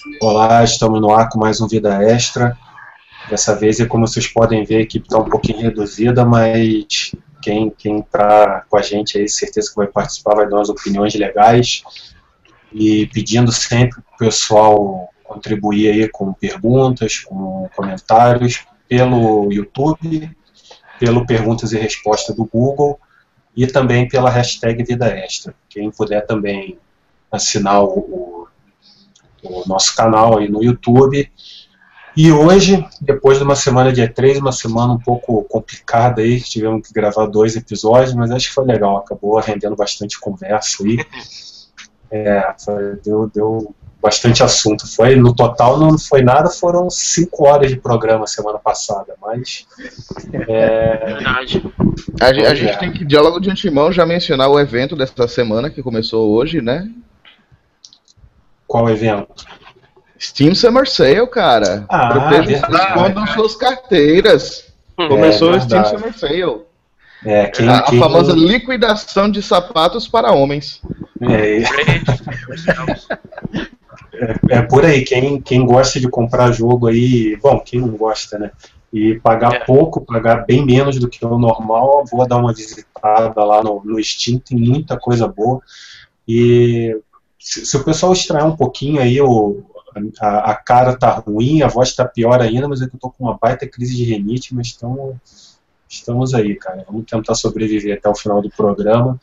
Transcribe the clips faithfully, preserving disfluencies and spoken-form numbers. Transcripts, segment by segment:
Olá, estamos no ar com mais um Vida Extra. Dessa vez, e como vocês podem ver, a equipe está um pouquinho reduzida, mas quem quem está com a gente aí, certeza que vai participar, vai dar umas opiniões legais. E pedindo sempre para o pessoal contribuir aí com perguntas, com comentários, pelo YouTube, pelo Perguntas e Respostas do Google e também pela hashtag Vida Extra. Quem puder também assinar o, o, o nosso canal aí no YouTube. E hoje, depois de uma semana de E três, uma semana um pouco complicada aí, tivemos que gravar dois episódios, mas acho que foi legal, acabou rendendo bastante conversa aí. É, foi, deu, deu bastante assunto. Foi, no total não foi nada, foram cinco horas de programa semana passada, mas... É verdade. A, a gente tem que, diálogo de antemão, já mencionar o evento dessa semana, que começou hoje, né? Qual evento? Steam Summer Sale, cara. Ah, escondam suas carteiras. Começou é, o Steam Summer Sale. É, quem, a, quem... a famosa liquidação de sapatos para homens. É, é, é por aí. Quem, quem gosta de comprar jogo aí, bom, quem não gosta, né? E pagar é. pouco, pagar bem menos do que o normal, vou dar uma visitada lá no, no Steam, tem muita coisa boa. E se, se o pessoal extrair um pouquinho aí o A, a cara tá ruim, a voz tá pior ainda, mas é que eu tô com uma baita crise de rinite, mas tamo, estamos aí, cara. Vamos tentar sobreviver até o final do programa.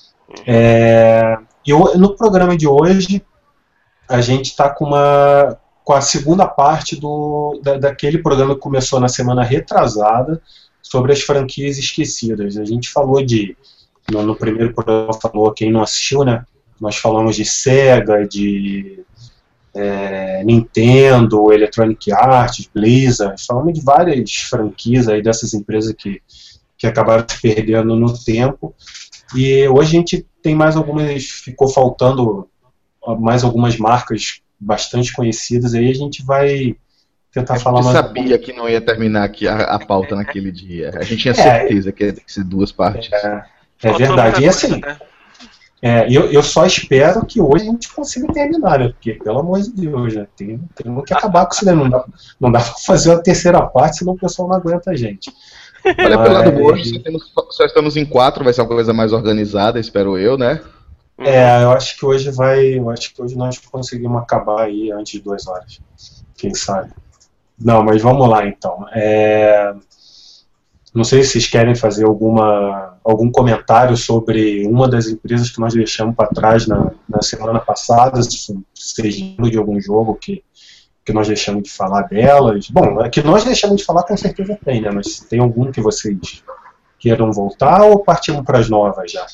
É, e no programa de hoje, a gente tá com, uma, com a segunda parte do, da, daquele programa que começou na semana retrasada, sobre as franquias esquecidas. A gente falou de, no, no primeiro programa, falou, quem não assistiu, né? Nós falamos de Sega, de... É, Nintendo, Electronic Arts, Blizzard, falando de várias franquias aí dessas empresas que, que acabaram se perdendo no tempo. E hoje a gente tem mais algumas, ficou faltando mais algumas marcas bastante conhecidas, aí a gente vai tentar a falar gente mais. Eu sabia que não ia terminar aqui a, a pauta naquele dia. A gente tinha certeza é, que ia ter que ser duas partes. É, é verdade. E assim. É, eu, eu só espero que hoje a gente consiga terminar, né? Porque, pelo amor de Deus, né? Tem, tem que acabar com isso, né? Não dá, não dá pra fazer a terceira parte, senão o pessoal não aguenta a gente. Olha, pelo lado bom, hoje só, temos, só estamos em quatro, vai ser uma coisa mais organizada, espero eu, né? É, eu acho que hoje vai. Eu acho que hoje nós conseguimos acabar aí antes de duas horas. Quem sabe? Não, mas vamos lá então. É... Não sei se vocês querem fazer alguma, algum comentário sobre uma das empresas que nós deixamos para trás na, na semana passada, se seja de algum jogo que, que nós deixamos de falar delas. Bom, é que nós deixamos de falar com certeza tem, né? Mas tem algum que vocês queiram voltar ou partimos para as novas já?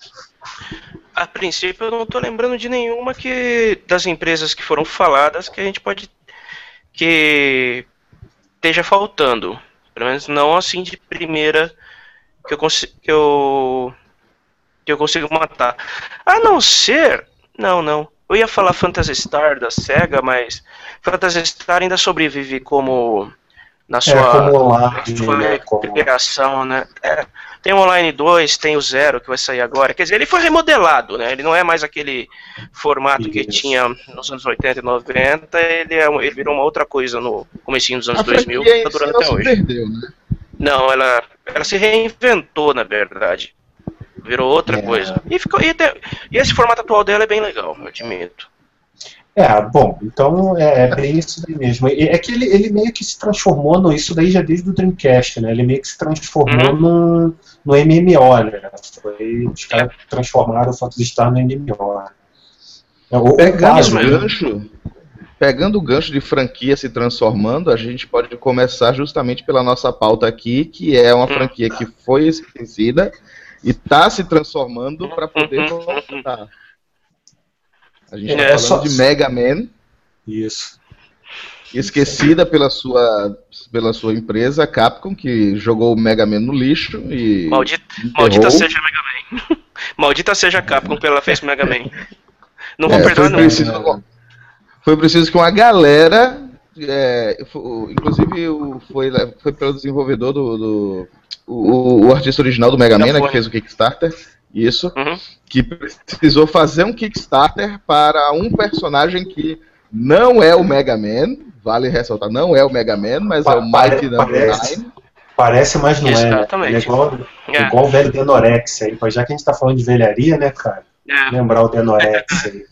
A princípio eu não estou lembrando de nenhuma que, das empresas que foram faladas que a gente pode que esteja faltando. Pelo menos não assim de primeira que eu, consigo, que eu, que eu consigo matar. A não ser... Não, não. Eu ia falar Phantasy Star da SEGA, mas Phantasy Star ainda sobrevive como... Na sua, é, como online, sua né, criação, como... né? É, tem o Online dois, tem o Zero, que vai sair agora. Quer dizer, ele foi remodelado, né? Ele não é mais aquele formato Isso. que tinha nos anos oitenta e noventa. Ele, é, ele virou uma outra coisa no comecinho dos anos dois mil, que tá durando até hoje. Perdeu, né? Não, ela, ela se reinventou, na verdade. Virou outra é. coisa. E, ficou, e, até, e esse formato atual dela é bem legal, eu admito. É, bom, então é, é bem isso daí mesmo. É que ele, ele meio que se transformou no, isso daí já desde o Dreamcast, né? Ele meio que se transformou uhum. no, no M M O, né? Foi, os caras transformaram o Phantasy Star no M M O. É, o, pegando, o caso, o gancho, pegando o gancho de franquia se transformando, a gente pode começar justamente pela nossa pauta aqui, que é uma franquia que foi esquecida e está se transformando para poder voltar. A gente está é, falando só... de Mega Man. Isso. Esquecida pela sua, pela sua empresa, Capcom, que jogou o Mega Man no lixo e... Maldita, maldita seja Mega Man. Maldita seja Capcom pela fez Mega Man. Não vou é, perdoar não. Preciso, foi preciso que uma galera... É, foi, inclusive foi, foi pelo desenvolvedor do... do o, o artista original do Mega Man, né, que fez o Kickstarter. Isso, uhum. que precisou fazer um Kickstarter para um personagem que Não é o Mega Man, vale ressaltar, não é o Mega Man, mas pa é o Mighty Number nove. Parece, mas não Exatamente. é, né? É igual, é. igual o velho Denorexia aí. Já que a gente tá falando de velharia, né, cara? É. Lembrar o Denorexia aí.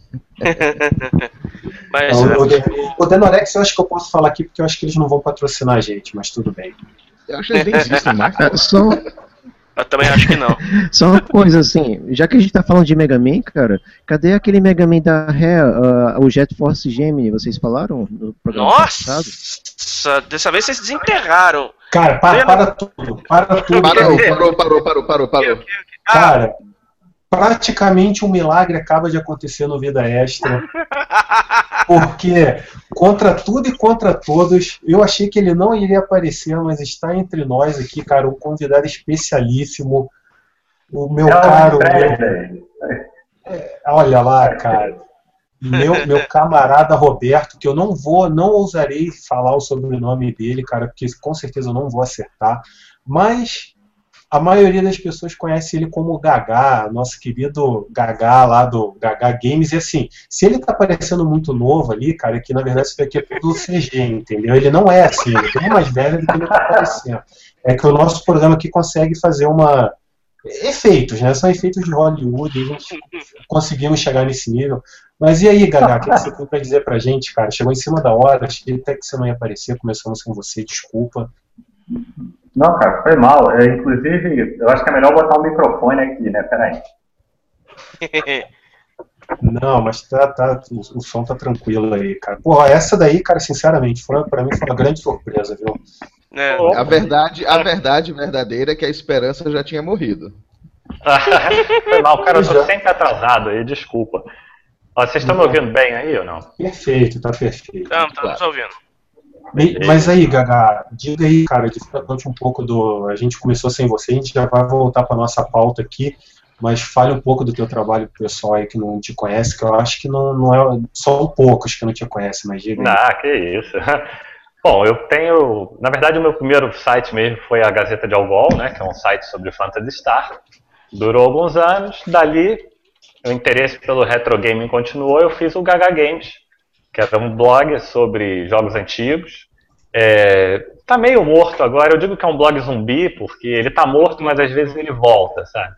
Mas, então, o, o Denorexia eu acho que eu posso falar aqui porque eu acho que eles não vão patrocinar a gente, mas tudo bem. Eu acho que eles nem existem mais. É, só... Eu também acho que não. Só uma coisa assim, já que a gente tá falando de Mega Man, cara, cadê aquele Mega Man da Rare, uh, o Jet Force Gemini, vocês falaram no programa passado? Nossa, dessa vez vocês desenterraram. Cara, para, para tudo, para tudo. Parou, parou, parou, parou, parou, parou. Cara, praticamente um milagre acaba de acontecer no Vida Extra. Porque, contra tudo e contra todos, eu achei que ele não iria aparecer, mas está entre nós aqui, cara, um convidado especialíssimo, o meu é caro... Meu, é, olha lá, cara, meu, meu camarada Roberto, que eu não vou, não ousarei falar o sobrenome dele, cara, porque com certeza eu não vou acertar, mas... A maioria das pessoas conhece ele como Gagá, nosso querido Gagá lá do Gagá Games. E assim, se ele tá parecendo muito novo ali, cara, que na verdade isso daqui é tudo C G, entendeu? Ele não é assim, ele é bem mais velho do que ele tá parecendo. É que o nosso programa aqui consegue fazer uma... efeitos, né? São efeitos de Hollywood, e a gente conseguimos chegar nesse nível. Mas e aí, Gagá, o que você tem pra dizer pra gente, cara? Chegou em cima da hora, achei até que você não ia aparecer, começamos com você, desculpa. Não, cara, foi mal. É, inclusive, eu acho que é melhor botar o microfone aqui, né? Peraí. Não, mas tá, tá, o, o som tá tranquilo aí, cara. Porra, essa daí, cara, sinceramente, foi, pra mim foi uma grande surpresa, viu? É. A verdade, a verdade verdadeira é que a esperança já tinha morrido. Foi mal, cara, eu tô sempre atrasado aí, desculpa. Ó, vocês estão me ouvindo bem aí ou não? Perfeito, tá perfeito. Estamos, estamos ouvindo. Mas aí, Gagá, diga aí, cara, conte um pouco do... A gente começou sem você, a gente já vai voltar para nossa pauta aqui, mas fale um pouco do teu trabalho pro pessoal aí que não te conhece, que eu acho que não, não é... São poucos que não te conhecem, mas diga aí. Ah, que isso. Bom, eu tenho... Na verdade, o meu primeiro site mesmo foi a Gazeta de Algol, né, que é um site sobre Phantasy Star. Durou alguns anos, dali o interesse pelo retro gaming continuou, eu fiz o Gagá Games, que era um blog sobre jogos antigos. É, tá meio morto agora, eu digo que é um blog zumbi, porque ele tá morto, mas às vezes ele volta, sabe?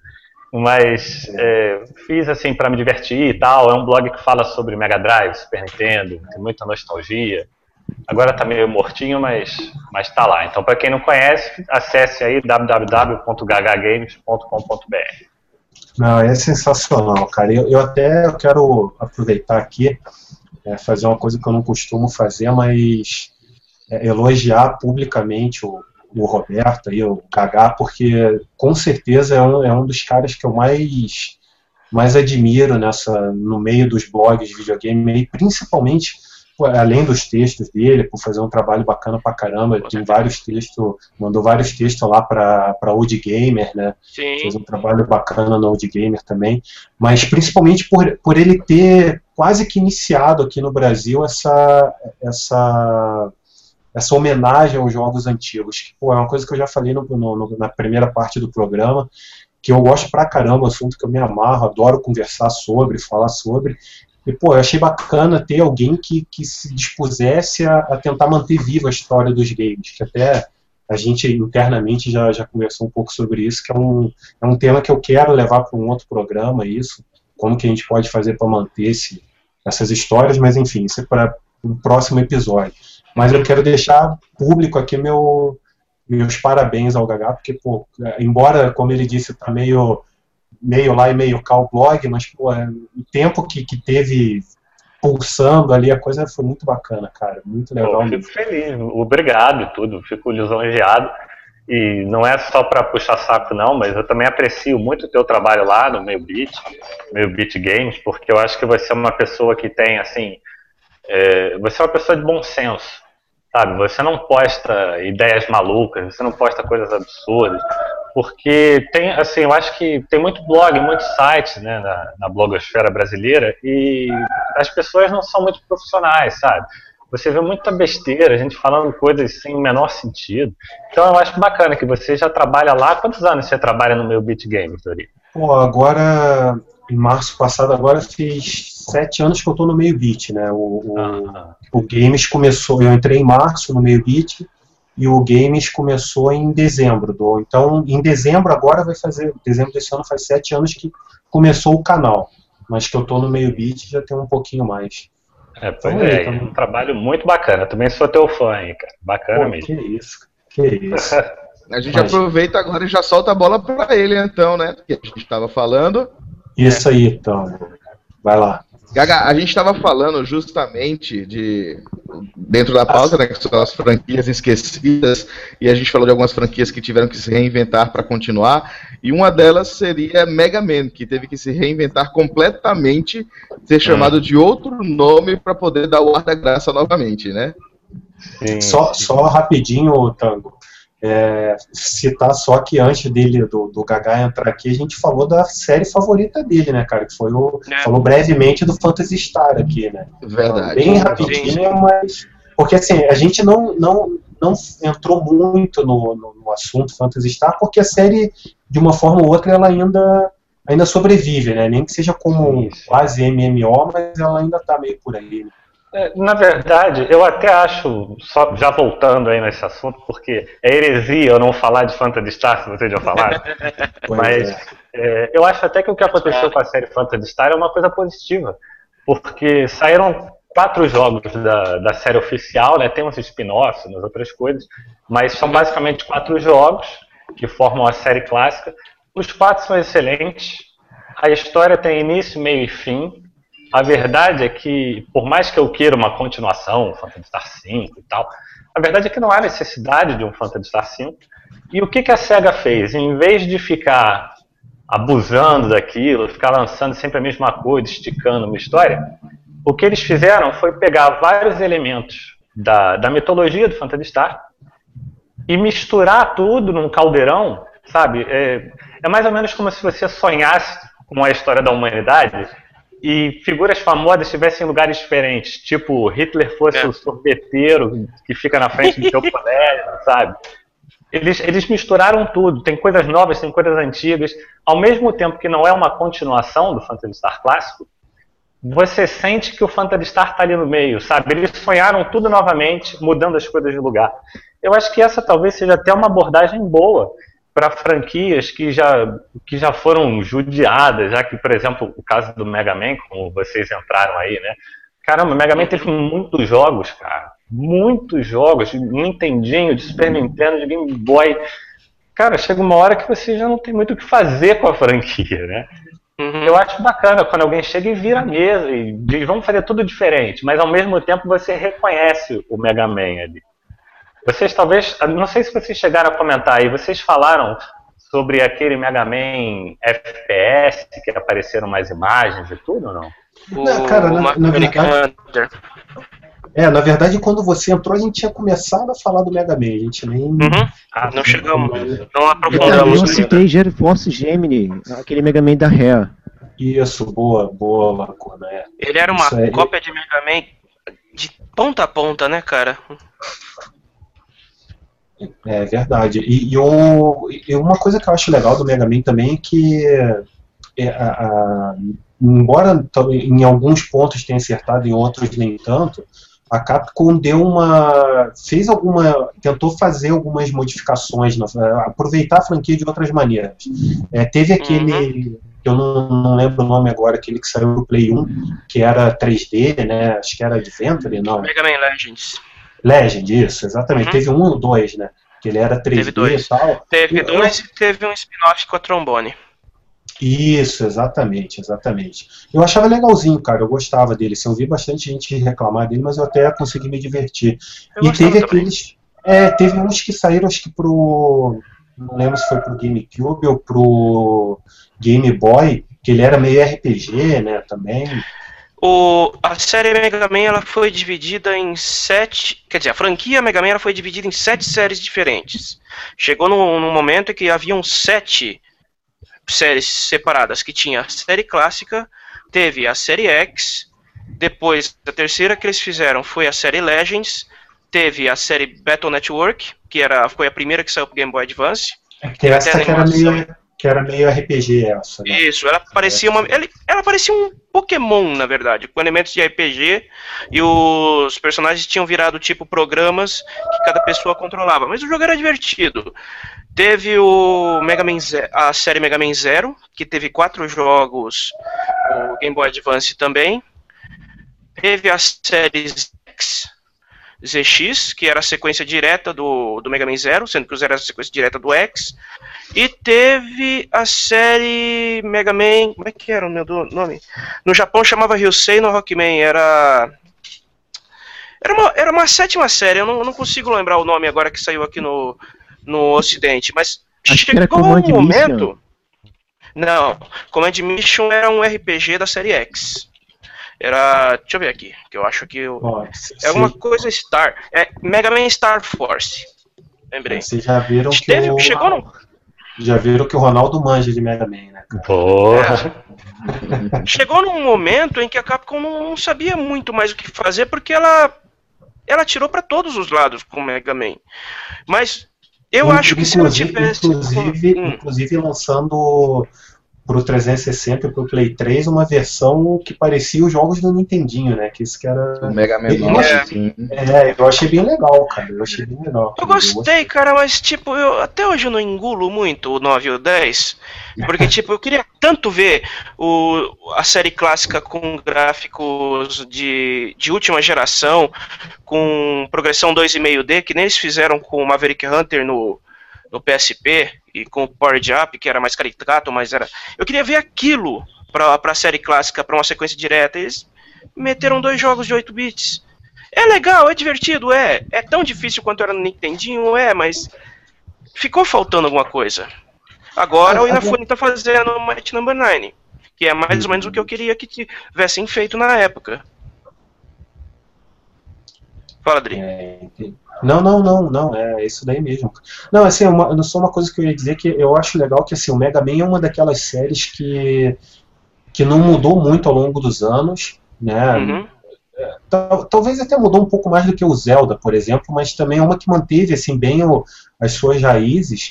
Mas é, fiz assim para me divertir e tal, é um blog que fala sobre Mega Drive, Super Nintendo, tem muita nostalgia. Agora tá meio mortinho, mas, mas tá lá. Então, para quem não conhece, acesse aí w w w ponto gagá games ponto com ponto b r. Não, é sensacional, cara. Eu, eu até quero aproveitar aqui, é, fazer uma coisa que eu não costumo fazer, mas é, elogiar publicamente o, o Roberto, aí, o Gagá, porque com certeza é um, é um dos caras que eu mais, mais admiro nessa, no meio dos blogs de videogame, e principalmente, além dos textos dele, por fazer um trabalho bacana pra caramba, tem vários textos, mandou vários textos lá pra, pra Old Gamer, né? Sim. Fez um trabalho bacana no Old Gamer também, mas principalmente por, por ele ter quase que iniciado aqui no Brasil essa, essa, essa homenagem aos jogos antigos, que pô, é uma coisa que eu já falei no, no, na primeira parte do programa, que eu gosto pra caramba, assunto que eu me amarro, adoro conversar sobre, falar sobre. E, pô, eu achei bacana ter alguém que, que se dispusesse a, a tentar manter viva a história dos games, que até a gente internamente já, já conversou um pouco sobre isso, que é um, é um tema que eu quero levar para um outro programa, isso, como que a gente pode fazer para manter esse, essas histórias, mas enfim, isso é para um próximo episódio. Mas eu quero deixar público aqui meu, meus parabéns ao Gagá, porque, pô, embora, como ele disse, tá meio... meio lá e meio cá o blog, mas pô, o tempo que, que teve pulsando ali, a coisa foi muito bacana, cara, muito legal. Eu fico feliz, obrigado e tudo, fico lisonjeado, e não é só para puxar saco não, mas eu também aprecio muito o teu trabalho lá no Meio Beat, Meio Beat Games, porque eu acho que você é uma pessoa que tem, assim, é, você é uma pessoa de bom senso, sabe, você não posta ideias malucas, você não posta coisas absurdas, porque tem, assim, eu acho que tem muito blog, muitos sites, né, na, na blogosfera brasileira, e as pessoas não são muito profissionais, sabe? Você vê muita besteira, a gente falando coisas sem o menor sentido. Então eu acho bacana que você já trabalha lá. Quantos anos você trabalha no Meu Beat Games, Dori? Pô, agora em março passado, agora fiz sete anos que eu tô no Meio Beat, né? O, o, Ah. o Games começou, eu entrei em março no Meio Beat e o Games começou em dezembro. Do, então, em dezembro agora vai fazer, dezembro desse ano faz sete anos que começou o canal, mas que eu tô no Meio Beat já tem um pouquinho mais. É, pois Então, é, então, um trabalho muito bacana. Eu também sou teu fã aí, cara. Bacana pô, mesmo. que isso, que isso. A gente Mas- aproveita agora e já solta a bola para ele, então, né? Que a gente estava falando. Isso aí, então. Vai lá. Gaga, a gente estava falando justamente de dentro da pauta, né, que são as franquias esquecidas, e a gente falou de algumas franquias que tiveram que se reinventar para continuar, e uma delas seria Mega Man, que teve que se reinventar completamente, ser chamado de outro nome para poder dar o ar da graça novamente, né? Sim. Só, só rapidinho, Tango. É, citar só que antes dele, do, do Gaga entrar aqui, a gente falou da série favorita dele, né, cara? Que foi o. É. Falou brevemente do Phantasy Star aqui, né? Verdade. Bem rapidinho, mas. Porque assim, a gente não, não, não entrou muito no, no, no assunto Phantasy Star, porque a série, de uma forma ou outra, ela ainda, ainda sobrevive, né? Nem que seja como um Sim. quase M M O, mas ela ainda tá meio por aí, né? É, na verdade, eu até acho, só já voltando aí nesse assunto, porque é heresia eu não falar de Phantasy Star, se vocês já falaram, Pois mas é. é, eu acho até que o que aconteceu com a série Phantasy Star é uma coisa positiva, porque saíram quatro jogos da, da série oficial, né? Tem uns spin-offs, umas outras coisas, mas são basicamente quatro jogos que formam a série clássica. Os quatro são excelentes, a história tem início, meio e fim. A verdade é que, por mais que eu queira uma continuação, Phantasy Star cinco e tal, a verdade é que não há necessidade de um Phantasy Star cinco. E o que, que a SEGA fez? Em vez de ficar abusando daquilo, ficar lançando sempre a mesma coisa, esticando uma história, o que eles fizeram foi pegar vários elementos da, da mitologia do Phantasy Star e misturar tudo num caldeirão, sabe? É, é mais ou menos como se você sonhasse com a história da humanidade e figuras famosas estivessem em lugares diferentes, tipo Hitler fosse É. o sorveteiro que fica na frente do seu colégio, sabe? Eles, eles misturaram tudo, tem coisas novas, tem coisas antigas, ao mesmo tempo que não é uma continuação do Phantasy Star clássico, você sente que o Phantasy Star está ali no meio, sabe? Eles sonharam tudo novamente, mudando as coisas de lugar. Eu acho que essa talvez seja até uma abordagem boa para franquias que já, que já foram judiadas, já que, por exemplo, o caso do Mega Man, como vocês entraram aí, né? Caramba, o Mega Man teve muitos jogos, cara. Muitos jogos, de Nintendinho, de Super Nintendo, de Game Boy. Cara, chega uma hora que você já não tem muito o que fazer com a franquia, né? Uhum. Eu acho bacana quando alguém chega e vira a mesa e diz, vamos fazer tudo diferente, mas ao mesmo tempo você reconhece o Mega Man ali. Vocês talvez, não sei se vocês chegaram a comentar aí, vocês falaram sobre aquele Mega Man F P S, que apareceram mais imagens e tudo, ou não? O, Não, cara, na- o na American verdade- Hunter. É, na verdade, quando você entrou, a gente tinha começado a falar do Mega Man. A gente nem. Uhum. Ah, Não chegamos, não Eu Então, aprofundamos ainda. citei Jet Force Gemini, aquele Mega Man da Rare. Isso, boa, boa, Lacuna. É. Ele era uma Isso aí. cópia de Mega Man de ponta a ponta, né, cara? É verdade. E, e, o- e uma coisa que eu acho legal do Mega Man também é que, é, a- a- embora to- em alguns pontos tenha acertado, em outros nem tanto, a Capcom deu uma, fez alguma, tentou fazer algumas modificações, na- aproveitar a franquia de outras maneiras. É, teve aquele, eu não, não lembro o nome agora, aquele que saiu no Play um, que era três D, né? Acho que era Adventure, não. Mega Man Legends. Legend, isso, exatamente. Uhum. Teve um ou dois, né? Que ele era três D Teve dois. e tal. Teve Eu- dois e teve um spin-off com a Trombone. Isso, exatamente, exatamente. Eu achava legalzinho, cara, eu gostava dele. Assim, eu vi bastante gente reclamar dele, mas eu até consegui me divertir. Eu e gostava teve também. aqueles. É, teve uns que saíram, acho que pro. Não lembro se foi pro GameCube ou pro Game Boy, que ele era meio R P G, né, também. O, a série Mega Man ela foi dividida em sete. Quer dizer, a franquia Mega Man ela foi dividida em sete séries diferentes. Chegou num, num momento em que haviam sete séries separadas, que tinha a série clássica, teve a série X, depois a terceira que eles fizeram foi a série Legends, teve a série Battle Network, que era, foi a primeira que saiu pro Game Boy Advance. Que essa Teve que era animação. meio, Que era meio R P G essa, né? Isso, ela parecia uma. Ela, ela parecia um Pokémon, na verdade, com elementos de R P G, e os personagens tinham virado tipo programas que cada pessoa controlava. Mas o jogo era divertido. Teve o Mega Man Zero, a série Mega Man Zero, que teve quatro jogos, o Game Boy Advance também. Teve a série X, Z X, que era a sequência direta do, do Mega Man Zero, sendo que o Zero era a sequência direta do X. E teve a série Mega Man... Como é que era o meu nome? No Japão chamava Ryusei no Rockman. Era... Era uma, era uma sétima série. Eu não, eu não consigo lembrar o nome agora que saiu aqui no, no Ocidente. Mas Acho chegou que era um Command momento... Mission. Não. Command Mission era um R P G da série X. Era... Deixa eu ver aqui. Que eu acho que... Eu, Ó, é alguma coisa Star. É Mega Man Star Force. Lembrei. Vocês já viram que Teve, o... Chegou no... Já viram que o Ronaldo manja de Mega Man, né, cara? Porra. Chegou num momento em que a Capcom não sabia muito mais o que fazer, porque ela ela tirou para todos os lados com o Mega Man. Mas eu acho que se não tivesse... Inclusive, hum. inclusive lançando pro trezentos e sessenta e pro Play três uma versão que parecia os jogos do Nintendinho, né? Que isso que era... O Mega Man Eu nove, achei- sim. É, eu achei bem legal, cara. Eu achei bem legal. Eu gostei, cara, mas tipo, eu até hoje eu não engulo muito o nove e o dez, porque tipo, eu queria tanto ver o, a série clássica com gráficos de, de última geração, com progressão dois vírgula cinco D, que nem eles fizeram com o Maverick Hunter no, no P S P, e com o Power Up, que era mais caricato, mas era... Eu queria ver aquilo pra, pra série clássica, pra uma sequência direta. Eles meteram dois jogos de oito bits. É legal, é divertido, é. É tão difícil quanto era no Nintendinho, é, mas ficou faltando alguma coisa. Agora o Inafune tá fazendo o Might Number nove, que é mais ou menos o que eu queria que tivessem feito na época. Fala, Adri. É, entendi. Não, não, não, não, é isso daí mesmo. Não, assim, uma, não só uma coisa que eu ia dizer que eu acho legal que assim, o Mega Man é uma daquelas séries que, que não mudou muito ao longo dos anos, né? Uhum. Tal- Talvez até mudou um pouco mais do que o Zelda, por exemplo, mas também é uma que manteve assim bem o- as suas raízes.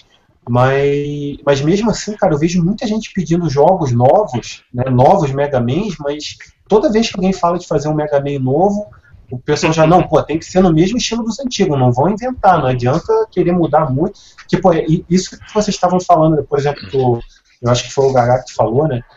Mas, mas mesmo assim, cara, eu vejo muita gente pedindo jogos novos, né, novos Mega Mans, mas toda vez que alguém fala de fazer um Mega Man novo, o pessoal já, não, pô, tem que ser no mesmo estilo dos antigos, não vão inventar, não adianta querer mudar muito. Tipo, é, e isso que vocês estavam falando, por exemplo, que o- eu acho que foi o Gaga que falou, né,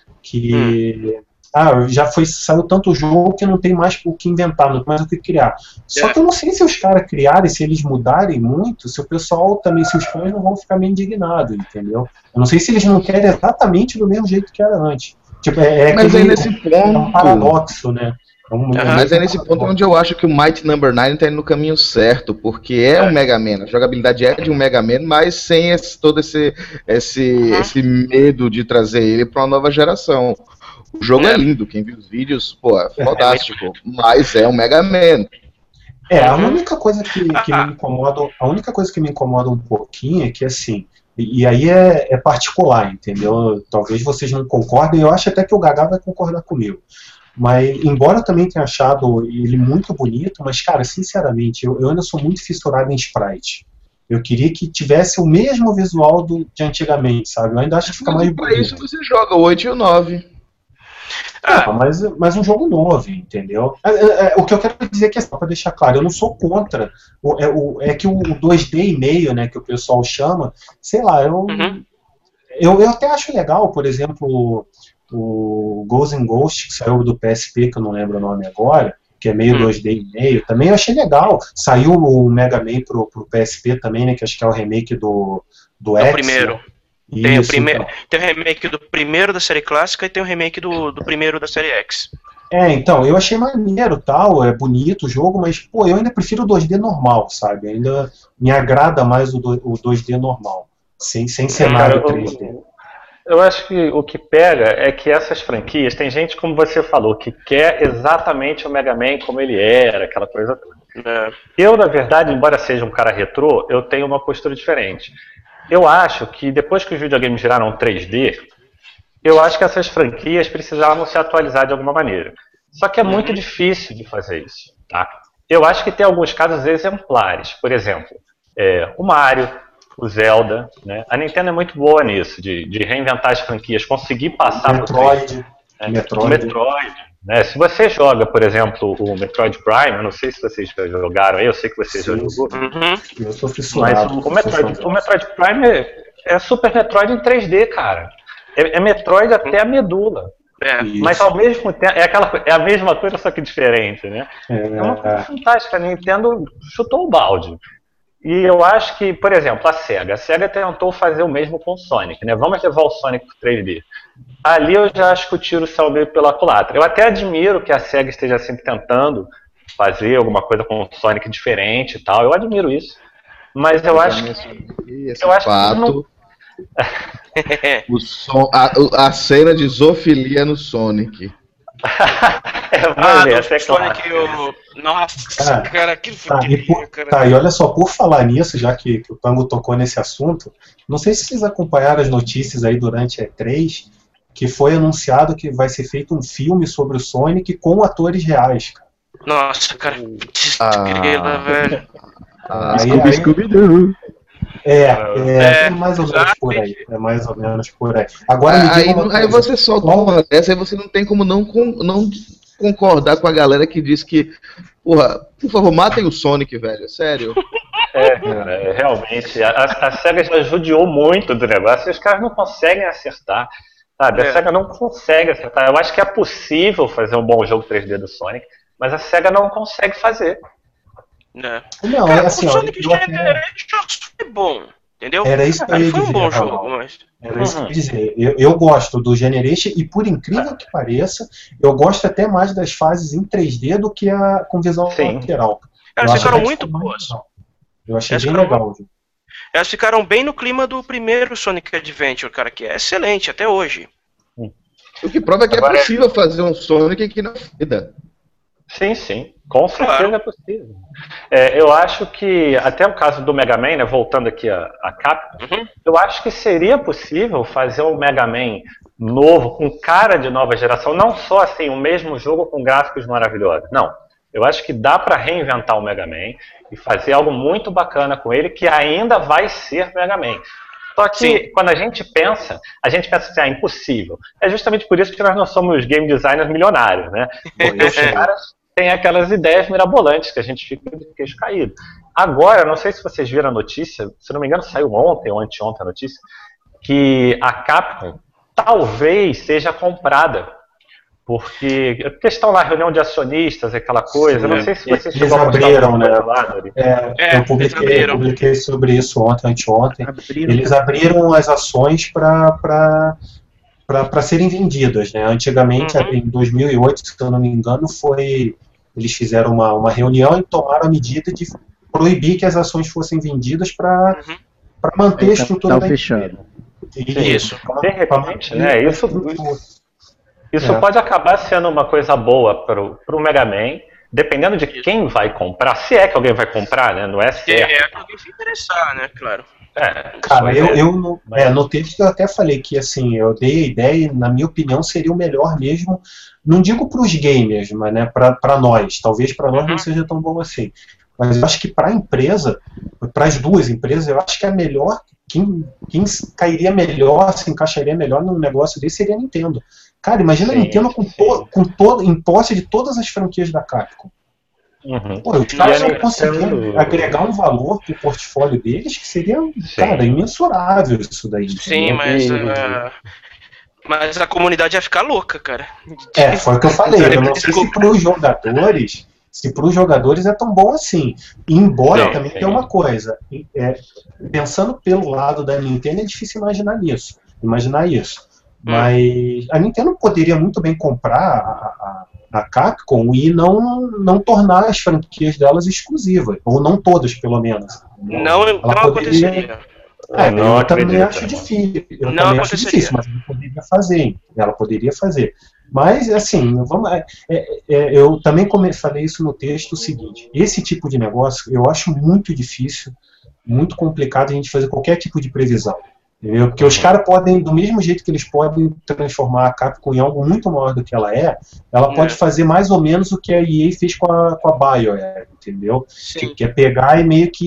que ah, já foi, saiu tanto jogo que não tem mais o que inventar, não tem mais o que criar. Só É. que eu não sei se os caras criarem, se eles mudarem muito, se o pessoal também, se os fãs não vão ficar meio indignados, entendeu? Eu não sei se eles não querem exatamente do mesmo jeito que era antes. Tipo, é, é Mas aquele- aí nesse é um ponto. paradoxo, né? É um- Aham. Mas é nesse ponto onde eu acho que o Might Number nove está indo no caminho certo, porque é um Mega Man, a jogabilidade é de um Mega Man, mas sem esse- todo esse, esse, Uhum. esse medo de trazer ele para uma nova geração. O jogo é. É. lindo, quem viu os vídeos, pô, é fantástico, mas é um Mega Man. É, a Uhum. única coisa que, que Ah. me incomoda, a única coisa que me incomoda um pouquinho é que assim, e, e aí é, é particular, entendeu? Talvez vocês não concordem, eu acho até que o Gagá vai concordar comigo. Mas, embora eu também tenha achado ele muito bonito, mas, cara, sinceramente, eu, eu ainda sou muito fissurado em sprite. Eu queria que tivesse o mesmo visual do, de antigamente, sabe? Eu ainda acho que fica mais Para bonito. isso você joga o oito e o nove. Ah, mas, mas um jogo novo, entendeu? É, é, é, o que eu quero dizer é que, só para deixar claro, eu não sou contra. O, é, o, é que o dois D e meio, né, que o pessoal chama, sei lá, eu, Uhum. eu, eu até acho legal, por exemplo, o Ghosts and Ghosts, que saiu do P S P, que eu não lembro o nome agora, que é meio Hum. dois D e meio, também eu achei legal. Saiu o Mega Man pro, pro P S P também, né, que acho que é o remake do, do É X. o primeiro. né? Tem o, Isso, primeiro, então. tem o remake do primeiro da série clássica e tem o remake do, do primeiro da série X. É, então, eu achei maneiro, tal, é bonito o jogo, mas, pô, eu ainda prefiro o dois D normal, sabe? Ainda me agrada mais o, do, o dois D normal, sem, sem cenário Cara, três D. eu, eu acho que o que pega é que essas franquias, tem gente, como você falou, que quer exatamente o Mega Man como ele era, aquela coisa toda. É. Eu, na verdade, embora seja um cara retrô, eu tenho uma postura diferente. Eu acho que depois que os videogames viraram três D, eu acho que essas franquias precisavam se atualizar de alguma maneira. Só que é muito difícil de fazer isso, tá? Eu acho que tem alguns casos exemplares. Por exemplo, é, o Mario, o Zelda, né? A Nintendo é muito boa nisso, de, de reinventar as franquias, conseguir passar Metroid, por é, Metroid. Metroid, né? Se você joga, por exemplo, o Metroid Prime, eu não sei se vocês já jogaram aí, eu sei que vocês já jogou. Uhum. Eu sou fissurado. Mas o, o, Metroid, o Metroid Prime é, é Super Metroid em três D, cara. É, é Metroid até a medula. É. Mas ao mesmo tempo, é, aquela, é a mesma coisa, só que diferente, né? É, é uma coisa fantástica. A Nintendo chutou o balde. E eu acho que, por exemplo, a SEGA. A SEGA tentou fazer o mesmo com o Sonic, né? Vamos levar o Sonic para três D. Ali eu já acho que o tiro saiu meio pela culatra. Eu até admiro que a SEGA esteja sempre tentando fazer alguma coisa com o Sonic diferente e tal. Eu admiro isso. Mas eu, eu acho que... Esse eu acho fato... que não... o som, a, a cena de zoofilia no Sonic. é, ah, ver, do até Sonic, claro. eu... Nossa, ah, cara, aquilo foi tá, terrível, e por, cara. Tá, e olha só, por falar nisso, já que, que o Tango tocou nesse assunto, não sei se vocês acompanharam as notícias aí durante a E três, que foi anunciado que vai ser feito um filme sobre o Sonic com atores reais, cara. Nossa, cara, ah, velho. Ah, Scooby, Scooby-Doo. É, é, é mais ou menos por aí. É mais ou menos por aí. Agora me aí, uma aí você solta uma dessa, aí você não tem como não, não concordar com a galera que diz que, porra, por favor, matem o Sonic, velho. Sério. É, cara, é, realmente. A, a SEGA já judiou muito do negócio e os caras não conseguem acertar. Sabe? É. A SEGA não consegue acertar. Eu acho que é possível fazer um bom jogo três D do Sonic, mas a SEGA não consegue fazer. É. Não, cara, é assim, o ó, Sonic eu até... Generation foi bom, entendeu? Era isso que eu ia foi um dizer, bom Raul. jogo, mas... Era isso que eu ia dizer. Eu, eu gosto do Generation e, por incrível que pareça, eu gosto até mais das fases em três D do que a com visão Sim. lateral. Elas Eu ficaram acho muito que ficou boas. mais- Eu achei Elas bem ficaram legal. viu? Elas ficaram bem no clima do primeiro Sonic Adventure, cara, que é excelente até hoje. O que prova é que Agora é é- possível fazer um Sonic que não vida. Sim, sim. Com certeza Claro. é possível. É, eu acho que, até o caso do Mega Man, né, voltando aqui a, a Capcom, Uhum. eu acho que seria possível fazer um Mega Man novo, com cara de nova geração, não só assim, o mesmo jogo com gráficos maravilhosos. Não. Eu acho que dá para reinventar o Mega Man e fazer algo muito bacana com ele, que ainda vai ser Mega Man. Só que, Sim. quando a gente pensa, a gente pensa assim, ah, impossível. É justamente por isso que nós não somos game designers milionários, né? Porque os caras têm aquelas ideias mirabolantes que a gente fica de queixo caído. Agora, não sei se vocês viram a notícia, se não me engano saiu ontem ou anteontem a notícia, que a Capcom talvez seja comprada. Porque a questão lá, reunião de acionistas, aquela coisa, eu não sei se vocês Eles chegou a postar abriram, alguma né? coisa lá, Dori. É, É, eu eles publiquei, abriram. publiquei sobre isso ontem, anteontem. Abriram. Eles abriram as ações para serem vendidas, né? Antigamente, Uhum. em dois mil e oito, se eu não me engano, foi eles fizeram uma, uma reunião e tomaram a medida de proibir que as ações fossem vendidas para Uhum. para manter a estrutura Capital da fechado. empresa. Isso. Pra- De pra repente, manter né, a isso- estrutura. Isso É. pode acabar sendo uma coisa boa para o Mega Man, dependendo de quem vai comprar, se é que alguém vai comprar, né? Não é Se certo. é que alguém se interessar, né, claro. É, Cara, isso eu, é- eu no, mas- é, no texto eu até falei que assim, eu dei a ideia e, na minha opinião, seria o melhor mesmo, não digo para os gamers, mas né, para nós. Talvez para nós não Uhum. seja tão bom assim. Mas eu acho que para a empresa, para as duas empresas, eu acho que a melhor, quem, quem cairia melhor, se encaixaria melhor num negócio desse seria a Nintendo. Cara, imagina Sim, a Nintendo com, sim. to, com todo, em posse de todas as franquias da Capcom. Uhum. Pô, os E caras a vão Nintendo- conseguir agregar um valor pro portfólio deles que seria, Sim. cara, imensurável isso daí. Sim, entendeu? mas, E- ah, mas a comunidade ia ficar louca, cara. É, foi o que eu falei. Eu não sei se Desculpa. para os jogadores, se para os jogadores é tão bom assim. Embora Não, também sim. tenha uma coisa, é, pensando pelo lado da Nintendo, é difícil imaginar isso. Imaginar isso. Mas a Nintendo poderia muito bem comprar a, a, a Capcom e não, não tornar as franquias delas exclusivas. Ou não todas, pelo menos. Não, Ela não poderia- aconteceria. É, Não eu também acredito, acho não. difícil. Eu Não também acho aconteceria. difícil, mas ela poderia fazer. Ela poderia fazer. Mas, assim, vamos, é, é, é, eu também come- falei isso no texto, o seguinte, esse tipo de negócio eu acho muito difícil, muito complicado a gente fazer qualquer tipo de previsão. Entendeu? Porque os caras podem, do mesmo jeito que eles podem transformar a Capcom em algo muito maior do que ela é, ela pode É. fazer mais ou menos o que a E A fez com a, com a BioWare, entendeu? Sim. Que é pegar e meio que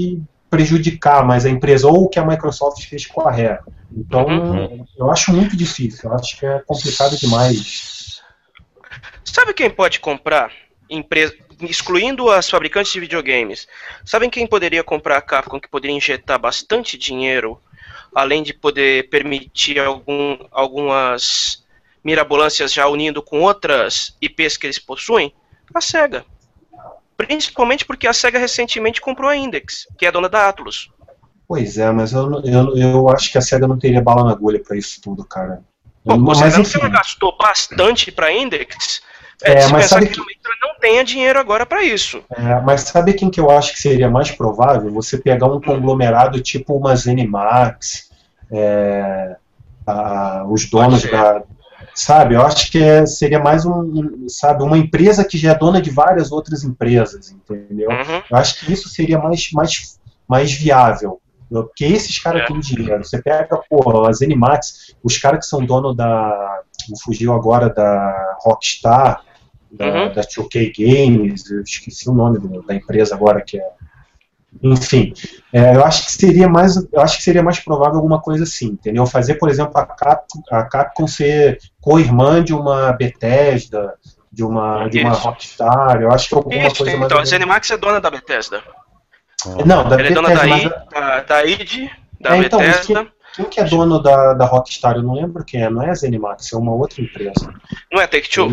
prejudicar mais a empresa, ou o que a Microsoft fez com a Rare. Então, uhum. eu acho muito difícil, eu acho que é complicado demais. Sabe quem pode comprar? Empresa, excluindo as fabricantes de videogames, sabem quem poderia comprar a Capcom, que poderia injetar bastante dinheiro, além de poder permitir algum, algumas mirabolâncias já unindo com outras I Ps que eles possuem? A SEGA. Principalmente porque a SEGA recentemente comprou a Index, que é a dona da Atlus. Pois é, mas eu, eu, eu acho que a SEGA não teria bala na agulha pra isso tudo, cara. Pô, mas, você enfim. ela gastou bastante pra Index, é, é se mas pensar sabe que, que a Micro não tenha dinheiro agora pra isso. É, mas sabe quem que eu acho que seria mais provável? Você pegar um conglomerado tipo uma ZeniMax, é, a, os donos da... Sabe, eu acho que é, seria mais um, sabe, uma empresa que já é dona de várias outras empresas, entendeu? Uhum. Eu acho que isso seria mais, mais, mais viável, porque esses caras é. têm dinheiro. Você pega, pô, a ZeniMax, os caras que são dono da... fugiu agora da Rockstar, da, uhum. da two K Games, eu esqueci o nome do, da empresa agora, que é... Enfim, é, eu acho que seria mais, eu acho que seria mais provável alguma coisa assim, entendeu? Fazer, por exemplo, a Capcom, a Capcom ser co-irmã de uma Bethesda, de uma, de uma Rockstar, eu acho que alguma Isso, coisa então, mais... Então, a ZeniMax é dona da Bethesda. Não, da Ele Bethesda, é dona da, mas... I, da, da I D, da é, então, Bethesda. Quem, quem que é dono da, da Rockstar? Eu não lembro quem é, não é a ZeniMax, é uma outra empresa. Não é Take-Two?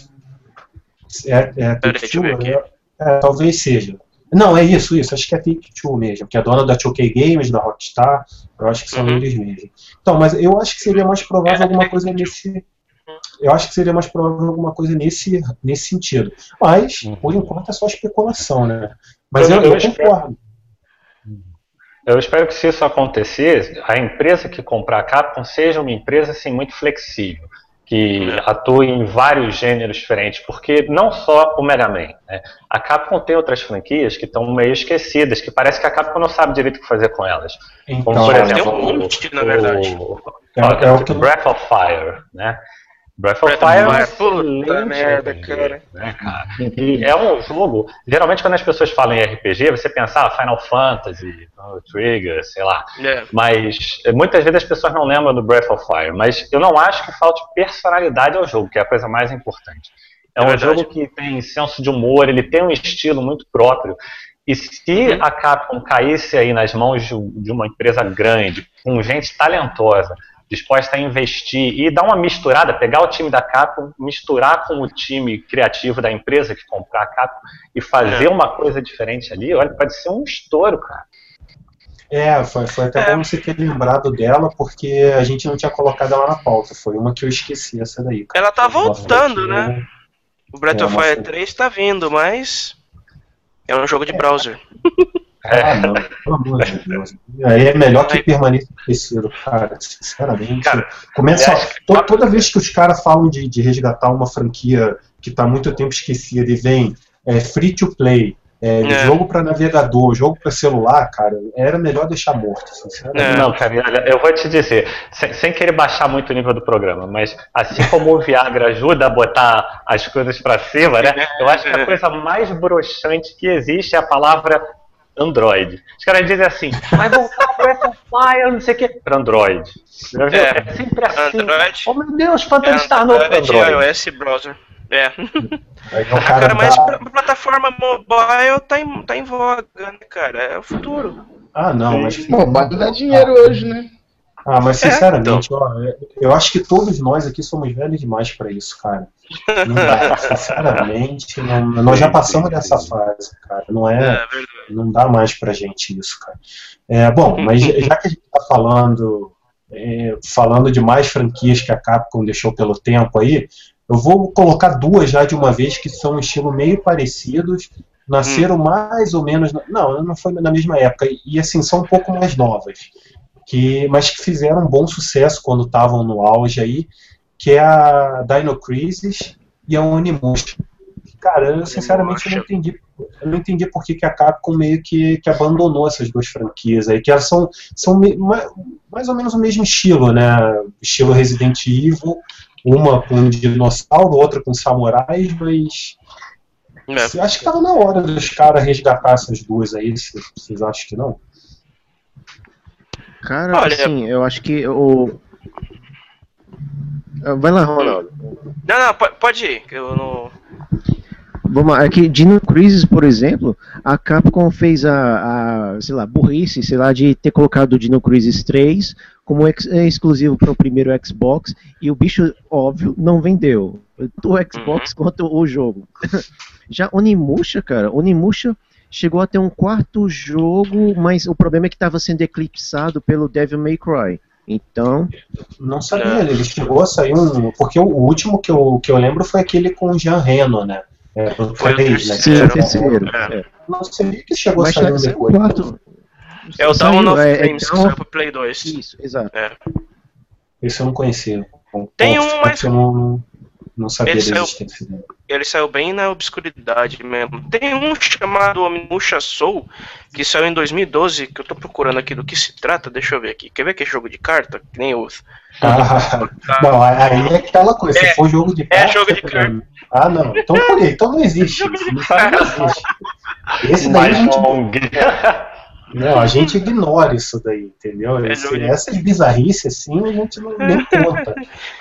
É, é Take-Two? É, é, talvez seja. Não, é isso, isso, acho que é Take-Two mesmo, que é dona da two K Games, da Rockstar, eu acho que são uhum. eles mesmos. Então, mas eu acho que seria mais provável é, alguma coisa nesse... Eu acho que seria mais provável alguma coisa nesse, nesse sentido. Mas, uhum. por enquanto, é só especulação, né? Mas eu, eu, eu concordo. Eu espero que, se isso acontecer, a empresa que comprar a Capcom seja uma empresa assim, muito flexível, que atue em vários gêneros diferentes, porque não só o Mega Man, né? A Capcom tem outras franquias que estão meio esquecidas, que parece que a Capcom não sabe direito o que fazer com elas. Então, como, por exemplo, tem um monte, o, na verdade. O, é, o, é o que... Breath of Fire, né? Breath of Fire é um excelente merda, cara. Né, cara? E é um jogo... Geralmente, quando as pessoas falam em R P G, você pensa, ah, Final Fantasy, Trigger, sei lá. Yeah. Mas muitas vezes as pessoas não lembram do Breath of Fire. Mas eu não acho que falte personalidade ao jogo, que é a coisa mais importante. É, é um verdade. jogo que tem senso de humor, ele tem um estilo muito próprio. E se uhum. a Capcom caísse aí nas mãos de, de uma empresa grande, com gente talentosa, disposta a investir e dar uma misturada, pegar o time da Capcom, misturar com o time criativo da empresa que comprar a Capcom e fazer é. uma coisa diferente ali, olha, pode ser um estouro, cara. É, foi, foi até é. bom você ter lembrado dela, porque a gente não tinha colocado ela na pauta, foi uma que eu esqueci, essa daí. Cara. Ela tá voltando, né? O Breath of Fire três tá vindo, mas é um jogo de é. browser. Ah, não, pelo amor de Deus. Aí é melhor que permaneça esquecido, cara, sinceramente. Cara, começa, to, toda vez que os caras falam de, de resgatar uma franquia que está há muito tempo esquecida e vem é, free to play, é, é. jogo para navegador, jogo para celular, cara, era melhor deixar morto, sinceramente. Não, cara, eu vou te dizer, sem, sem querer baixar muito o nível do programa, mas assim como o Viagra ajuda a botar as coisas para cima, né? Eu acho que a coisa mais broxante que existe é a palavra Android. Os caras dizem assim, vai voltar pro Breath of Fire, não sei o que, para Android. Já viu? É, é sempre assim. Android. Oh meu Deus, Phantasy Star novo para Android. iOS browser. É. Aí, cara, cara, mas dá... plataforma mobile tá em, tá em voga, né, cara? É o futuro. Ah, não, mas... Mobile dá dinheiro ah, hoje, né? Ah, mas sinceramente, é, então. ó, eu acho que todos nós aqui somos velhos demais pra isso, cara. Não dá, sinceramente, não, nós já passamos dessa fase, cara. Não é, é não dá mais pra gente isso, cara. É, bom, mas já que a gente tá falando, é, falando de mais franquias que a Capcom deixou pelo tempo aí, eu vou colocar duas já de uma vez que são um estilo meio parecidos, nasceram hum. mais ou menos, não, não foi na mesma época, e assim, são um pouco mais novas. Que, mas que fizeram um bom sucesso quando estavam no auge aí, que é a Dino Crisis e a Onimusha. Cara, eu sinceramente eu não entendi, eu não entendi por que, que a Capcom meio que, que abandonou essas duas franquias aí, que elas são, são me, mais, mais ou menos o mesmo estilo, né? Estilo Resident Evil, uma com um dinossauro, outra com samurais, mas é. acho que estava na hora dos caras resgatar essas duas aí, vocês acham que não? Cara, Olha, assim, eu acho que o... Vai lá, Ronaldo. Não, não, pode ir, que eu não... Vamos lá, aqui, Dino Crisis, por exemplo, a Capcom fez a, a, sei lá, burrice, sei lá, de ter colocado o Dino Crisis três como ex exclusivo para o primeiro Xbox, e o bicho, óbvio, não vendeu. O Xbox uhum. quanto o jogo. Já Onimusha, cara, Onimusha chegou a ter um quarto jogo, mas o problema é que estava sendo eclipsado pelo Devil May Cry. Então... Não sabia, ele chegou a sair um... Porque o último que eu, que eu lembro foi aquele com o Jean Reno, né? É, foi três, né? Sim, o terceiro. É. Não sei que chegou Mas a sair um depois. Quatro. É o Dawn of Flames que saiu pro Play dois. Isso, exato. É. Esse eu não conhecia. Tem um, mas... Eu não, não sabia ele da saiu, existência dele. Ele saiu bem na obscuridade mesmo. Tem um chamado Onimusha Soul, que saiu em dois mil e doze, que eu tô procurando aqui do que se trata. Deixa eu ver aqui. Quer ver que é jogo de carta? Que nem o... Ah, não, aí é aquela coisa. É, se for jogo de carta... É jogo de carta. Ah, não. Então por aí. Então não existe. Não existe. Esse daí a gente... Não, a gente ignora isso daí, entendeu? É Esse, essas bizarrices assim a gente não nem conta.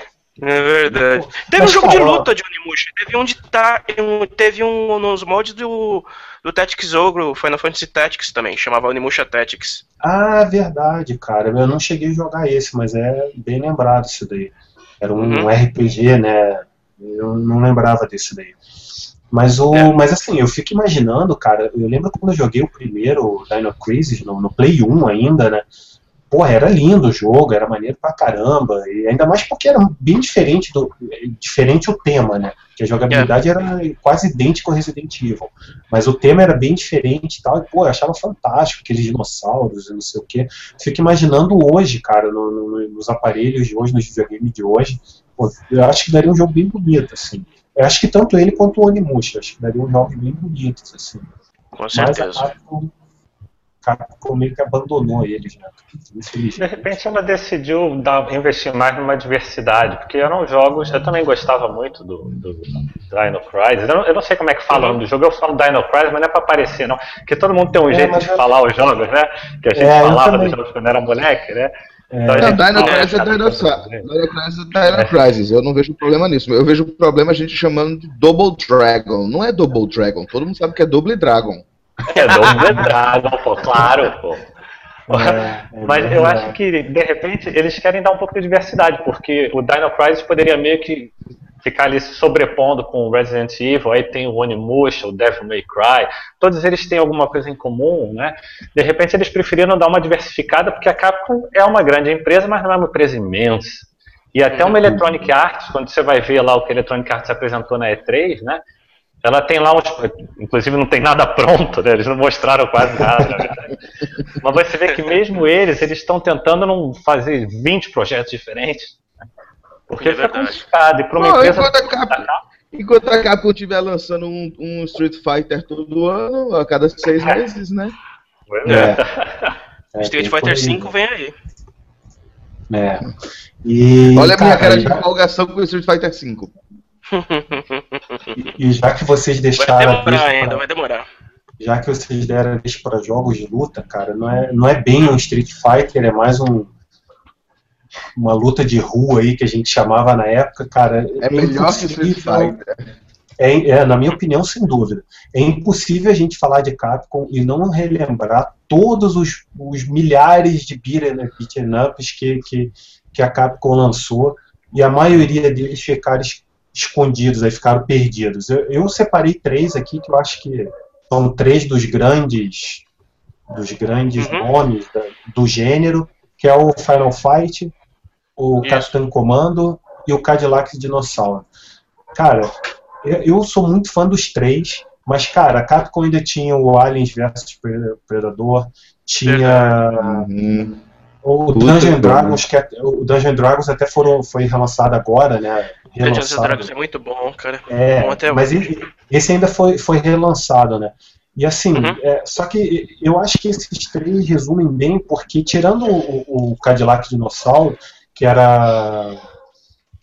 É verdade. Teve Mas, um jogo cara, de luta de Onimusha. Teve um de ta... teve um nos moldes do, do Tactics Ogre, Final Fantasy Tactics também, chamava Onimusha Tactics. Ah, verdade, cara. Eu não cheguei a jogar esse, mas é bem lembrado isso daí. Era um uhum. R P G, né? Eu não lembrava disso daí. Mas, o, é. mas assim, eu fico imaginando, cara, eu lembro quando eu joguei o primeiro Dino Crisis, no, no Play um ainda, né? Porra, era lindo o jogo, era maneiro pra caramba, e ainda mais porque era bem diferente, do, diferente o tema, né? Que a jogabilidade é. era quase idêntica ao Resident Evil, mas o tema era bem diferente e tal, e pô, eu achava fantástico aqueles dinossauros e não sei o que. Fico imaginando hoje, cara, no, no, nos aparelhos de hoje, nos videogames de hoje, pô, eu acho que daria um jogo bem bonito, assim. Eu acho que tanto ele quanto o Onimusha, acho que daria um jogo bem bonitos, assim. Com certeza. Mas a Capcom, Capcom meio que abandonou eles, né? De repente ela decidiu dar, investir mais numa diversidade, porque eram jogos, eu também gostava muito do, do Dino Crisis, eu não, eu não sei como é que fala o nome do jogo, eu falo Dino Crisis, mas não é pra aparecer não, porque todo mundo tem um é, jeito de eu... falar os jogos, né? Que a gente é, falava dos jogos quando era moleque, né? É. Então, não, Dino Crisis é Dino Crisis é Dino Crisis, eu não vejo problema nisso. Eu vejo problema a gente chamando de Double Dragon. Não é Double Dragon, todo mundo sabe que é Double Dragon. É Double Dragon, pô, claro, pô. É, é Mas eu verdade. acho que, de repente, eles querem dar um pouco de diversidade, porque o Dino Crisis poderia meio que ficar ali se sobrepondo com o Resident Evil, aí tem o Onimusha, o Devil May Cry, todos eles têm alguma coisa em comum, né? De repente eles preferiram dar uma diversificada, porque a Capcom é uma grande empresa, mas não é uma empresa imensa. E até uma Electronic Arts, quando você vai ver lá o que a Electronic Arts apresentou na E três, né? Ela tem lá uns... Inclusive não tem nada pronto, né? Eles não mostraram quase nada. Mas você vê que mesmo eles, eles estão tentando não fazer vinte projetos diferentes. Porque é fica complicado. E para uma Pô, empresa... Enquanto a, Capcom, enquanto a Capcom estiver lançando um, um Street Fighter todo ano, a cada seis é. meses, né? É. É. Street Fighter cinco vem aí. É. E, Olha a minha cara de empolgação com o Street Fighter cinco. E, e já que vocês deixaram... Vai demorar ainda, pra, vai demorar. Já que vocês deram isso para jogos de luta, cara, não é, não é bem um Street Fighter, é mais um... uma luta de rua aí que a gente chamava na época, cara. É, é melhor que Street Fighter. É, é, na minha opinião, sem dúvida. É impossível a gente falar de Capcom e não relembrar todos os, os milhares de beat'em ups que, que, que a Capcom lançou e a maioria deles ficaram escondidos, aí ficaram perdidos. Eu, eu separei três aqui que eu acho que são três dos grandes, dos grandes uhum. nomes da, do gênero, que é o Final Fight, o Isso. Capitão Comando e o Cadillac Dinossauro. Cara, eu, eu sou muito fã dos três, mas, cara, a Capcom ainda tinha o Aliens versus Predador, tinha uhum. o Dungeon Dragons, que o Dungeon Dragons até foram, foi relançado agora, né? Dungeon Dragons é muito bom, cara. É, bom até mas ele, esse ainda foi, foi relançado, né? E assim, uhum. é, só que eu acho que esses três resumem bem, porque tirando o, o Cadillac Dinossauro, que era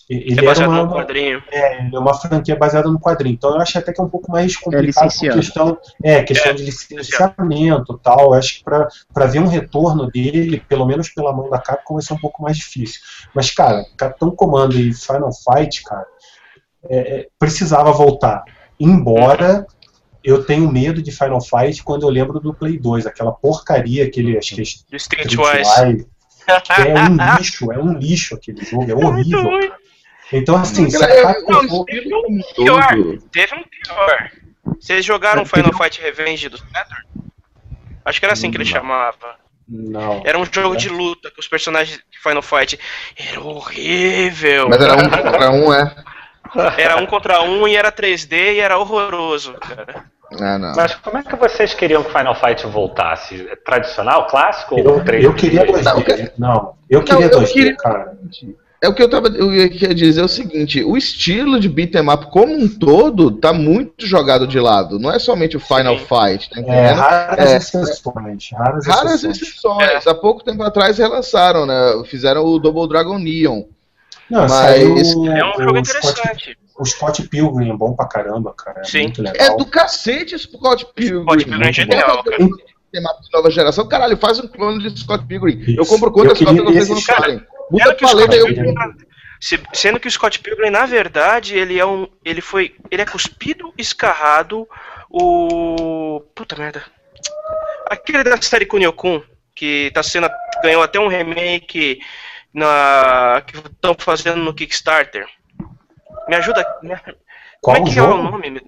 Ele é baseado era uma, no quadrinho. É, ele é uma franquia baseada no quadrinho. Então eu acho até que é um pouco mais É complicado por licenciado. questão, é, questão É, de licenciamento e tal. Eu acho que para ver um retorno dele, pelo menos pela mão da Capcom, vai ser um pouco mais difícil. Mas, cara, Capitão Comando e Final Fight, cara, é, é, precisava voltar. Embora eu tenho medo de Final Fight quando eu lembro do Play dois, aquela porcaria, aquele, acho que é Do Streetwise. é um lixo, é um lixo aquele jogo, é horrível. ruim. Então, assim, se Cara, a eu- Capcom eu- for- Teve um pior. Teve um pior. Vocês jogaram Final Fight Revenge do Saturn? Acho que era assim que ele Não. chamava. Não. Era um jogo de luta com os personagens de Final Fight. Era horrível. Mas era um contra um, é? Era um contra um e era três D e era horroroso, cara. Ah, não. Mas como é que vocês queriam que Final Fight voltasse? É tradicional, clássico Eu, ou três D? eu queria dois Não, D. Não, eu Não, queria eu dois D, queria- cara. É o que eu tava. Eu ia dizer o seguinte: o estilo de beat'em up como um todo tá muito jogado de lado. Não é somente o Final Sim. Fight, tá É, entendendo? raras É. exceções. Raras, Raras exceções. exceções. Há pouco tempo atrás relançaram, né? Fizeram o Double Dragon Neon. Não, Mas- saiu É um o jogo Scott, interessante. o Scott Pilgrim, é bom pra caramba, cara. É Sim. muito legal. É do cacete esse Scott Pilgrim. Scott Pilgrim é Muito genial, bom. cara. Beat'em up de nova geração. Caralho, faz um clone de Scott Pilgrim. Isso. Eu compro Eu quantas queria cópias vocês esse não querem. Muda Sendo a que o paleta Scott eu Pilgrim, compro. se- sendo que o Scott Pilgrim, na verdade, ele é um. Ele foi. Ele é cuspido, escarrado. O. Puta merda. Aquele da série Kunio-kun, que tá sendo. Ganhou até um remake na. Que estão fazendo no Kickstarter. Me ajuda. Me, Qual como é que jogo? é o nome?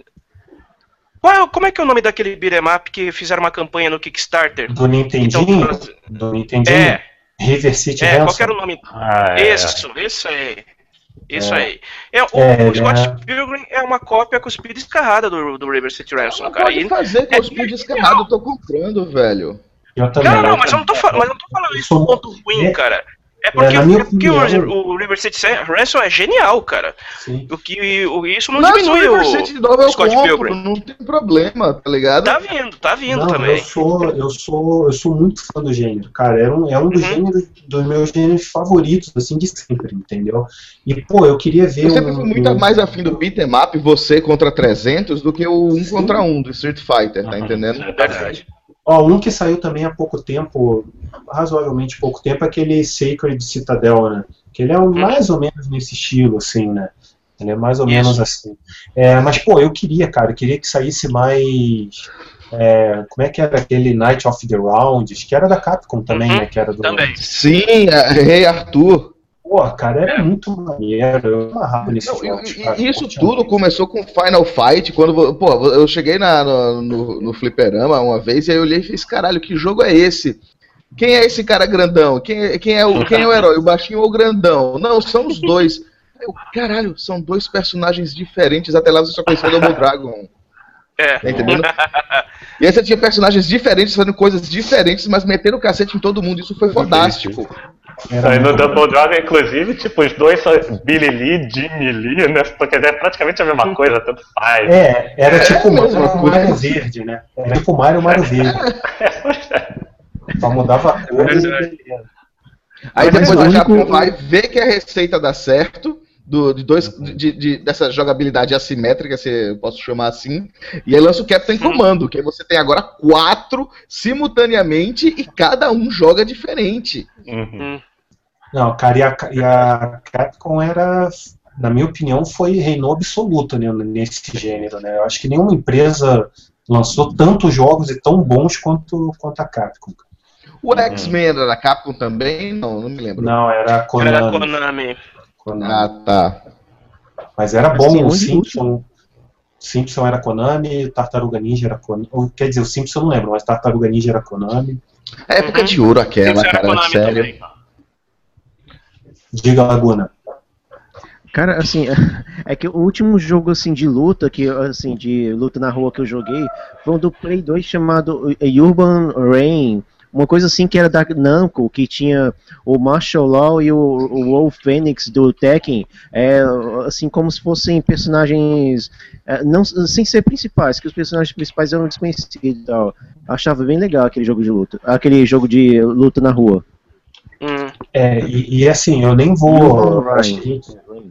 Qual é, o- como é que é o nome daquele beat'em up que fizeram uma campanha no Kickstarter? Do Nintendinho? Então, faz- Do Nintendinho? É, River City é, qual Ransom? que era o nome? Ah, é. Isso, isso aí. Isso É. aí. É, o É, o Scott né? Pilgrim é uma cópia cuspida e escarrada do, do River City Ransom, Não cara. pode E- fazer com é os vídeos escarrados, eu tô comprando, velho. Eu também. Não, não, eu mas eu não tô, também. fa- mas eu não tô falando Eu isso sou- do ponto ruim, é- cara. É porque, na minha é porque o, opinião- o River City Ransom é genial, cara. Sim. O que, o, isso não Mas diminui o o River City novo eu Scott compro, Pilgrim. não tem problema, tá ligado? Tá vindo, tá vindo Não, também. Eu sou, eu sou, eu sou muito fã do gênero, cara. É um, é um dos Uhum. gêneros, dos meus gêneros favoritos, assim, de sempre, entendeu? E, pô, eu queria ver Eu sempre um- fui muito um- mais afim do beat'em up, você contra trezentos, do que o um contra um do Street Fighter, tá Uhum. entendendo? É Verdade. Ó, um que saiu também há pouco tempo, razoavelmente pouco tempo, é aquele Sacred Citadel, né? Que ele é um- mais ou menos nesse estilo, assim, né? Ele é mais ou Isso. menos assim. É, mas, pô, eu queria, cara, eu queria que saísse mais... é, como é que era aquele Night of the Rounds? Que era da Capcom também, Uhum, né? Que era do... Também. Sim, é, Rei Arthur. Pô, cara, era muito maneiro. Eu amarrava nesses Não, jogos, e- cara. e isso Curtia tudo muito. começou com Final Fight, quando, vo- pô, eu cheguei na, no, no, no fliperama uma vez e aí eu olhei e fiz, caralho, que jogo é esse? Quem é esse cara grandão? Quem, é- quem, é, o, quem é o herói, o baixinho ou o grandão? Não, são os dois. Eu, caralho, são dois personagens diferentes, até lá você só conhecia o Double Dragon. É. Tá entendendo? E aí você tinha personagens diferentes, fazendo coisas diferentes, mas metendo o cacete em todo mundo. Isso foi fantástico. Era Aí no muito Double Dragon, inclusive, tipo, os dois são Billy Lee, Jimmy Lee, né? Porque é praticamente a mesma coisa, tanto faz. É, era tipo É a mesma Mario, coisa. Mario Verde, né? Era tipo Mario Mario Verde. Só mudava a cor. É e verdade. beleza. Aí Mas depois o a único- Capcom vai ver que a receita dá certo, do, de dois, de, de- dessa jogabilidade assimétrica, se eu posso chamar assim, e aí lança o Captain Commando, que aí você tem agora quatro simultaneamente e cada um joga diferente. Uhum. Hum. Não, cara, e a, e a Capcom era, na minha opinião, foi reinou absoluta, né, nesse gênero, né? Eu acho que nenhuma empresa lançou tantos jogos e tão bons quanto, quanto a Capcom. O X-Men era da Capcom também? Não, não me lembro. Não, era a Era Konami. Konami. Konami. Ah, tá. Mas era Mas bom, tem o um de Simpson. Simpson era Konami, o Tartaruga Ninja era Konami. Ou, quer dizer, o Simpson eu não lembro, mas Tartaruga Ninja era Konami. É época Uhum. de ouro aquela, Isso era cara, Konami sério. também. Diga, Laguna. Cara, assim, é que o último jogo assim de luta que assim de luta na rua que eu joguei foi um do Play dois chamado Urban Reign, uma coisa assim que era da Namco, que tinha o Martial Law e o, o Wolf Phoenix do Tekken, é, assim como se fossem personagens é, não sem ser principais, que os personagens principais eram desconhecidos e tal. Achava bem legal aquele jogo de luta, aquele jogo de luta na rua. Hum. É, e, e assim, eu nem vou. Acho que,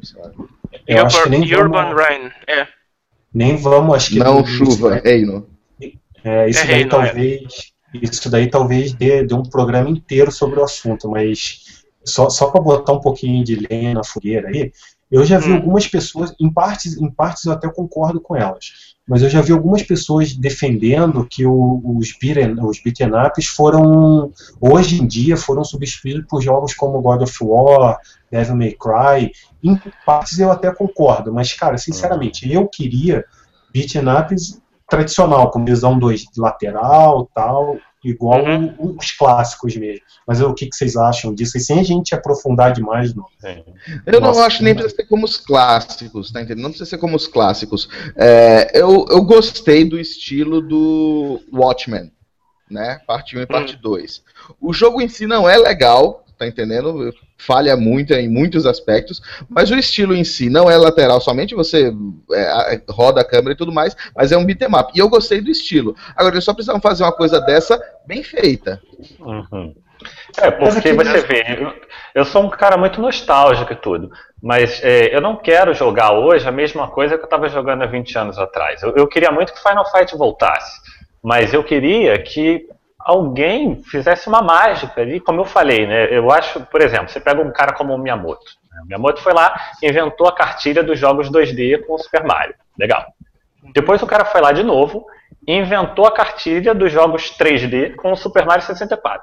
eu acho que nem Urban vamos, Rain, é. nem vamos, acho que Não isso chuva, daí- reino. é, isso É daí reino, é. talvez, isso daí talvez dê, dê um programa inteiro sobre o assunto, mas só, só para botar um pouquinho de lenha na fogueira aí, eu já vi Hum. algumas pessoas, em partes, em partes eu até concordo com elas, mas eu já vi algumas pessoas defendendo que o, os beaten, os beaten ups foram, hoje em dia, foram substituídos por jogos como God of War, Devil May Cry. Em partes eu até concordo, mas, cara, sinceramente, eu queria beaten ups tradicional, com visão dois D lateral, tal, igual Uhum. o- os clássicos mesmo. Mas eu, o que, que vocês acham disso? E sem a gente aprofundar demais, não. Sim. Eu não Nossa, acho nem precisa ser como os clássicos, tá entendendo? Não precisa ser como os clássicos. É, eu, eu gostei do estilo do Watchmen, né? Parte um e parte dois. O jogo em si não é legal, tá entendendo? Falha muito em muitos aspectos, mas o estilo em si não é lateral somente, você é, roda a câmera e tudo mais, mas é um beat'em up. E eu gostei do estilo. Agora, eles só precisam fazer uma coisa dessa bem feita. Uhum. É, porque você vê, eu, eu sou um cara muito nostálgico e tudo, mas é, eu não quero jogar hoje a mesma coisa que eu estava jogando há vinte anos atrás. Eu, eu queria muito que Final Fight voltasse, mas eu queria que alguém fizesse uma mágica ali, como eu falei, né? Eu acho, por exemplo, você pega um cara como o Miyamoto. Né? O Miyamoto foi lá e inventou a cartilha dos jogos dois D com o Super Mario. Legal. Depois o cara foi lá de novo e inventou a cartilha dos jogos três D com o Super Mario sessenta e quatro.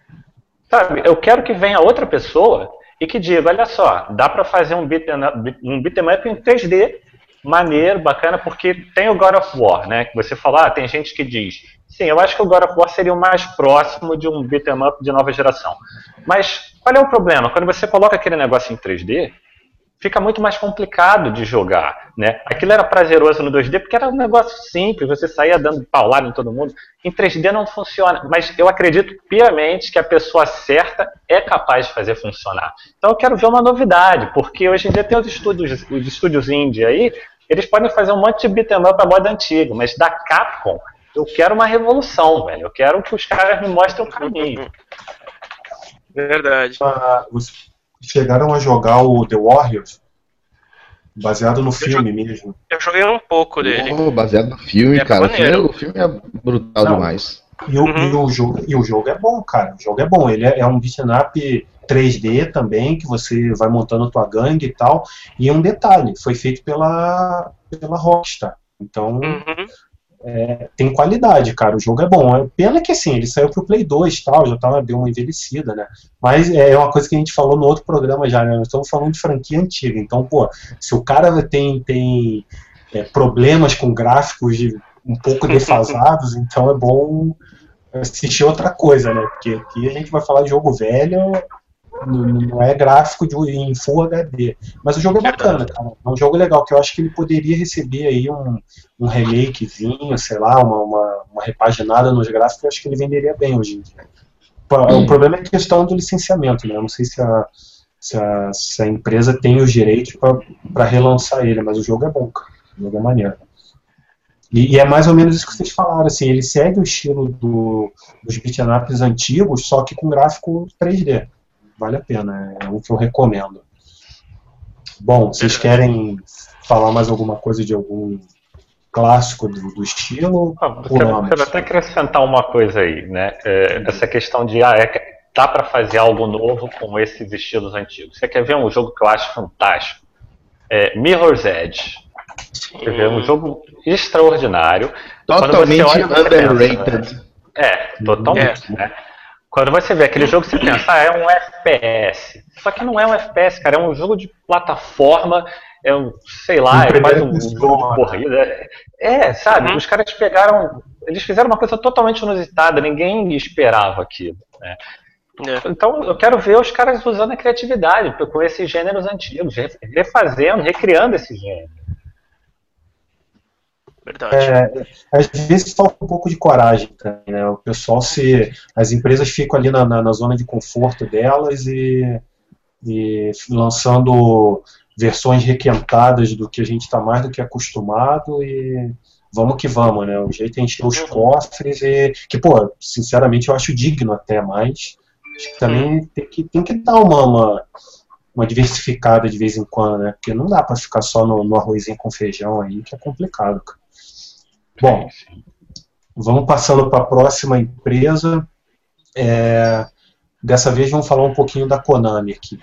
Sabe, eu quero que venha outra pessoa e que diga, olha só, dá pra fazer um beat'em up, um beat'em up em três D, maneiro, bacana, porque tem o God of War, né, que você fala, ah, tem gente que diz, sim, eu acho que o God of War seria o mais próximo de um beat'em up de nova geração. Mas qual é o problema? Quando você coloca aquele negócio em três D, fica muito mais complicado de jogar, né? Aquilo era prazeroso no dois D porque era um negócio simples, você saía dando paulada em todo mundo. Em três D não funciona, mas eu acredito piamente que a pessoa certa é capaz de fazer funcionar. Então eu quero ver uma novidade, porque hoje em dia tem os estúdios, os estúdios indie aí, eles podem fazer um monte de beat'em up à moda antiga, mas da Capcom eu quero uma revolução, velho. Eu quero que os caras me mostrem o caminho. Verdade. Ah, vocês chegaram a jogar o The Warriors? Baseado no filme joguei- mesmo. Eu joguei um pouco dele. Oh, baseado no filme, É cara. O maneiro. filme, o filme é brutal Não. demais. E o, Uhum. e, o jogo, e o jogo é bom, cara. O jogo é bom. Ele é, é um beat'em up três D também, que você vai montando a tua gangue e tal. E um detalhe, foi feito pela, pela Rockstar. Então, Uhum. é, tem qualidade, cara. O jogo é bom. É pena que assim, ele saiu pro Play dois e tal, já tava, deu uma envelhecida, né? Mas é uma coisa que a gente falou no outro programa já, né? Nós estamos falando de franquia antiga. Então, pô, se o cara tem, tem é, problemas com gráficos de, um pouco defasados, então é bom assistir outra coisa, né? Porque aqui a gente vai falar de jogo velho, não, não é gráfico de, em Full H D. Mas o jogo é bacana, cara. É um jogo legal, que eu acho que ele poderia receber aí um, um remakezinho, sei lá, uma, uma, uma repaginada nos gráficos, eu acho que ele venderia bem hoje em dia. Pô, o problema é a questão do licenciamento, né? Eu não sei se a, se a, se a empresa tem os direitos para relançar ele, mas o jogo é bom, cara. O jogo é maneiro. E, e é mais ou menos isso que vocês falaram, assim, ele segue o estilo do, dos beat'em ups antigos, só que com gráfico três D. Vale a pena, é o que eu recomendo. Bom, vocês querem falar mais alguma coisa de algum clássico do, do estilo? Ah, você, você vai até acrescentar uma coisa aí, né? É, essa questão de, ah, é, dá para fazer algo novo com esses estilos antigos. Você quer ver um jogo que eu acho fantástico? É Mirror's Edge. Quer ver, um jogo extraordinário. Totalmente olha, underrated. Pensa, né? É, totalmente, né? Quando você vê aquele jogo, você pensa, ah, é um F P S. Só que não é um F P S, cara, é um jogo de plataforma, é um, sei lá, é quase um jogo de corrida. É, é sabe, uhum. Os caras pegaram, eles fizeram uma coisa totalmente inusitada, ninguém esperava aquilo, né? É. Então eu quero ver os caras usando a criatividade com esses gêneros antigos, refazendo, recriando esse gênero. Verdade. É, às vezes falta um pouco de coragem também, né? O pessoal se. As empresas ficam ali na, na, na zona de conforto delas e, e lançando versões requentadas do que a gente está mais do que acostumado e vamos que vamos, né? O jeito é encher os cofres e. Que, pô, sinceramente eu acho digno até mais. Acho que também tem que, tem que dar uma, uma, uma diversificada de vez em quando, né? Porque não dá pra ficar só no, no arrozinho com feijão aí, que é complicado, cara. Bom, vamos passando para a próxima empresa. É, dessa vez vamos falar um pouquinho da Konami aqui.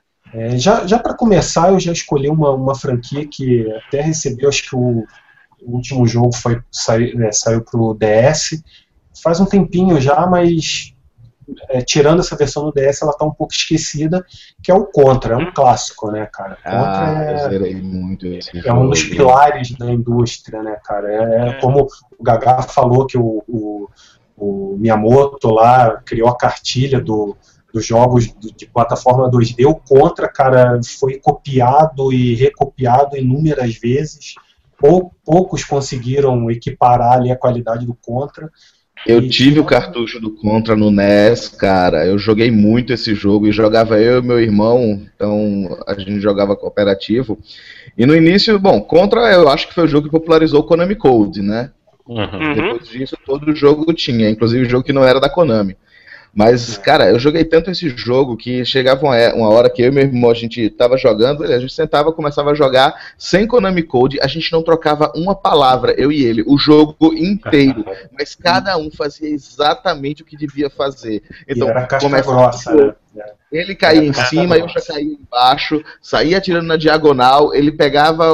É, já já para começar, eu já escolhi uma, uma franquia que até recebeu, acho que o, o último jogo foi, saiu, é, saiu para o D S. Faz um tempinho já, mas é, tirando essa versão do D S, ela está um pouco esquecida, que é o Contra, é um clássico, né, cara? Contra Ah, é, eu zerei muito esse é jogo. um dos pilares da indústria, né, cara? É, é como o Gagá falou que o, o, o Miyamoto lá criou a cartilha do, dos jogos de, de plataforma dois D. O Contra, cara, foi copiado e recopiado inúmeras vezes. Pou, poucos conseguiram equiparar ali a qualidade do Contra. Eu E tive tinha- o cartucho do Contra no N E S, cara. Eu joguei muito esse jogo e jogava eu e meu irmão, então a gente jogava cooperativo. E no início, bom, Contra eu acho que foi o jogo que popularizou o Konami Code, né? Uhum. Uhum. Depois disso, todo jogo tinha, inclusive o jogo que não era da Konami. Mas, cara, eu joguei tanto esse jogo que chegava uma, uma hora que eu e meu irmão, a gente tava jogando, a gente sentava, começava a jogar sem Konami Code, a gente não trocava uma palavra, eu e ele, o jogo inteiro. Mas cada um fazia exatamente o que devia fazer. Então, e era casca começava grossa, o jogo, né? ele caía em Era cima, eu já grossa. caía embaixo, saía atirando na diagonal, ele pegava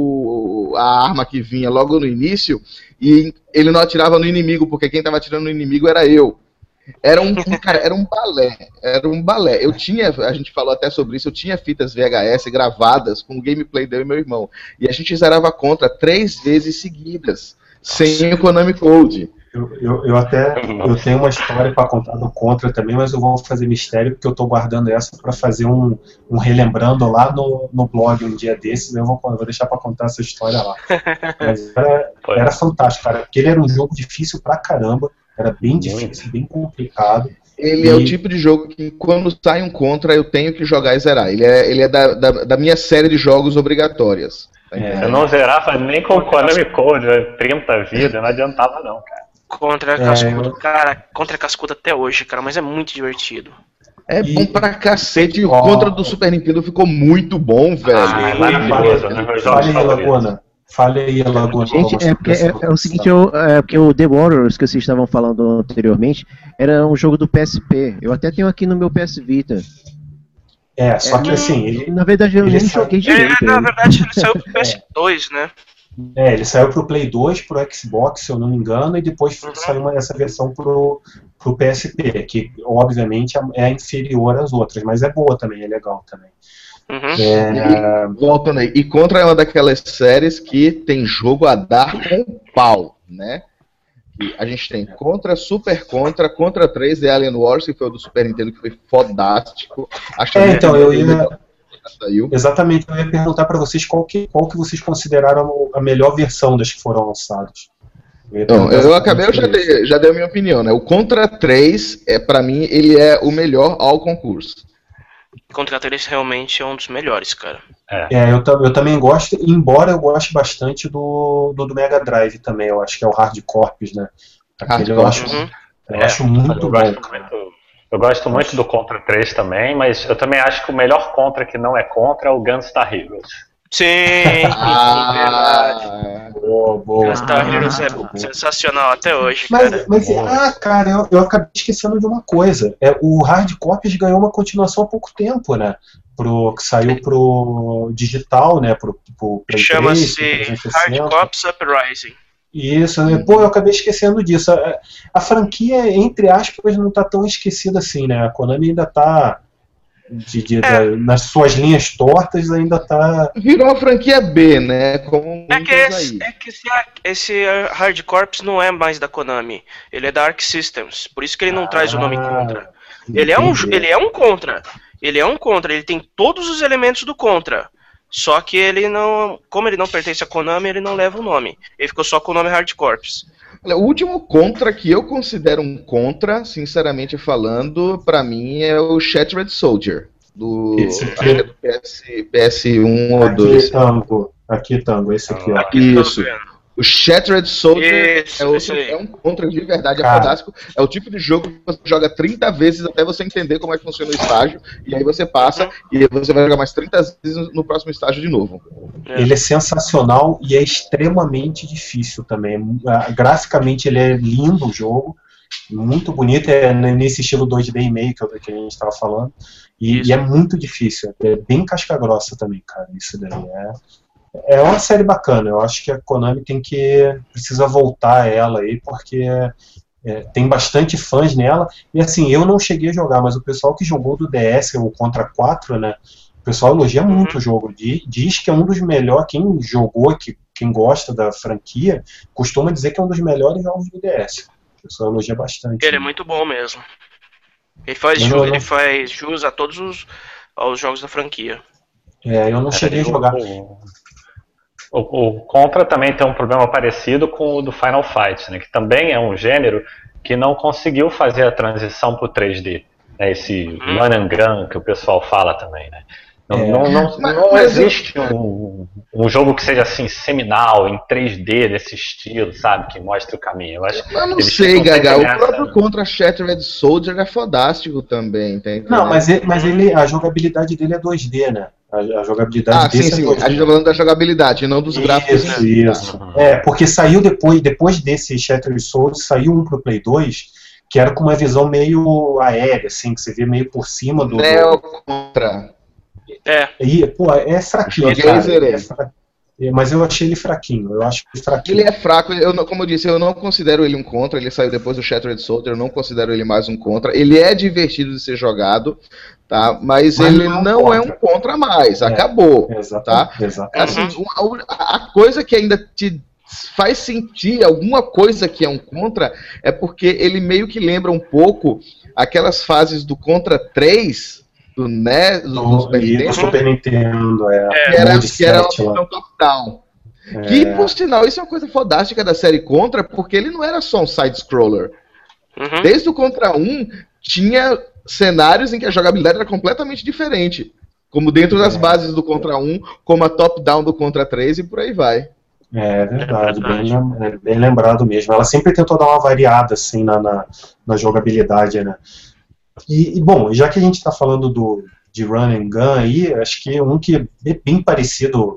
o, o- a arma que vinha logo no início e ele não atirava no inimigo, porque quem estava atirando no inimigo era eu. Era um, um- cara, era um balé, era um balé. Eu tinha, a gente falou até sobre isso, eu tinha fitas V H S gravadas com o gameplay dele e meu irmão. E a gente zerava Contra três vezes seguidas, sem o Konami Code. Eu, eu, eu até eu tenho uma história para contar do Contra também, mas eu vou fazer mistério porque eu estou guardando essa para fazer um, um relembrando lá no, no blog um dia desses. Eu vou, eu vou deixar para contar essa história lá. Mas era, Foi. era fantástico, cara, porque ele era um jogo difícil pra caramba, era bem difícil, bem complicado. Ele E- é o tipo de jogo que quando sai um Contra eu tenho que jogar e zerar. Ele é, ele é da, da, da minha série de jogos obrigatórias. Tá É. Eu não zerava nem com o Konami Code, trinta vidas, não adiantava não, cara. Contra É, Cascudo. eu- Cara, contra Cascudo até hoje, cara, mas é muito divertido. É E- bom pra cacete. E o Ó. Contra do Super Nintendo ficou muito bom, velho. Ah, é maravilhoso, né? Meus jogos Fale aí, favoritos. Laguna. Fale aí, Laguna. Gente, como é porque você é, é o seguinte, eu, é porque o The Warriors que vocês estavam falando anteriormente era um jogo do P S P. Eu até tenho aqui no meu P S Vita. É, só que É. assim, ele, Na verdade, eu Ele nem sai- joguei É, direito. na né? verdade, ele saiu pro P S dois, né? é, ele saiu pro Play dois, pro Xbox, se eu não me engano, e depois Uhum. saiu uma, essa versão pro, pro P S P, que obviamente é inferior às outras, mas é boa também, é legal também. Uhum. É, Voltando aí. E Contra é uma daquelas séries que tem jogo a dar com pau, né? E a gente tem Contra, Super Contra, Contra três e Alien Wars, que foi o do Super Nintendo, que foi fodástico. Acho É, que então, eu ia- saiu. exatamente, eu ia perguntar para vocês qual que, qual que vocês consideraram a melhor versão das que foram lançadas. Eu, ia Então, perguntar eu exatamente acabei, eu já isso. dei, já dei a minha opinião, né? O Contra três, é, pra mim, ele é o melhor ao concurso. Contra três realmente é um dos melhores, cara. É, eu, tam- eu também gosto, embora eu goste bastante do, do, do Mega Drive também, eu acho que é o Hard Corps, né? Aquele eu Hard acho, Uhum. eu É, acho muito eu bom, gosto cara. muito, eu gosto muito do Contra três também, mas eu também acho que o melhor Contra que não é Contra é o Gunstar Heroes. Sim, verdade. Ah, Boa, boa. Gunstar Heroes é Muito bom. sensacional até hoje, Mas, cara. mas ah, cara, eu, eu acabei esquecendo de uma coisa. É, o Hard Corps ganhou uma continuação há pouco tempo, né? Pro, que saiu pro digital, né? Pro, pro Play três, pro Chama-se trezentos e Hard sessenta. Cops Uprising. Isso, né? Pô, eu acabei esquecendo disso. A, a franquia, entre aspas, não tá tão esquecida assim, né? A Konami ainda tá. De, de- da- nas suas linhas tortas, ainda tá. virou uma franquia B, né? Como É muitas que, esse, aí. é que esse, esse Hard Corps não é mais da Konami. Ele é da Arc Systems. Por isso que ele não traz o nome Contra. Ele é, um, Entendi. ele é um Contra. Ele é um Contra. Ele tem todos os elementos do Contra. Só que ele não. Como ele não pertence à Konami, ele não leva o nome. Ele ficou só com o nome Hard Corps. Olha, o último Contra que eu considero um Contra, sinceramente falando, pra mim é o Shattered Soldier. Do, Esse acho aqui. que é do P S, P S um ou Aqui, dois. Tango. Aqui, Tango, esse aqui, ó. Aqui eu tô Isso. vendo. O Shattered Soldier Isso, é, outro, isso aí. é um contra de verdade, é Cara. fantástico. É o tipo de jogo que você joga trinta vezes até você entender como é que funciona o estágio, e aí você passa, e aí você vai jogar mais trinta vezes no- no próximo estágio de novo. É. Ele é sensacional e é extremamente difícil também. Ah, Graficamente ele é lindo o jogo, muito bonito, é nesse estilo dois D e meio que, eu- que a gente estava falando. E, Isso. e é muito difícil, é bem casca grossa também, cara. Isso daí é. É uma série bacana, eu acho que a Konami tem que. Precisa voltar a ela aí, porque é, tem bastante fãs nela. E assim, eu não cheguei a jogar, mas o pessoal que jogou do D S, o Contra quatro, né? O pessoal elogia muito o jogo. Di- Diz que é um dos melhores. Quem jogou, que, quem gosta da franquia, costuma dizer que é um dos melhores jogos do D S. O pessoal elogia bastante. Ele é muito bom mesmo. Ele faz, Não, ju- não, ele não. faz jus a todos os aos jogos da franquia. É, eu não cheguei a jogar. O, o, o Contra também tem um problema parecido com o do Final Fight, né, que também é um gênero que não conseguiu fazer a transição para o três D. Né, esse Uhum. run and gun que o pessoal fala também. Né. Não, É. não, não, Mas- não mas eu- existe um, um jogo que seja assim seminal, em três D, desse estilo, sabe, que mostre o caminho. Eu, acho, Eu não eles sei, ficam sempre Gaga. O nessa- próprio Contra Shattered Soldier é fodástico também, tá entendendo? Não, mas ele, mas ele, a jogabilidade dele é dois D, né? A, a jogabilidade Ah, sim, desse sim. é dois D. A gente tá falando da jogabilidade, não dos gráficos. Isso, isso. É, porque saiu depois, depois desse Shattered Soldier, saiu um pro Play dois, que era com uma visão meio aérea, assim, que você vê meio por cima do... Neo do... Contra. É, E, pô, é fraquinho, Joguei cara. e zerei. É fra... é, Mas eu achei ele fraquinho, eu acho ele fraquinho. Ele é fraco, eu não- como eu disse, eu não considero ele um contra, ele saiu depois do Shattered Soldier, eu não considero ele mais um contra. Ele é divertido de ser jogado, tá? Mas, Mas ele não é um não é um contra. contra mais, É. acabou. Exatamente, exatamente. Assim, uma- a a coisa que ainda te faz sentir alguma coisa que é um contra é porque ele meio que lembra um pouco aquelas fases do Contra três, do N E S, do, do No, Super e do Nintendo, Super Nintendo, é. que era, Mode que era uma sete lá. visão top-down. É. Que, por sinal, isso é uma coisa fodástica da série Contra, porque ele não era só um side-scroller. uhum. Desde o Contra um, tinha cenários em que a jogabilidade era completamente diferente. Como dentro das É. bases do Contra um, como a top-down do Contra três e por aí vai. É verdade, É bem, verdade. lem- é bem lembrado mesmo. Ela sempre tentou dar uma variada assim na, na, na jogabilidade, né? E, e, bom, já que a gente está falando do, de Run and Gun aí, acho que um que é bem parecido,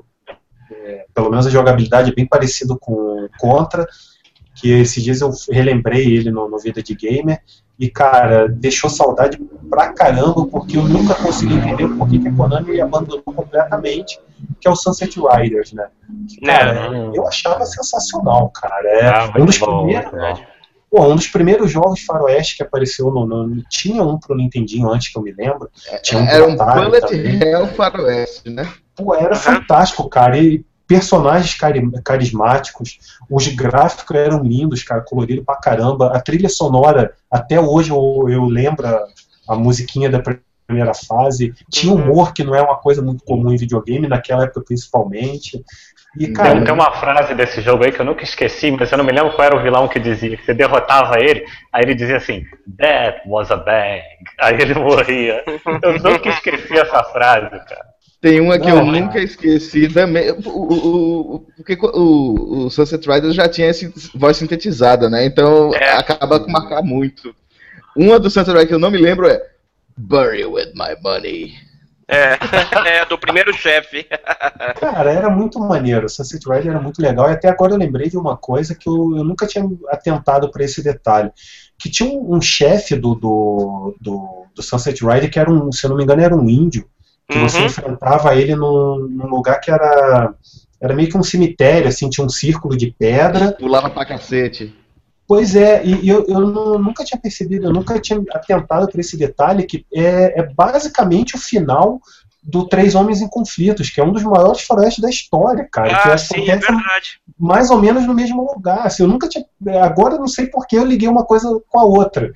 é, pelo menos a jogabilidade é bem parecido com o Contra, que esses dias eu relembrei ele no, no Vida de Gamer, e cara, deixou saudade pra caramba, porque eu nunca consegui entender por que que a Konami abandonou completamente, que é o Sunset Riders, né? Cara, É. eu achava sensacional, cara. É Ah, um dos muito bom, primeiros, muito bom. pô, um dos primeiros jogos faroeste que apareceu no, no tinha um pro Nintendinho antes que eu me lembro. Tinha um Era um pro Atari bullet também. hell faroeste, né? Pô, era Uhum. fantástico, cara. E personagens cari- carismáticos, os gráficos eram lindos, cara, colorido pra caramba. A trilha sonora, até hoje eu, eu lembro a, a musiquinha da primeira fase. Tinha humor, que não é uma coisa muito comum em videogame, naquela época principalmente. E, cara, Tem, tem uma frase desse jogo aí que eu nunca esqueci, mas eu não me lembro qual era o vilão que dizia, que você derrotava ele, aí ele dizia assim, that was a bang, aí ele morria. Eu nunca esqueci essa frase, cara. Tem uma que Não, eu não. nunca esqueci também. O, o, o, porque o, o Sunset Riders já tinha esse voz sintetizada, né? Então É. acaba com marcar muito. Uma do Sunset Riders que eu não me lembro é Bury with my money. É, é do primeiro chefe. Cara, era muito maneiro. O Sunset Rider era muito legal. E até agora eu lembrei de uma coisa que eu, eu nunca tinha atentado para esse detalhe. Que tinha um, um chefe do, do, do, do Sunset Rider que era um, se eu não me engano, era um índio. Que você Uhum. enfrentava ele num, num lugar que era, era meio que um cemitério, assim, tinha um círculo de pedra. Pulava pra cacete. Pois é, e, e eu, eu nu- nunca tinha percebido, eu nunca tinha atentado para esse detalhe, que é, é basicamente o final do Três Homens em Conflitos, que é um dos maiores faroestes da história, cara. que Ah, acho que sim, é acontece verdade. mais ou menos no mesmo lugar. Assim, eu nunca tinha. Agora eu não sei por que eu liguei uma coisa com a outra.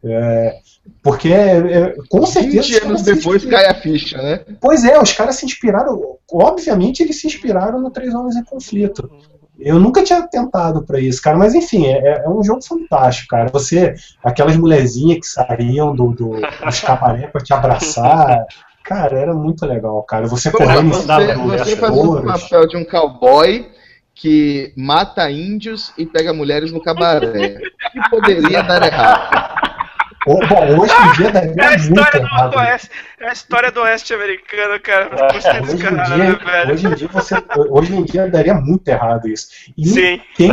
É, porque é, é, com certeza. os vinte caras anos se depois inspiraram- cai a ficha, né? Pois é, os caras se inspiraram. Obviamente eles se inspiraram no Três Homens em Conflito. Eu nunca tinha tentado pra isso, cara, mas enfim, é, é um jogo fantástico, cara. Você, aquelas mulherzinhas que saíam do, do, dos cabaré pra te abraçar, cara, era muito legal, cara. Você correndo em cima Você, do você fazendo o touros. papel de um cowboy que mata índios e pega mulheres no cabaré. Que poderia dar errado. Bom, hoje em dia daria É a muito história do errado. Oeste, é a história do Oeste americano, cara. Hoje em, dia, hoje, em dia você, hoje em dia daria muito errado isso. E Sim. Quem,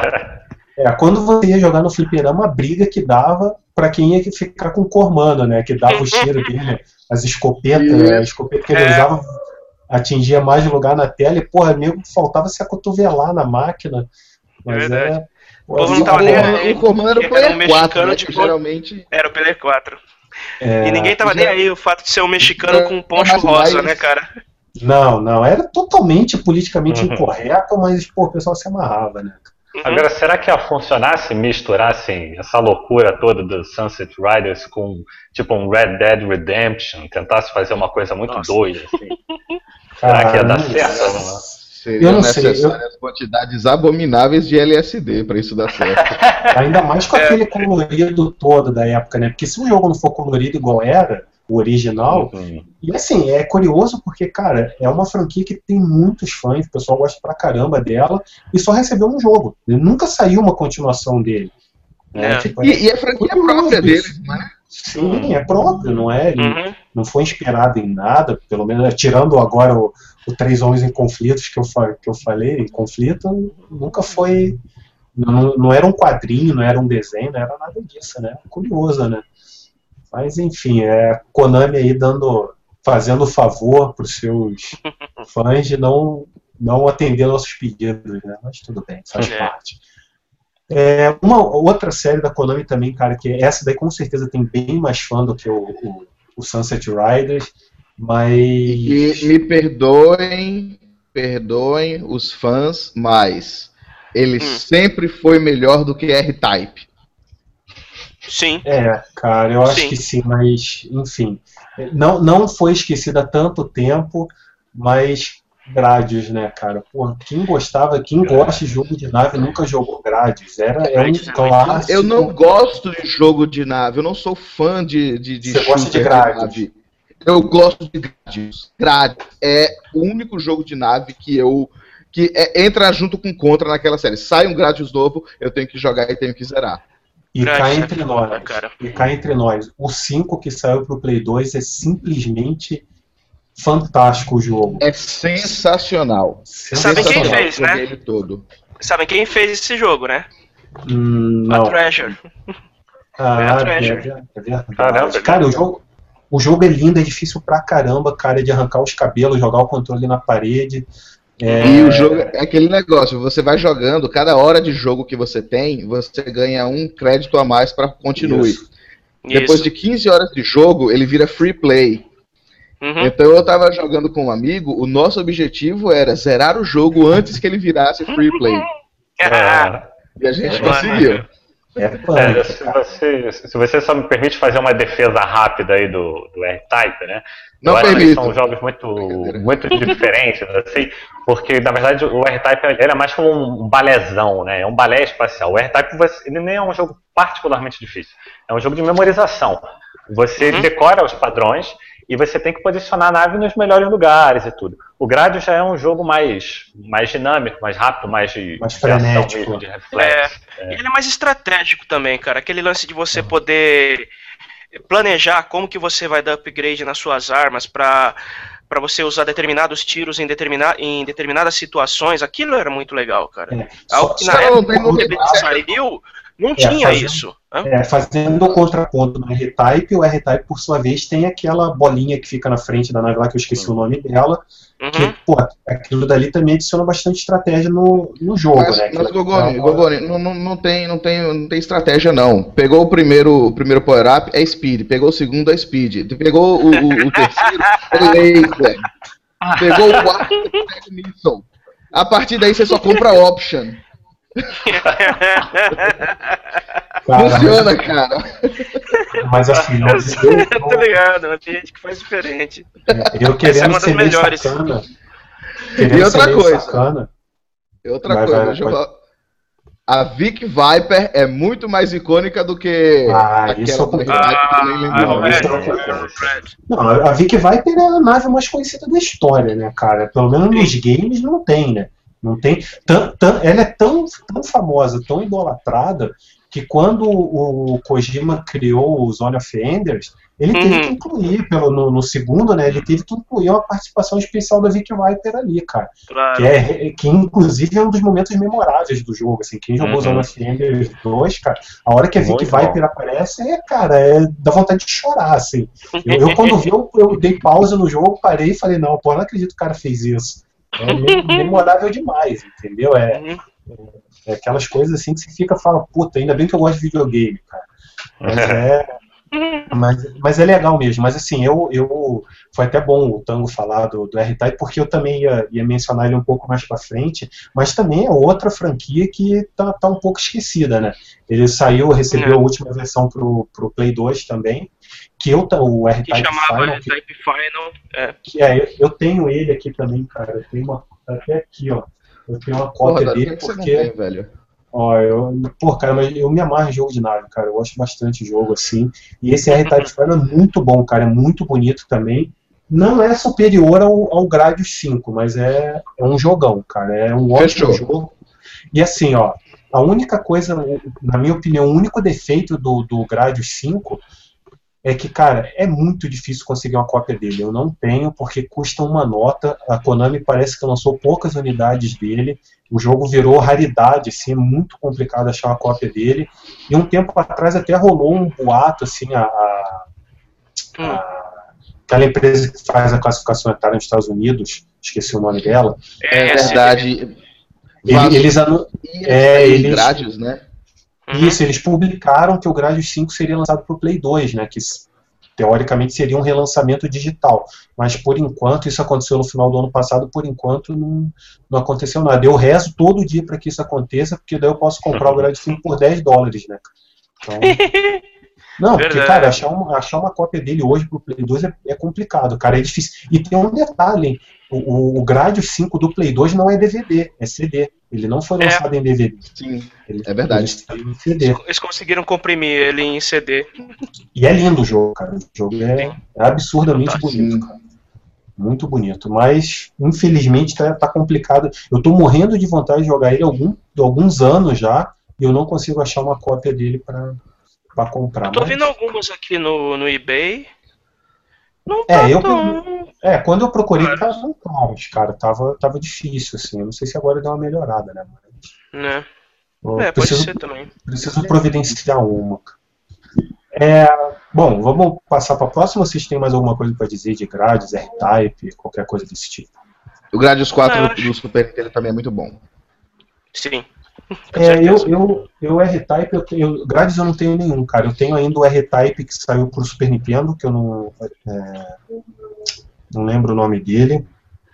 é, quando você ia jogar no fliperama, a briga que dava pra quem ia ficar com o Cormano, né? Que dava o tiro dele, as escopetas, Isso. a escopeta que ele É. usava atingia mais lugar na tela e, porra, nego, faltava se acotovelar na máquina. Mas É verdade. é. O povo pô, não tava nem porra, aí. O Cormano era o Era um Player mexicano quatro, né, de que ponto- geralmente... Era o P L quatro. é, E ninguém tava já- nem aí o fato de ser um mexicano com um poncho Mas- rosa, né, cara? Não, não, era totalmente politicamente Uhum. incorreto, mas, pô, o pessoal se amarrava, né? Agora, será que ia funcionar se misturassem essa loucura toda do Sunset Riders com, tipo, um Red Dead Redemption? Tentasse fazer uma coisa muito Nossa. doida, assim? Será que ia dar Caramba. certo? ou não? Seriam Eu não sei, necessárias quantidades abomináveis de L S D para isso dar certo. Ainda mais com aquele colorido todo da época, né? Porque se o jogo não for colorido igual era, o original, Uhum. e assim, é curioso porque, cara, é uma franquia que tem muitos fãs, o pessoal gosta pra caramba dela, e só recebeu um jogo. Nunca saiu uma continuação dele. Né? É. Tipo, E, e a franquia curioso própria isso. deles, né? Sim, é próprio, não é? Ele Uhum. não foi inspirado em nada, pelo menos tirando agora o, o Três Homens em Conflitos que eu, fa- que eu falei, em conflito, nunca foi. Não, não era um quadrinho, não era um desenho, não era nada disso, né? Curioso, né? Mas enfim, é Konami aí dando, fazendo favor para os seus fãs de não, não atender nossos pedidos, né? Mas tudo bem, faz É. parte. É, uma outra série da Konami também, cara, que essa daí com certeza tem bem mais fã do que o, o, o Sunset Riders, mas... E me perdoem, perdoem os fãs, mas ele Hum. sempre foi melhor do que R-Type. Sim. É, cara, eu acho Sim. que sim, mas, enfim, não, não foi esquecida há tanto tempo, mas Gradius, né, cara? Porra, quem gostava, quem gosta de jogo de nave nunca jogou Gradius. Era, é um Gradius é muito clássico. Eu não gosto de jogo de nave, eu não sou fã de, de, de Você gosta de shooter Gradius? nave. Eu gosto de Gradius. Gradius é o único jogo de nave que eu que é, entra junto com Contra naquela série. Sai um Gradius novo, eu tenho que jogar e tenho que zerar. E cá Gradius é entre foda, nós, cara. e cá entre nós, o cinco que saiu pro Play dois é simplesmente fantástico o jogo. É sensacional. Sabe quem Sensacional. fez, né? Joguei ele todo. Sabem quem fez esse jogo, né? Hum, A não. Treasure. Ah, É a é, Treasure. ver- é verdade. Caramba, Cara, o jogo, o jogo é lindo, é difícil pra caramba, cara, de arrancar os cabelos, jogar o controle na parede. É, E o jogo é aquele negócio, você vai jogando, cada hora de jogo que você tem, você ganha um crédito a mais para continue. Isso. Depois Isso. de quinze horas de jogo, ele vira free play. Uhum. Então eu tava jogando com um amigo, o nosso objetivo era zerar o jogo antes que ele virasse free play. É. E a gente Mano. conseguiu. É É, punk, se, cara. você, se você só me permite fazer uma defesa rápida aí do, do R-Type, né? Não eu acho que permito. são jogos muito, Brincadeira. muito diferentes, assim, porque na verdade o R-Type ele é mais como um balézão, né? É um balé espacial. O R-Type você- ele nem é um jogo particularmente difícil, é um jogo de memorização. Você Uhum. decora os padrões e você tem que posicionar a nave nos melhores lugares e tudo. O Gradius já é um jogo mais, mais dinâmico, mais rápido, mais de, Mais de ação frenético. mesmo, de reflexo. E ele é mais estratégico também, cara. Aquele lance de você poder planejar como que você vai dar upgrade nas suas armas pra, pra você usar determinados tiros em, determina, em determinadas situações. Aquilo era muito legal, cara. É, Algo só- que na só época não tem que o novidade. Rebelde saiu, não tinha fazendo- isso. Hã? É, fazendo o contraponto no R-Type, o R-Type, por sua vez, tem aquela bolinha que fica na frente da nave lá, que eu esqueci o nome dela, que, Uhum. pô, aquilo dali também adiciona bastante estratégia no, no jogo, Mas, né? mas Que- Gogoni, Gogoni, não, não, não, tem, não, tem, não tem estratégia não. Pegou o primeiro, o primeiro power-up, é speed. Pegou o segundo, é speed. Pegou o, o, o terceiro, é laser. Pegou o quarto, é missile. A partir daí você só compra option. Cara, Funciona, cara. mas assim, eu, Eu tô ligado, mas tem gente que faz diferente. eu, eu Essa é querendo uma das ser meio melhores. sacana, querendo E outra ser meio coisa. sacana, E outra Vai, coisa, vai, deixa eu vai. falar. A Vic Viper é muito mais icônica do que Ah, isso eu aquela do concordo. R-Type que eu nem lembro o Ah, nome. isso velho, eu concordo. Iron Fred. não, a Vic Viper é a nave mais conhecida da história, né, cara? Pelo menos nos games não tem, né? Não tem, tão, tão, ela é tão, tão famosa, tão idolatrada, que quando o Kojima criou o Zone of Enders, ele teve Uhum. que incluir, pelo, no, no segundo, né, ele teve que incluir uma participação especial da Vic Viper ali, cara. Claro. Que, é, que inclusive é um dos momentos memoráveis do jogo, assim, quem jogou Uhum. Zone of Enders dois, cara, a hora que a Vic Muito Viper bom. aparece, é, cara, é, dá vontade de chorar, assim. Eu, eu quando vi, eu, eu dei pausa no jogo, parei e falei, não, pô, não acredito que o cara fez isso. É mem- memorável demais, entendeu? É, Uhum. é aquelas coisas assim que você fica e fala, puta, ainda bem que eu gosto de videogame, cara. Mas é, mas, mas é legal mesmo. Mas assim, eu, eu foi até bom o Tango falar do, do R-Type, porque eu também ia, ia mencionar ele um pouco mais pra frente, mas também é outra franquia que tá, tá um pouco esquecida, né? Ele saiu, recebeu É. a última versão pro, pro Play dois também, que eu, ta- o Que R-Type chamava Final, que, Type Final. É. que é, eu, eu tenho ele aqui também, cara. Eu tenho uma, até aqui, ó. Eu tenho uma Porra, cópia Dado, por dele que, que você não porque. tem, velho? Ó, eu, pô, cara, mas eu me amarro em jogo de nave, cara. Eu gosto bastante de jogo assim. E esse R-Type Final é muito bom, cara. É muito bonito também. Não é superior ao, ao Gradius cinco, mas é, é um jogão, cara. É um ótimo Fechou. jogo. E assim, ó, a única coisa, na minha opinião, o único defeito do, do Gradius cinco é que, cara, é muito difícil conseguir uma cópia dele. Eu não tenho, porque custa uma nota. A Konami parece que lançou poucas unidades dele. O jogo virou raridade, assim, é muito complicado achar uma cópia dele. E um tempo atrás até rolou um boato, assim, a, a, Hum. a- aquela empresa que faz a classificação etária nos Estados Unidos, esqueci o nome dela. É esse- verdade. Ele- Vazou eles anu- e é, saiu em eles- Gradius, né? Uhum. Isso, eles publicaram que o Gradius cinco seria lançado para o Play dois, né? Que teoricamente seria um relançamento digital. Mas por enquanto, isso aconteceu no final do ano passado, por enquanto não, não aconteceu nada. Eu rezo todo dia para que isso aconteça, porque daí eu posso comprar o Gradius cinco por dez dólares, né? Então, não, porque, Verdade. cara, achar uma, achar uma cópia dele hoje pro Play dois é, é complicado, cara, é difícil. E tem um detalhe, hein? O, o, o Gradius cinco do Play dois não é D V D, é C D. Ele não foi É. lançado em D V D. Sim, Ele, é verdade. ele saiu em C D. Eles conseguiram comprimir ele em C D. E é lindo o jogo, cara. O jogo é, é absurdamente Fantástico. bonito, cara. Muito bonito. Mas, infelizmente, tá, tá complicado. Eu tô morrendo de vontade de jogar ele há algum, alguns anos já, e eu não consigo achar uma cópia dele pra, pra comprar. Eu tô Mas- vendo algumas aqui no, no eBay. Não É, tá eu- tão... É, quando eu procurei, Claro. tava não caros, cara. Tava, tava difícil, assim. Eu não sei se agora deu uma melhorada, né? Mas Né? eu É, pode preciso, ser também. preciso providenciar uma. É, bom, vamos passar para a próxima. Vocês têm mais alguma coisa para dizer de grades, R-Type, qualquer coisa desse tipo? O Gradius quatro Ah, eu acho- do Super Nintendo também é muito bom. Sim. Com É, eu, certeza. eu, eu R-Type, eu tenho, grades eu não tenho nenhum, cara. Eu tenho ainda o R-Type que saiu pro Super Nintendo, que eu não, é, não lembro o nome dele.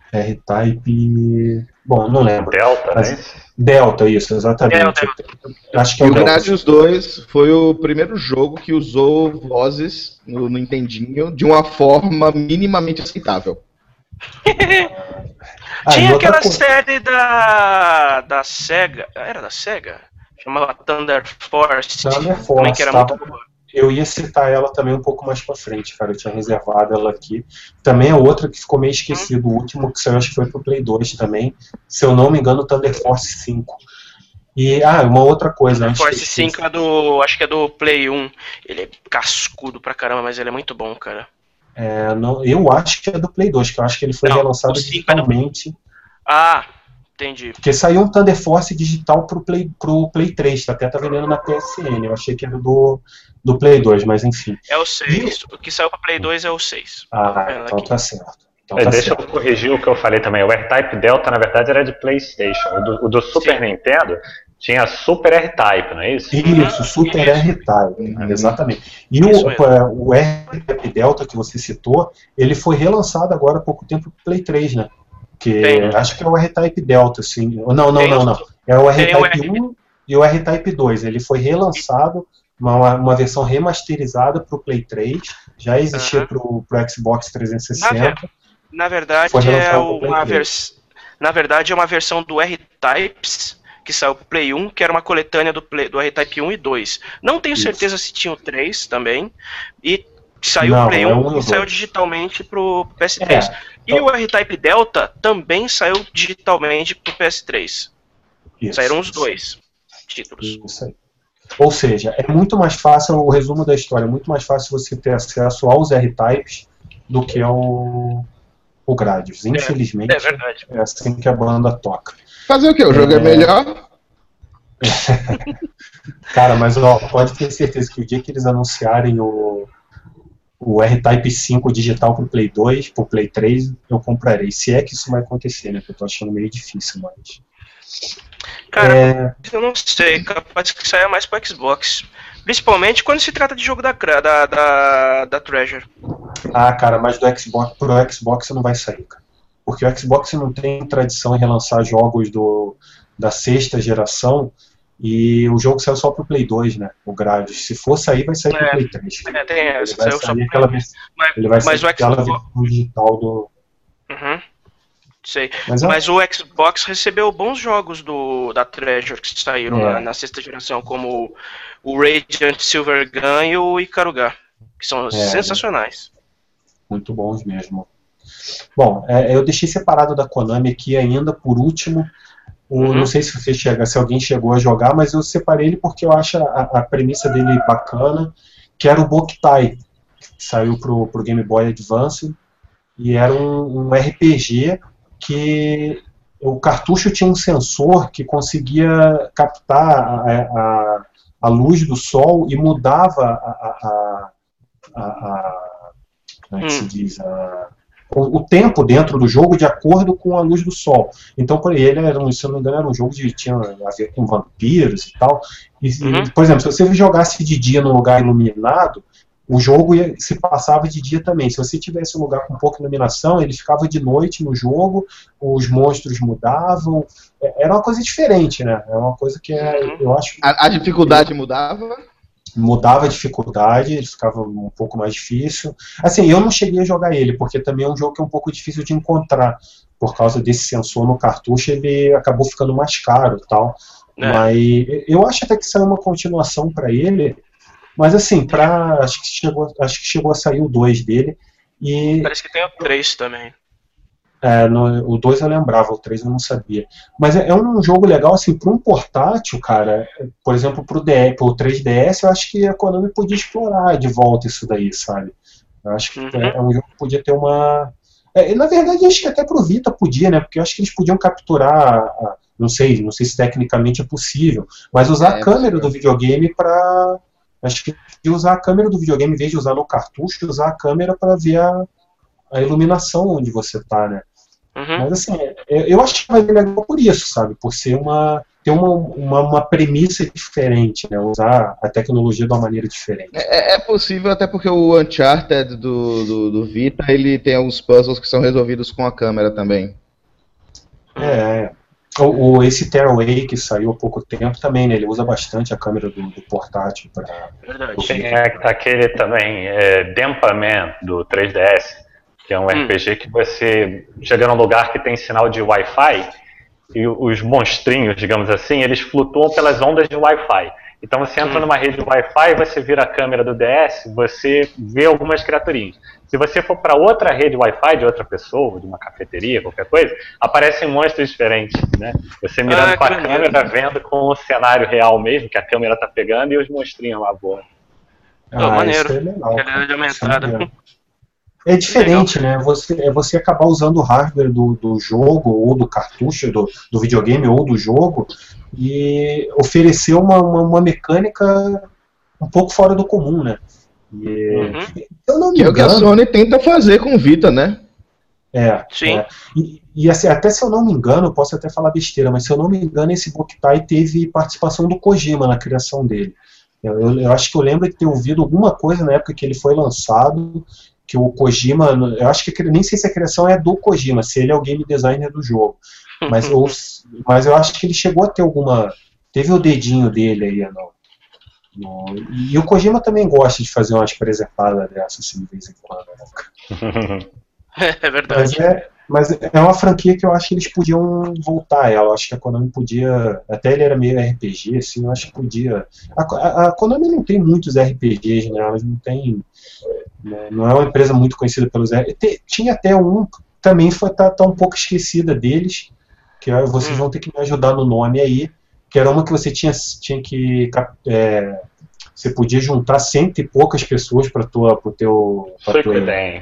R-Type. Bom, não lembro. Delta, Mas- né? Delta, isso, exatamente. Delta. Acho que E é o o Delta. Gradius dois foi o primeiro jogo que usou vozes no Nintendinho de uma forma minimamente aceitável. Ah, e Tinha outra aquela coisa- série da. da SEGA. Era da SEGA? Chamava Thunder Force. Thunder Também Force, que era tava- muito boa. Eu ia citar ela também um pouco mais pra frente, cara. Eu tinha reservado ela aqui. Também é outra que ficou meio esquecido. O último que saiu, acho que foi pro Play dois também. Se eu não me engano, Thunder Force cinco. E, ah, uma outra coisa. Thunder antes que eu Force esqueça. cinco é do. Acho que é do Play um. Ele é cascudo pra caramba, mas ele é muito bom, cara. É, não, eu acho que é do Play dois, que eu acho que ele foi Não, relançado o cinco é do- digitalmente. Ah, entendi. Porque saiu um Thunder Force digital pro Play, pro Play três, até tá vendendo na P S N. Eu achei que era do, do Play dois, mas enfim. É o seis. O que saiu pra Play dois é o seis. Ah, vendo então aqui. tá certo. Então É, tá deixa certo. eu corrigir o que eu falei também. O R-Type Delta, na verdade, era de PlayStation. O do, o do Super Sim. Nintendo tinha Super R-Type, não é isso? Isso, Super Isso. R-Type, Uhum. exatamente. E Isso o, mesmo. é, o R-Type Delta que você citou, ele foi relançado agora há pouco tempo pro Play três, né? Que Tem. acho que é o R-Type Delta, assim. Não, não, Tem não, os- não. É o tem o R-Type um e o R-Type dois. Ele foi relançado, uma, uma versão remasterizada pro Play três, já existia Aham. pro, pro Xbox trezentos e Na sessenta. ver- Na verdade, Foi é relançado pro Play uma três. vers... Na verdade, é uma versão do R-Types que saiu pro Play um, que era uma coletânea do, Play... do R-Type um e dois. Não tenho Isso. certeza se tinha o três também. E Saiu Não, o Play é um um e e o saiu dois. digitalmente pro P S três. É. E o R-Type Delta também saiu digitalmente pro P S três. Isso, Saíram os isso. dois títulos. Isso aí. Ou seja, é muito mais fácil, o resumo da história, é muito mais fácil você ter acesso aos R-Types do que ao o Gradius. Infelizmente, É verdade. é assim que a banda toca. Fazer o quê? O jogo é, é melhor? Cara, mas ó, pode ter certeza que o dia que eles anunciarem o, o R-Type cinco digital pro Play dois, pro Play três, eu comprarei. Se é que isso vai acontecer, né? Que eu tô achando meio difícil, mas... Cara, é... eu não sei, capaz que saia mais pro Xbox. Principalmente quando se trata de jogo da, da, da, da Treasure. Ah, cara, mas do Xbox, pro Xbox não vai sair, cara. Porque o Xbox não tem tradição em relançar jogos do, da sexta geração, e o jogo saiu só pro Play dois, né? O Gradius. Se for sair, vai sair pro É, Play três. É, tem essa, ele vai saiu só sair pro aquela Play. versão, Mas, ele vai mas sair o aquela Xbox... versão digital do... Uhum. Sei. Mas, Mas o Xbox recebeu bons jogos do, da Treasure que saíram É. na, na sexta geração, como o Radiant Silver Gun e o Ikaruga, que são É. sensacionais. Muito bons mesmo. Bom, é, eu deixei separado da Konami aqui ainda, por último. O, Uhum. Não sei se você chega, se alguém chegou a jogar, mas eu separei ele porque eu acho a, a premissa dele bacana, que era o Boktai, que saiu pro, pro Game Boy Advance, e era um, um R P G que o cartucho tinha um sensor que conseguia captar a, a, a luz do sol e mudava a, a, a, a como é que Hum. se diz? A, o, o tempo dentro do jogo de acordo com a luz do sol. Então, por ele, era, um, se eu não me engano, era um jogo que tinha a ver com vampiros e tal. E, Uhum. Por exemplo, se você jogasse de dia num lugar iluminado, o jogo ia, se passava de dia também. Se você tivesse um lugar com pouca iluminação, ele ficava de noite no jogo, os monstros mudavam. Era uma coisa diferente, né? É uma coisa que é, eu acho... A, a dificuldade mudava? Mudava a dificuldade, ele ficava um pouco mais difícil. Assim, eu não cheguei a jogar ele, porque também é um jogo que é um pouco difícil de encontrar. Por causa desse sensor no cartucho, ele acabou ficando mais caro e tal. É. Mas eu acho até que saiu uma continuação para ele. Mas assim, pra, acho, que chegou, acho que chegou a sair o dois dele. E Parece que tem o três também. é, no, o dois eu lembrava, o três eu não sabia. Mas é, é um jogo legal, assim, para um portátil, cara. Por exemplo, pro, D, pro três D S, eu acho que a Konami podia explorar de volta isso daí, sabe? Eu acho que Uhum. é, é um jogo que podia ter uma... É, na verdade, acho que até pro Vita podia, né? Porque eu acho que eles podiam capturar... A, não sei, não sei se tecnicamente é possível, mas usar É, a câmera possível. do videogame para... Acho que usar a câmera do videogame, em vez de usar no cartucho, usar a câmera para ver a, a iluminação onde você tá, né? Uhum. Mas assim, eu, eu achava ele legal por isso, sabe? Por ser uma... ter uma, uma, uma premissa diferente, né? Usar a tecnologia de uma maneira diferente. É, é possível, até porque o Uncharted do, do, do Vita, ele tem alguns puzzles que são resolvidos com a câmera também. É, o, o, esse Tearaway que saiu há pouco tempo também, né? Ele usa bastante a câmera do, do portátil para... Verdade. Tem aquele também, é, Denpa Man, do três D S, que é um Hum. R P G que você chega num lugar que tem sinal de Wi-Fi e os monstrinhos, digamos assim, eles flutuam pelas ondas de Wi-Fi. Então você entra Hum. numa rede Wi-Fi, você vira a câmera do D S, você vê algumas criaturinhas. Se você for para outra rede Wi-Fi de outra pessoa, de uma cafeteria, qualquer coisa, aparecem monstros diferentes, né? Você mirando Ah, com a que maneiro. câmera, vendo com o cenário real mesmo, que a câmera tá pegando e os monstrinhos lá voando. Não, maneiro. Isso é legal, cara. Realidade Isso é aumentada. maneiro. É diferente, né? Você, é você acabar usando o hardware do, do jogo, ou do cartucho, do, do videogame, ou do jogo, e oferecer uma, uma, uma mecânica um pouco fora do comum, né? E, Uhum. eu não me Que é o que a engano, Sony tenta fazer com o Vita, né? é, Sim. é. E, e assim, até se eu não me engano, eu posso até falar besteira, mas se eu não me engano, esse Boktai teve participação do Kojima na criação dele. Eu, eu, eu acho que eu lembro de ter ouvido alguma coisa na época que ele foi lançado, que o Kojima, eu acho que nem sei se a criação é do Kojima, se ele é o game designer do jogo, mas eu, mas eu acho que ele chegou a ter alguma, teve o dedinho dele aí, não. No, e o Kojima também gosta de fazer umas presepadas dessas assim, de vez em quando, né? É verdade. Mas é, mas é uma franquia que eu acho que eles podiam voltar a ela. Eu acho que a Konami podia. Até ele era meio R P G, assim, eu acho que podia. A, a, a Konami não tem muitos R P Gs, né? Elas não tem. né? Não é uma empresa muito conhecida pelos R P G. Tinha até um, também foi tá, tá um pouco esquecida deles, que vocês vão ter que me ajudar no nome aí, que era uma que você tinha, tinha que é, você podia juntar cento e poucas pessoas para tua pro teu pra tua...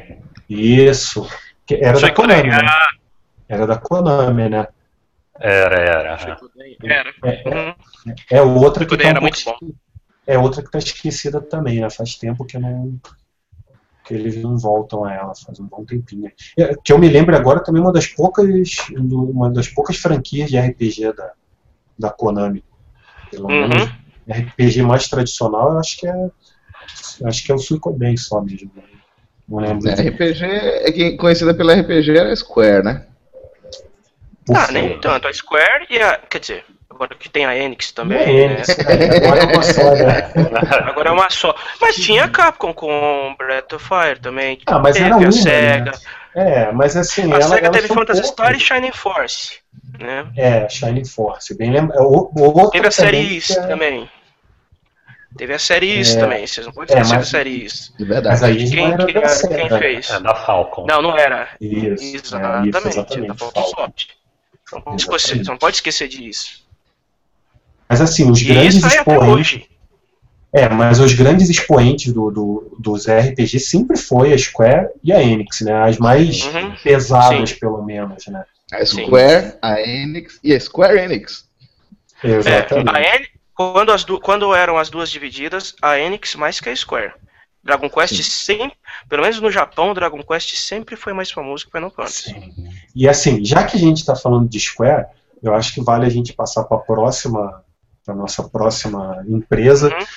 Isso, que era da Konami, né? Era da Konami, né? Era, era. Era. É, é, é outra que tá era um muito pouco, bom. É outra que tá esquecida também, né? Faz tempo que não que eles não voltam a ela, faz um bom tempinho. É, que eu me lembro agora também uma das poucas uma das poucas franquias de R P G da, da Konami. Pelo Uhum. menos R P G mais tradicional, eu acho que é acho que é o Suikoden só mesmo. Né? Não lembro. R P G é que conhecida pela R P G era a Square, né? Por Ah, favor. nem tanto. A Square e a. Quer dizer, agora que tem a Enix também. É, né? Enix, agora é uma só, né? Agora é uma só. Mas tinha a Capcom com Breath of Fire também. Ah, mas teve era uma, a SEGA. né? É, mas assim, A ela, SEGA ela teve são Phantasy poucas. Star e Shining Force. Né? É, Shining Force, bem lembra. O, o outro Teve a série também, Is que é- também. Teve a série Is É. também. Vocês não podem É, esquecer mas- da série Is. De verdade. Mas aí Quem, não era quem, da quem SEGA. fez? É da Falcon. Não, não era. Isso, é, Exatamente. isso, exatamente. Da Falcon. Soft. Não pode esquecer- Exatamente. Você não pode esquecer disso. Mas assim, os E grandes isso aí até expoentes. hoje. É, mas os grandes expoentes do, do- dos R P G sempre foi a Square e a Enix, né? As mais Uhum. pesadas, Sim. pelo menos, né? A Square, a Enix e a Square Enix. Exatamente. É, a En- quando, as du- quando eram as duas divididas, a Enix mais que a Square. Dragon Quest sempre, pelo menos no Japão, Dragon Quest sempre foi mais famoso que Final Fantasy. Sim. E assim, já que a gente está falando de Square, eu acho que vale a gente passar para a próxima, para nossa próxima empresa. Uhum.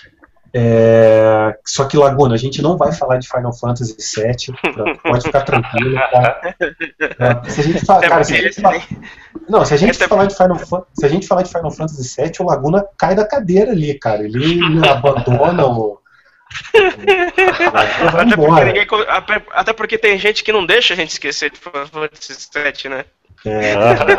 É, Só que, Laguna, a gente não vai falar de Final Fantasy sete, pra- pode ficar tranquilo, tá? É, se a gente falar, cara, se a gente falar, não, se a gente Esse é- falar de Final Fan- se a gente falar de Final Fantasy sete, o Laguna cai da cadeira ali, cara. Ele abandona o. Vai Até porque, embora. ninguém co- até- até porque tem gente que não deixa a gente esquecer de Final Fantasy sete, né? É,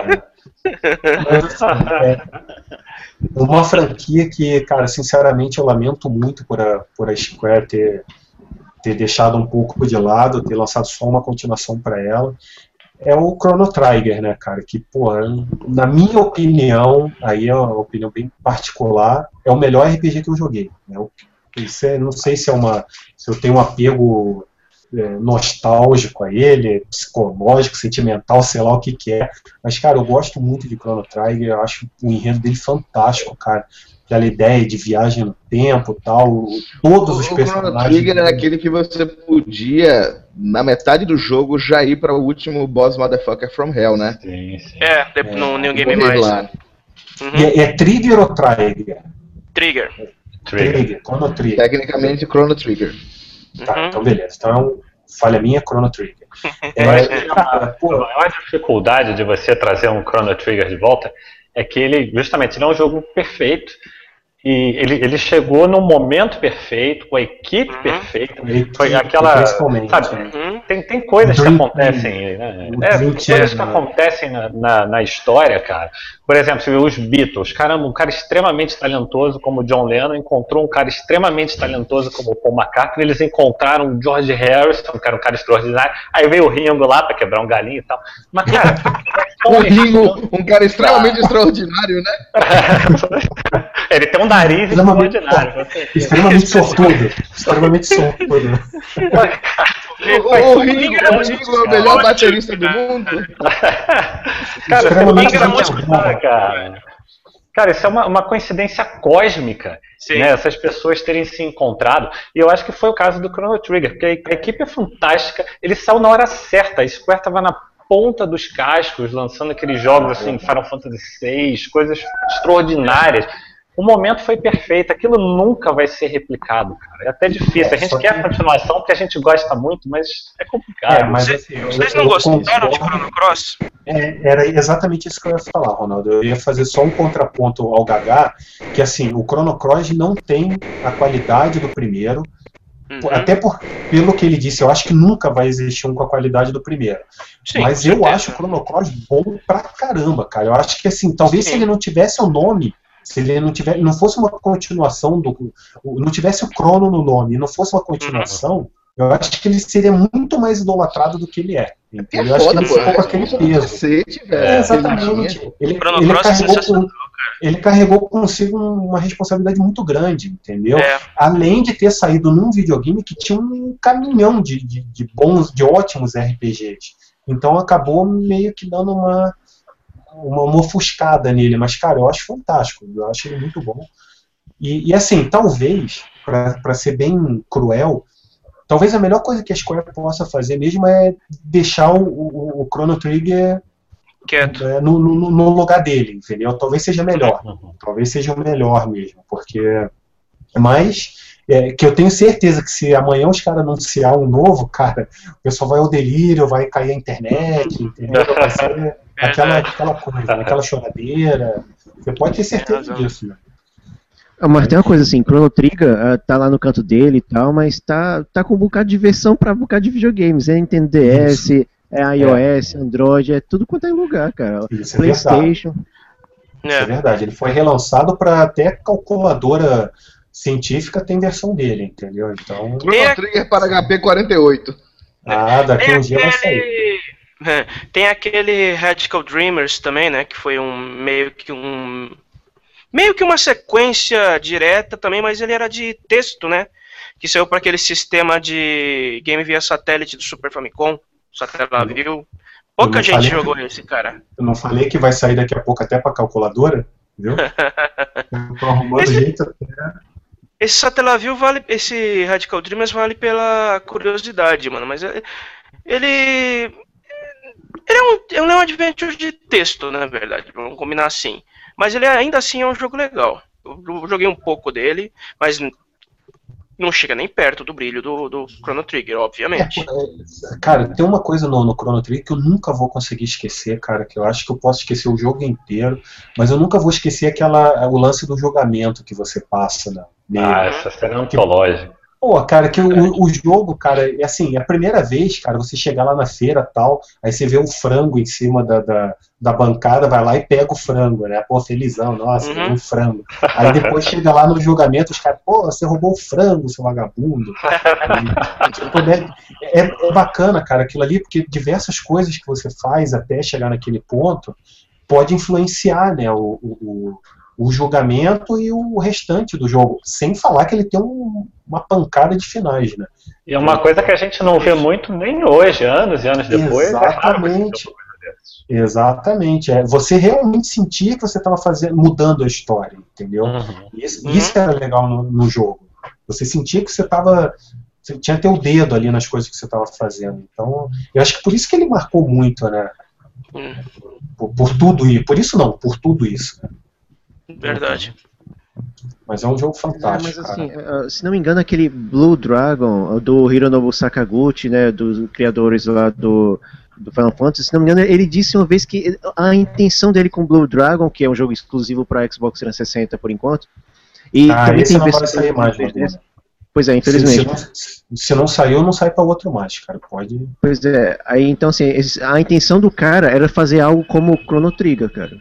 mas, assim, é uma franquia que, cara, sinceramente eu lamento muito por a, por a Square ter, ter deixado um pouco de lado, ter lançado só uma continuação para ela. É o Chrono Trigger, né, cara? Que, pô, na minha opinião, aí é uma opinião bem particular, é o melhor R P G que eu joguei. Né? Eu, isso é, não sei se é uma, se eu tenho um apego é, nostálgico a ele, psicológico, sentimental, sei lá o que que é. Mas, cara, eu gosto muito de Chrono Trigger, eu acho o enredo dele fantástico, cara. Aquela ideia de viagem no tempo e tal, todos os O Chrono personagens... Trigger era aquele que você podia, na metade do jogo, já ir para o último boss motherfucker from hell, né? Sim, sim. É, de- no New Game Morrer Mais. lá. Uhum. E é, é Trigger ou Trigger? Trigger. Trigger. Trigger, Chrono Trigger. Tecnicamente, Chrono Trigger. Tá, Uhum. então beleza. Então, falha minha, Chrono Trigger. Eu acho É, que cara, a pô, maior dificuldade de você trazer um Chrono Trigger de volta é que ele, justamente, ele é um jogo perfeito e ele, ele chegou num momento perfeito, com a equipe Uhum. perfeita. a equipe, Foi aquela, principalmente, sabe, né? Uhum. tem, tem coisas que Dream acontecem, né? O É, Dream tem coisas Team, que né? acontecem na, na, na história, cara. Por exemplo, você vê os Beatles, caramba, um cara extremamente talentoso como John Lennon encontrou um cara extremamente talentoso como Paul McCartney, eles encontraram o George Harrison, que era um cara extraordinário, aí veio o Ringo lá pra quebrar um galinho e tal. Mas, cara, O Ringo, um cara extremamente extraordinário, né? ele tem um nariz Extremamente- extraordinário. Você... Extremamente sortudo. Extremamente sortudo. O, o, o Ringo, o Ringo é o melhor baterista do mundo. Cara, Extremamente você não tem sortudo. noção, cara. Cara, isso é uma, uma coincidência cósmica, Sim. né? Essas pessoas terem se encontrado. E eu acho que foi o caso do Chrono Trigger, porque a equipe é fantástica. Ele saiu na hora certa. A Square estava na ponta dos cascos, lançando aqueles jogos assim, Final Fantasy seis, coisas extraordinárias. O momento foi perfeito, aquilo nunca vai ser replicado, cara. É até difícil. A gente Só quer que- a continuação porque a gente gosta muito, mas é complicado. É, mas Vocês, assim, eu- vocês eu não gostaram de concordo. Chrono Cross? É, era exatamente isso que eu ia falar, Ronaldo. Eu ia fazer só um contraponto ao Gagá, que assim, o Chrono Cross não tem a qualidade do primeiro, Uhum. até por, pelo que ele disse, eu acho que nunca vai existir um com a qualidade do primeiro. Sim, Mas com eu certeza. acho o Chrono Cross bom pra caramba, cara. Eu acho que assim, talvez Sim. se ele não tivesse o nome, se ele não tiver, não fosse uma continuação do, não tivesse o Chrono no nome, e não fosse uma continuação, eu acho que ele seria muito mais idolatrado do que ele é. É eu acho foda, que ele pô, ficou com aquele peso. Cacete, velho. É, exatamente. Ele, ele, carregou com, ele carregou consigo uma responsabilidade muito grande, entendeu? É. Além de ter saído num videogame que tinha um caminhão de, de, de bons, de ótimos R P Gs. Então acabou meio que dando uma, uma, uma ofuscada nele. Mas, cara, eu acho fantástico. Eu acho ele muito bom. E, e assim, talvez, para ser bem cruel, talvez a melhor coisa que a Square possa fazer mesmo é deixar o, o, o Chrono Trigger quieto é, no, no, no lugar dele, entendeu? Talvez seja melhor. Uhum. Talvez seja o melhor mesmo, porque... Mas, é, que eu tenho certeza que se amanhã os caras anunciar um novo, cara, o pessoal vai ao delírio, vai cair a internet, entendeu? Vai ser aquela, aquela coisa, aquela choradeira. Você pode ter certeza disso, né? Mas tem uma coisa assim, Chrono Trigger uh, tá lá no canto dele e tal, mas tá, tá com um bocado de versão pra um bocado de videogames, é Nintendo D S, é iOS, é. Android, é tudo quanto é lugar, cara. Isso PlayStation. É Isso é verdade, ele foi relançado pra até calculadora científica tem versão dele, entendeu? Então... Chrono Trigger para H P quarenta e oito. Ah, daqui um dia vai sair. Tem aquele Radical Dreamers também, né, que foi um meio que um... Meio que uma sequência direta também, mas ele era de texto, né? Que saiu para aquele sistema de game via satélite do Super Famicom, Satellaview. Pouca gente jogou que, esse, cara. Eu não falei que vai sair daqui a pouco até para calculadora, viu? Eu tô arrumando esse, jeito até. Esse Satellaview vale, esse Radical Dreamers vale pela curiosidade, mano. Mas ele, ele é um, é um adventure de texto, na verdade. Vamos combinar assim. Mas ele ainda assim é um jogo legal. Eu joguei um pouco dele, mas não chega nem perto do brilho do, do Chrono Trigger, obviamente. É, cara, tem uma coisa no, no Chrono Trigger que eu nunca vou conseguir esquecer, cara, que eu acho que eu posso esquecer o jogo inteiro, mas eu nunca vou esquecer aquela, o lance do julgamento que você passa, né? Ah, essa cena é antológica. Pô, cara, que o, o jogo, cara, é assim, a primeira vez, cara, você chegar lá na feira e tal, aí você vê o frango em cima da, da, da bancada, vai lá e pega o frango, né? Pô, felizão, nossa, uhum. um frango. Aí depois chega lá no julgamento, os caras, pô, você roubou o frango, seu vagabundo. é, é bacana, cara, aquilo ali, porque diversas coisas que você faz até chegar naquele ponto pode influenciar, né, o, o, o julgamento e o restante do jogo, sem falar que ele tem um, uma pancada de finais, né? E é uma coisa que a gente não vê muito nem hoje, anos e anos depois. Exatamente. É Exatamente. É, você realmente sentia que você estava fazendo, mudando a história, entendeu? Uhum. Isso, uhum. isso era legal no, no jogo. Você sentia que você estava... Você tinha teu dedo ali nas coisas que você estava fazendo. Então, eu acho que por isso que ele marcou muito, né? Uhum. Por, por tudo isso. Por isso não, por tudo isso, né? Verdade. Mas é um jogo fantástico. É, mas assim, cara. Se não me engano, aquele Blue Dragon do Hironobu Sakaguchi, né, dos criadores lá do, do Final Fantasy, se não me engano, ele disse uma vez que a intenção dele com Blue Dragon, que é um jogo exclusivo para Xbox trezentos e sessenta por enquanto, e ah, também esse tem não vai sair mais, né? Pois é, infelizmente. Se, se, não, se não saiu, não sai para outro mais, cara. Pode. Pois é, aí então assim, a intenção do cara era fazer algo como o Chrono Trigger, cara.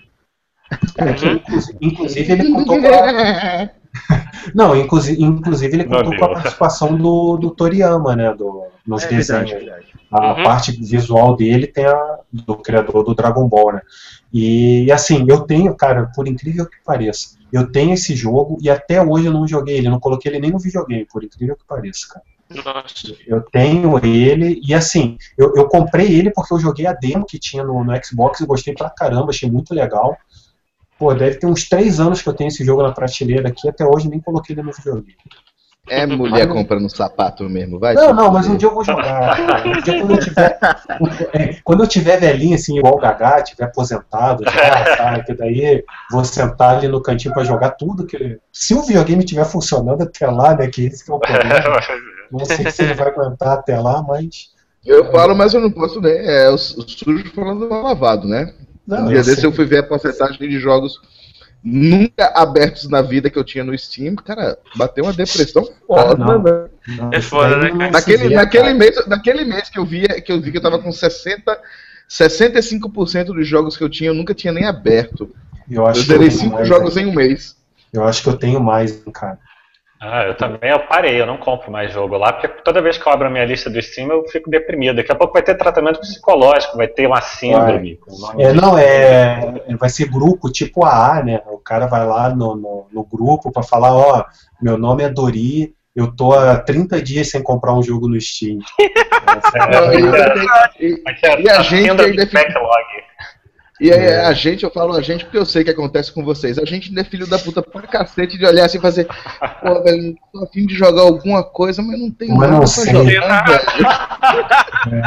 É, que, inclusive, inclusive ele contou com a... Não, inclusive, inclusive ele contou com a participação do, do Toriyama, né? Do, nos é, desenhos. Verdade, verdade. A uhum. parte visual dele tem a do criador do Dragon Ball, né? E assim, eu tenho, cara, por incrível que pareça, eu tenho esse jogo e até hoje eu não joguei ele, não coloquei ele nem no videogame, por incrível que pareça, cara. Nossa. Eu tenho ele, e assim, eu, eu comprei ele porque eu joguei a demo que tinha no, no Xbox e gostei pra caramba, achei muito legal. Pô, deve ter uns três anos que eu tenho esse jogo na prateleira aqui, até hoje nem coloquei ele no videogame. É mulher mas, comprando sapato mesmo, vai? Não, não, mas um dia eu vou jogar. Um dia quando eu tiver, é, quando eu tiver velhinho, assim, igual o Gagá, tiver aposentado já, sabe, que daí vou sentar ali no cantinho pra jogar tudo. Que, se o videogame estiver funcionando até lá, né, que esse que é o problema. Não sei se ele vai aguentar até lá, mas... Eu é, falo, mas eu não posso, né, é o sujo falando mal lavado, né? Não, um dia desse eu fui ver a porcentagem de jogos nunca abertos na vida que eu tinha no Steam, cara, bateu uma depressão foda, ah, né? É foda, né? Naquele, naquele, mês, naquele mês que eu, vi, que eu vi que eu tava com sessenta, sessenta e cinco por cento dos jogos que eu tinha, eu nunca tinha nem aberto. Eu, acho eu zerei cinco jogos aí. em um mês. Eu acho que eu tenho mais, cara. Ah, eu também, eu parei, eu não compro mais jogo lá, porque toda vez que eu abro a minha lista do Steam eu fico deprimido. Daqui a pouco vai ter tratamento psicológico, vai ter uma síndrome. Com o nome É, de não, síndrome. é, vai ser grupo tipo A A, né? O cara vai lá no, no, no grupo para falar, ó, meu nome é Dori, eu tô há trinta dias sem comprar um jogo no Steam. Não, e, e- Vai ter e a a gente síndrome ainda de fica. backlog. E aí, a gente, eu falo a gente porque eu sei que acontece com vocês. A gente ainda é filho da puta pra cacete de olhar assim e fazer. Pô, velho, tô a fim de jogar alguma coisa, mas não tenho Mas nada não pra sei. jogar, velho.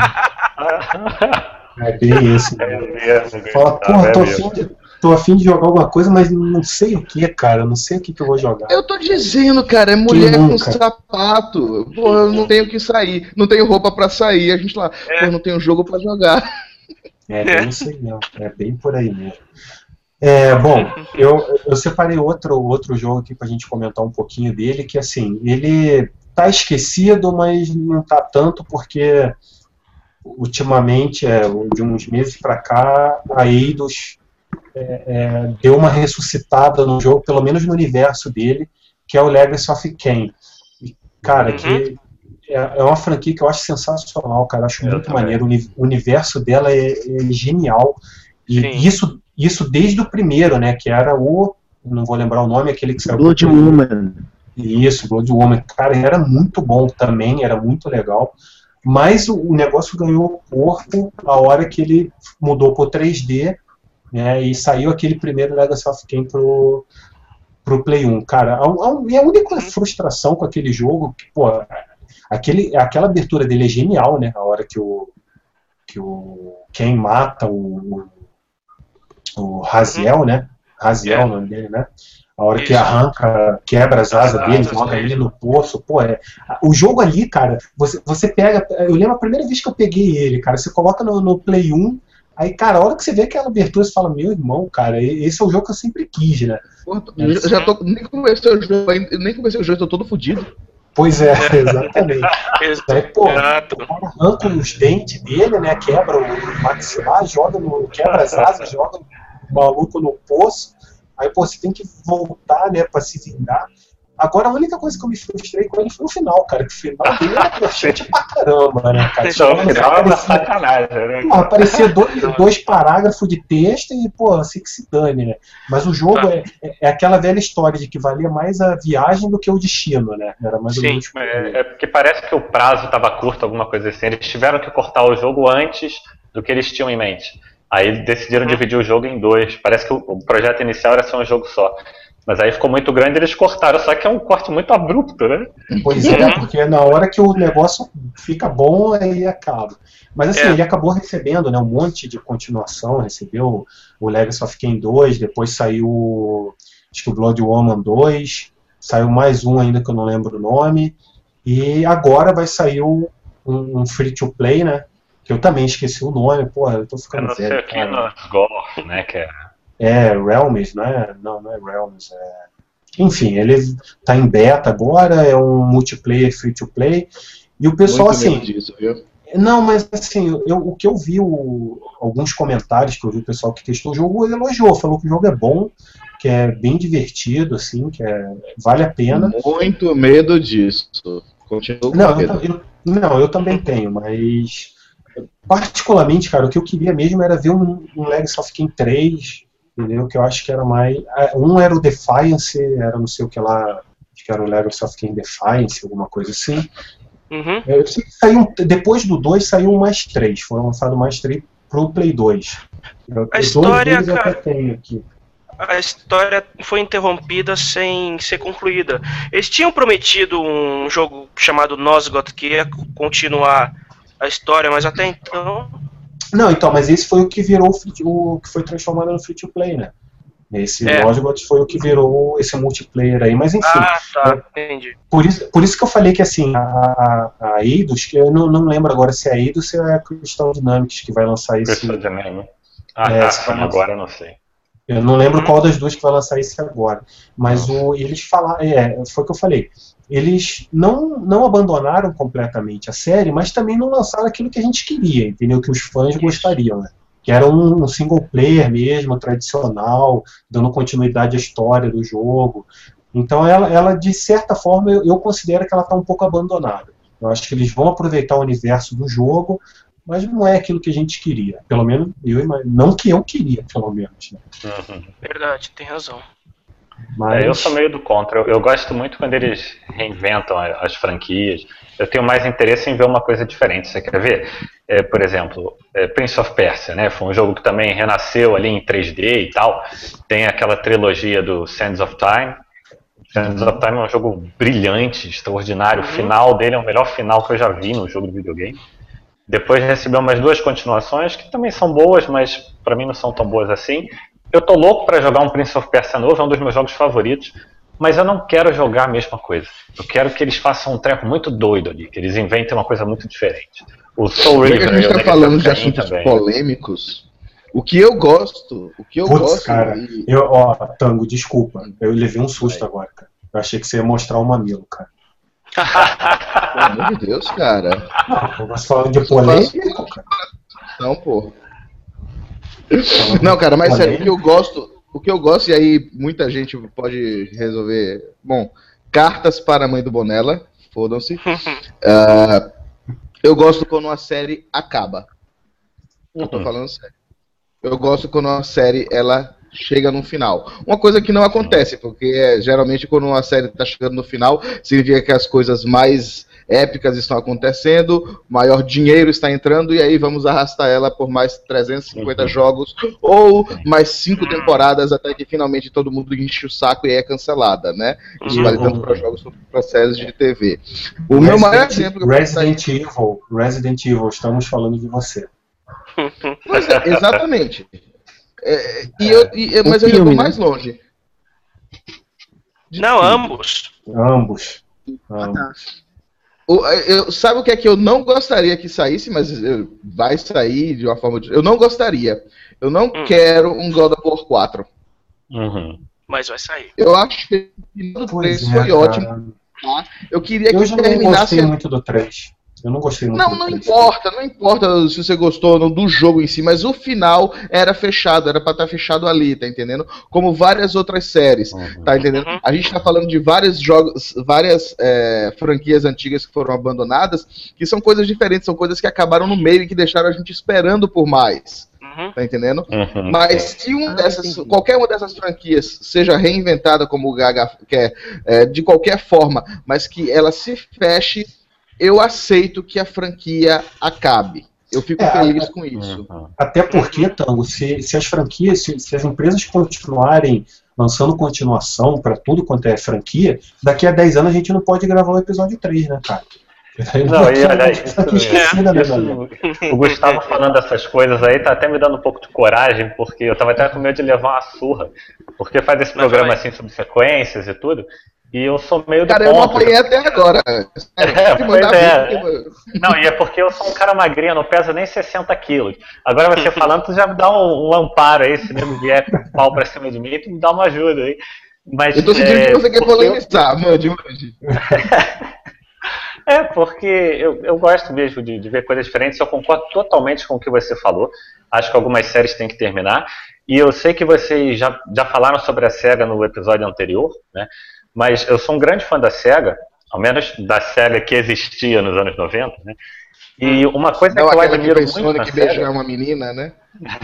É bem isso. É Né? mesmo, Fala, Gustavo, pô, é tô mesmo. afim, de, tô afim de jogar alguma coisa, mas não sei o que, cara. Não sei o que, que eu vou jogar. Eu tô dizendo, cara, é mulher com nunca? sapato. Pô, eu não tenho que sair. Não tenho roupa pra sair. A gente lá, pô, não tenho jogo pra jogar. É bem isso aí mesmo. É bem por aí mesmo. É, bom, eu, eu separei outro, outro jogo aqui pra gente comentar um pouquinho dele, que assim, ele tá esquecido, mas não tá tanto, porque ultimamente, é, de uns meses pra cá, a Eidos é, é, deu uma ressuscitada no jogo, pelo menos no universo dele, que é o Legacy of Kain. E, cara, Uhum. que é, é uma franquia que eu acho sensacional, cara, eu acho Eu muito também. maneiro, o uni- o universo dela é, é genial, e Sim. isso, isso desde o primeiro, né, que era o, não vou lembrar o nome, aquele que saiu pro Blood Play um. Woman. Isso, Blood Woman, cara, era muito bom também, era muito legal, mas o, o negócio ganhou corpo a hora que ele mudou pro três D, né, e saiu aquele primeiro Legacy of Kain pro, pro Play um. Cara, a, a, minha única frustração com aquele jogo, que, pô, aquele, aquela abertura dele é genial, né, a hora que o, que o Kain mata o, o Raziel, né, Raziel é o nome dele, né, a hora que Isso. arranca, quebra as asas As dele, asas joga dele. ele no poço, pô, é, o jogo ali, cara, você, você pega, eu lembro a primeira vez que eu peguei ele, cara, você coloca no, no Play um, aí, cara, a hora que você vê aquela abertura, você fala, meu irmão, cara, esse é o jogo que eu sempre quis, né? Pô, eu já tô. Nem comecei o jogo ainda, nem comecei o jogo, tô todo fodido. Pois é, exatamente. Aí, pô, Exato. o cara arranca os dentes dele, né, quebra o maxilar, joga no, quebra as asas, joga o maluco no poço, aí, pô, você tem que voltar, né, pra se vingar. Agora, a única coisa que eu me frustrei com ele foi o final, cara, que o final dele era broxante pra caramba, né, cara? Então, Chegava no no final é uma parecia- sacanagem, né? Pô, aparecia dois, dois parágrafos de texto e, pô, assim que se dane, né? Mas o jogo é, é, é aquela velha história de que valia mais a viagem do que o destino, né? Era mais ou Sim. menos. por aí. É, é porque parece que o prazo estava curto, alguma coisa assim. Eles tiveram que cortar o jogo antes do que eles tinham em mente. Aí decidiram Uhum. dividir o jogo em dois. Parece que o, o projeto inicial era ser um jogo só. Mas aí ficou muito grande e eles cortaram. Só que é um corte muito abrupto, né? Pois é, porque na hora que o negócio fica bom, aí acaba. Mas assim, É. ele acabou recebendo, né, um monte de continuação, recebeu o Legacy of Kain dois, depois saiu acho que o Blood Woman dois, saiu mais um ainda que eu não lembro o nome, e agora vai sair um, um free to play, né? Que eu também esqueci o nome, porra, eu tô Eu ficando não sei velho. o que cara. no Gore, né? Que é... É Realms, não é? Não, não é Realms. É... Enfim, ele tá em beta agora, é um multiplayer free to play. E o pessoal, Muito assim. medo disso, viu? Não, mas assim, eu, o que eu vi, o, alguns comentários que eu vi o pessoal que testou o jogo, elogiou, falou que o jogo é bom, que é bem divertido, assim, que é, vale a pena. Muito medo disso. Continuo com Não, eu, medo. ta- eu- não, eu também tenho, mas particularmente, cara, o que eu queria mesmo era ver um, um Legacy of Kain três, entendeu? Que eu acho que era mais. Um era o Defiance, era não sei o que lá, acho que era o Legacy of Kain Defiance, alguma coisa assim. Uhum. Eu sei que saiu, depois do dois saiu mais três, foram lançados mais três pro Play dois. Eu, A dois história, deles eu até cara- tenho aqui. A história foi interrompida sem ser concluída. Eles tinham prometido um jogo chamado Nosgoth que ia continuar a história, mas até então. Não, então, mas esse foi o que virou o, free, o que foi transformado no free to play, né? Esse É. Nosgoth foi o que virou esse multiplayer aí, mas enfim. Ah, tá, entendi. Por isso, por isso que eu falei que assim, a, a, a Eidos, que eu não, não lembro agora se é a Eidos ou é a Crystal Dynamics que vai lançar esse. Crystal Dynamics. Ah, É, tá. se vai Agora eu não sei. Eu não lembro Uhum. qual das duas que vai lançar esse agora. Mas o, eles falaram. É, foi o que eu falei. Eles não, não abandonaram completamente a série, mas também não lançaram aquilo que a gente queria, entendeu? Que os fãs gostariam, né? Que era um, um single player mesmo, tradicional, dando continuidade à história do jogo. Então ela, ela de certa forma, eu, eu considero que ela está um pouco abandonada. Eu acho que eles vão aproveitar o universo do jogo, mas não é aquilo que a gente queria. Pelo menos, eu não que eu queria, pelo menos. Né? Uhum. Verdade, tem razão. Mas... É, eu sou meio do contra. Eu, eu gosto muito quando eles reinventam as franquias. Eu tenho mais interesse em ver uma coisa diferente. Você quer ver? É, por exemplo, é, Prince of Persia, né? Foi um jogo que também renasceu ali em três D e tal. Tem aquela trilogia do Sands of Time. Sands of Time é um jogo brilhante, extraordinário. O final dele é o melhor final que eu já vi no jogo de videogame. Depois recebeu umas duas continuações que também são boas, mas pra mim não são tão boas assim. Eu tô louco pra jogar um Prince of Persia novo, é um dos meus jogos favoritos, mas eu não quero jogar a mesma coisa. Eu quero que eles façam um treco muito doido ali, que eles inventem uma coisa muito diferente. O Soul River, a gente tá falando de assuntos também. polêmicos. O que eu gosto, o que eu Putz, gosto... cara, e... eu, ó, Tango, desculpa, eu levei um susto agora, cara. Eu achei que você ia mostrar o mamilo, cara. Pelo amor de Deus, cara. Não, você falando de polêmico, cara. Não, pô. Não, cara, mas sério, o que eu gosto, o que eu gosto, e aí muita gente pode resolver. Bom, cartas para a mãe do Bonella, fodam-se. Uh, eu gosto quando uma série acaba. Eu tô falando sério. Eu gosto quando uma série ela chega no final. Uma coisa que não acontece, porque é, geralmente quando uma série está chegando no final, significa que as coisas mais épicas estão acontecendo, maior dinheiro está entrando, e aí vamos arrastar ela por mais trezentos e cinquenta uhum. jogos, ou mais cinco temporadas, até que finalmente todo mundo enche o saco e é cancelada, né? Isso uhum. vale tanto para jogos quanto para séries de T V. O Resident, meu maior exemplo... Resident Evil, Resident Evil, estamos falando de você. Pois é, exatamente. É, e eu, e, mas eu já vou mais longe. De Não, tudo. ambos. Ambos. Ah, tá. O, eu, sabe o que é que eu não gostaria que saísse, mas eu, vai sair de uma forma... De, eu não gostaria. Eu não hum. quero um God of War quatro. Uhum. Mas vai sair. Eu acho que o três foi cara. ótimo. Tá? Eu queria eu que já terminasse... não gostei muito do três. Eu não gostei muito Não, do não três. importa, não importa se você gostou ou não do jogo em si, mas o final era fechado, era pra estar fechado ali, tá entendendo? Como várias outras séries, uhum. tá entendendo? Uhum. A gente tá falando de vários jogos, várias é, franquias antigas que foram abandonadas, que são coisas diferentes, são coisas que acabaram no meio e que deixaram a gente esperando por mais. Uhum. Tá entendendo? Uhum. Mas se um dessas, qualquer uma dessas franquias seja reinventada como o Gaga quer, é, de qualquer forma, mas que ela se feche, eu aceito que a franquia acabe. Eu fico é, feliz com isso. Até porque, Tango, se, se as franquias, se, se as empresas continuarem lançando continuação para tudo quanto é franquia, daqui a dez anos a gente não pode gravar o episódio três, né, cara? Não, e olha, isso, isso, o Gustavo falando dessas coisas aí tá até me dando um pouco de coragem, porque eu tava até com medo de levar uma surra, porque faz esse programa assim sobre sequências e tudo, e eu sou meio do Cara, contra. eu não apanhei até agora. É, pois é. Não, e é porque eu sou um cara magrinho, eu não peso nem sessenta quilos. Agora você falando, tu já me dá um, um amparo aí, se nego vier com o pau pra cima de mim, tu me dá uma ajuda aí. Mas, eu tô sentindo é, que você quer polemizar, eu... mande, mande. É, porque eu, eu gosto mesmo de, de ver coisas diferentes, eu concordo totalmente com o que você falou, acho que algumas séries têm que terminar, e eu sei que vocês já, já falaram sobre a SEGA no episódio anterior, né? Mas eu sou um grande fã da SEGA, ao menos da SEGA que existia nos anos noventa, né? E uma coisa Não, que eu aquela admiro que muito na que SEGA... beijar uma menina, né?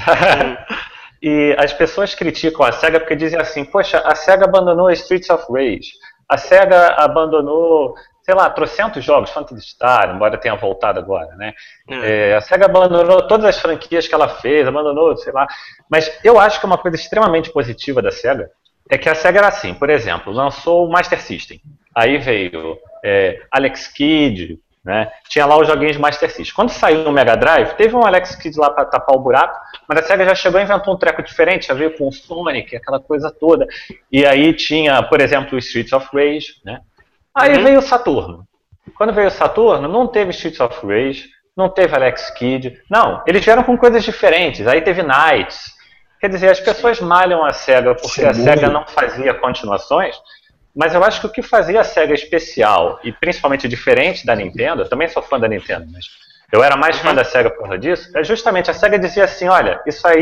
E as pessoas criticam a SEGA porque dizem assim, poxa, a SEGA abandonou Streets of Rage, a SEGA abandonou, sei lá, trocentos jogos, Phantasy Star, embora tenha voltado agora, né? Hum. É, a SEGA abandonou todas as franquias que ela fez, abandonou, sei lá. Mas eu acho que uma coisa extremamente positiva da SEGA é que a SEGA era assim, por exemplo, lançou o Master System, aí veio é, Alex Kidd, né? Tinha lá os joguinhos Master System. Quando saiu no Mega Drive, teve um Alex Kidd lá para tapar o buraco, mas a SEGA já chegou e inventou um treco diferente, já veio com o Sonic, aquela coisa toda. E aí tinha, por exemplo, o Streets of Rage, né? Aí uhum. veio o Saturno. Quando veio o Saturno, não teve Streets of Rage, não teve Alex Kidd. Não, eles vieram com coisas diferentes. Aí teve Knights. Quer dizer, as pessoas malham a SEGA porque a SEGA não fazia continuações, mas eu acho que o que fazia a SEGA especial, e principalmente diferente da Nintendo, eu também sou fã da Nintendo, mas eu era mais fã da SEGA por causa disso, é justamente a SEGA dizia assim, olha, isso aí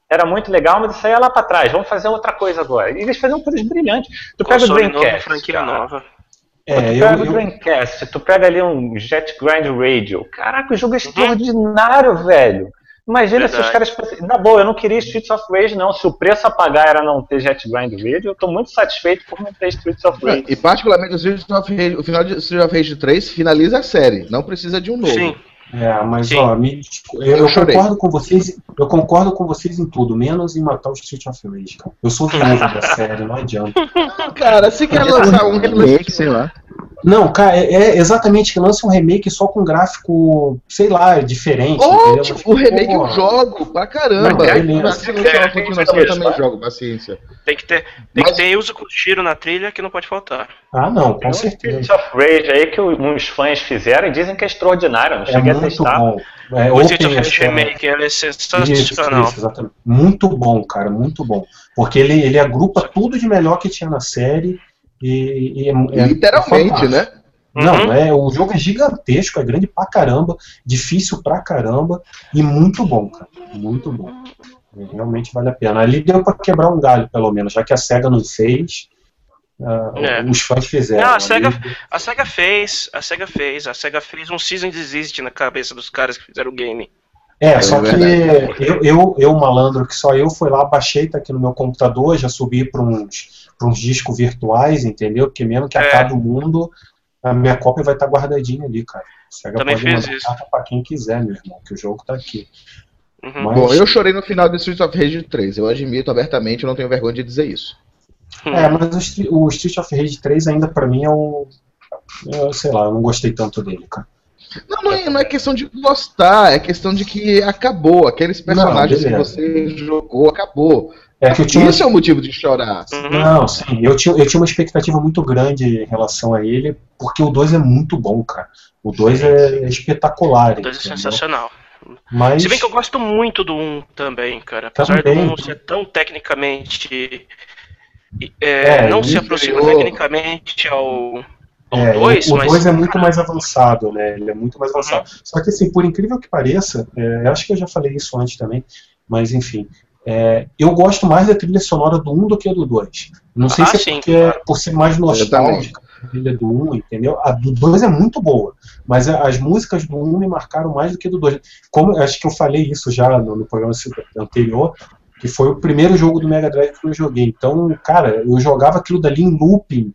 era muito legal, mas isso aí é lá pra trás, vamos fazer outra coisa agora. E eles faziam coisas brilhantes. Tu pega o Dreamcast, franquia nova. É, tu eu, pega o eu... Dreamcast, tu pega ali um Jet Grind Radio. Caraca, o jogo é extraordinário, uhum. velho. Imagina Verdade. se os caras fossem... Na boa, eu não queria Streets of Rage, não. Se o preço a pagar era não ter Jet Grind Radio, eu tô muito satisfeito por não ter Streets of Rage. E particularmente o, Streets of Rage, o final de Streets of Rage três finaliza a série. Não precisa de um novo. Sim. É, mas Sim. ó, me, eu, eu concordo com vocês, eu concordo com vocês em tudo, menos em matar o Street of Rage, cara. Eu sou viúva da série, não adianta. Cara, se quer lançar um remake, sei lá. Não, cara, é, é exatamente que lança um remake só com gráfico, sei lá, diferente. Ótimo, o remake eu jogo pra caramba. Mas, se lançar uma continuação eu também jogo, paciência. Tem que ter, tem Mas... que ter uso com tiro na trilha que não pode faltar. Ah, não, com tem certeza. Um Street of Rage aí que uns fãs fizeram e dizem que é extraordinário, não cheguei é a testar. Bom. É, o Street of Rage Remake, ele é sensacional. Isso, isso, exatamente. Muito bom, cara, muito bom. Porque ele, ele agrupa tudo de melhor que tinha na série. E, e é, Literalmente, é né? Não, uhum. é, o jogo é gigantesco, é grande pra caramba, difícil pra caramba e muito bom, cara. Muito bom. Realmente vale a pena. Ali deu pra quebrar um galho, pelo menos, já que a SEGA não fez, uh, é. os fãs fizeram. Não, a SEGA, Ali... a SEGA fez, a SEGA fez, a SEGA fez um Season Desist na cabeça dos caras que fizeram o game. É, é só que eu, eu, eu, malandro, que só eu fui lá, baixei, tá aqui no meu computador, já subi para uns, pra uns discos virtuais, entendeu? Porque mesmo que é. acabe o mundo, a minha cópia vai estar tá guardadinha ali, cara. Sega Também pode fez mandar isso. Carta pra quem quiser, meu irmão, que o jogo tá aqui. Uhum. Mas... Bom, eu chorei no final de Street of Rage três, eu admito abertamente, eu não tenho vergonha de dizer isso. É, mas o, o Street of Rage três ainda pra mim é o... Eu, sei lá, eu não gostei tanto dele, cara. Não, não é, não é questão de gostar, é questão de que acabou. Aqueles personagens não, que você jogou, acabou. É que eu tinha... Isso é o motivo de chorar. Não, sim, eu tinha, eu tinha uma expectativa muito grande em relação a ele, porque o dois é muito bom, cara. O dois é espetacular. O dois é sensacional. Mas... Se bem que eu gosto muito do um também, cara. Apesar também. do um ser tão tecnicamente... É, é, não se aproxima tecnicamente ao... É, dois, o mas... dois é muito mais avançado, né? Ele é muito mais avançado. Uhum. Só que, assim, por incrível que pareça, é, acho que eu já falei isso antes também, mas enfim, é, eu gosto mais da trilha sonora do um do que do dois. Não sei ah, se é sim, porque é por ser mais nostálgica a trilha do um, entendeu? A do dois é muito boa, mas as músicas do um me marcaram mais do que do dois. Como, acho que eu falei isso já no, no programa anterior, que foi o primeiro jogo do Mega Drive que eu joguei. Então, cara, eu jogava aquilo dali em looping,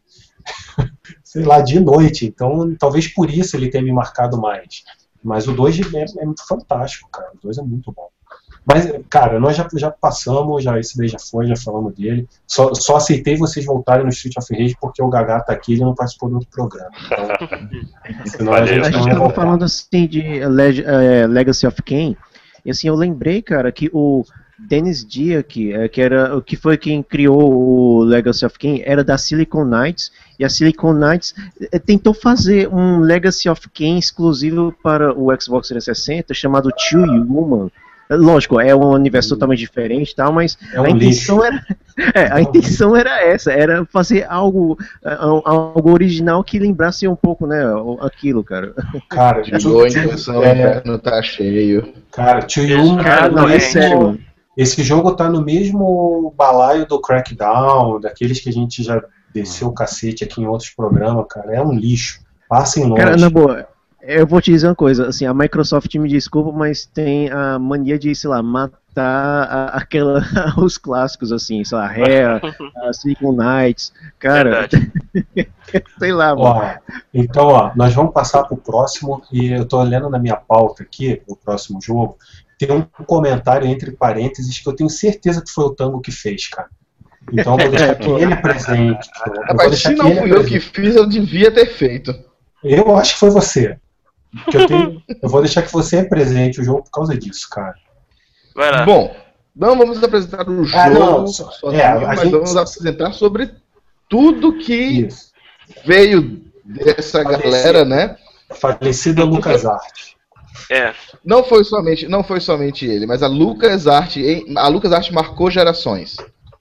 sei lá, de noite, então talvez por isso ele tenha me marcado mais. Mas o dois é, é muito fantástico, cara, o dois é muito bom. Mas, cara, nós já, já passamos, já, esse daí já foi, já falamos dele. Só, só aceitei vocês voltarem no Street of Rage porque o Gagá tá aqui e ele não participou do outro programa. Então, senão a gente, a gente tava falando assim de Leg uh, Legacy of Kain, e assim, eu lembrei, cara, que o Dennis Diak, que, era, que foi quem criou o Legacy of Kain, era da Silicon Knights, e a Silicon Knights tentou fazer um Legacy of Kain exclusivo para o Xbox trezentos e sessenta, chamado Two Human. Lógico, é um universo totalmente diferente, tal, mas é um a intenção era, é, a intenção era essa, era fazer algo, algo original que lembrasse um pouco, né, aquilo, cara. Cara, de boa intenção, é, não tá cheio. Cara, Two Human, cara, não, é sério. Esse jogo tá no mesmo balaio do Crackdown, daqueles que a gente já desceu o cacete aqui em outros programas, cara. É um lixo. Passem longe. Cara, na boa, eu vou te dizer uma coisa, assim, a Microsoft, me desculpa, mas tem a mania de, sei lá, matar a, aquela, os clássicos, assim, sei lá, Rare, a Silicon Knights, cara, sei lá, ó, mano. Então, ó, nós vamos passar pro próximo, e eu tô olhando na minha pauta aqui, o próximo jogo, tem um comentário entre parênteses que eu tenho certeza que foi o Tango que fez, cara. Então eu vou deixar que ele presente. Mas se não fui eu que fiz, eu devia ter feito. Eu acho que foi você. Que eu, tenho, eu vou deixar que você represente o jogo por causa disso, cara. Vai lá. Bom, não vamos apresentar o jogo, ah, não, sozinho, é, mas gente... vamos apresentar sobre tudo que Isso. veio dessa Falecido. galera, né? Falecida LucasArts. É. Não foi somente, não foi somente ele, mas a LucasArts, a LucasArts marcou gerações.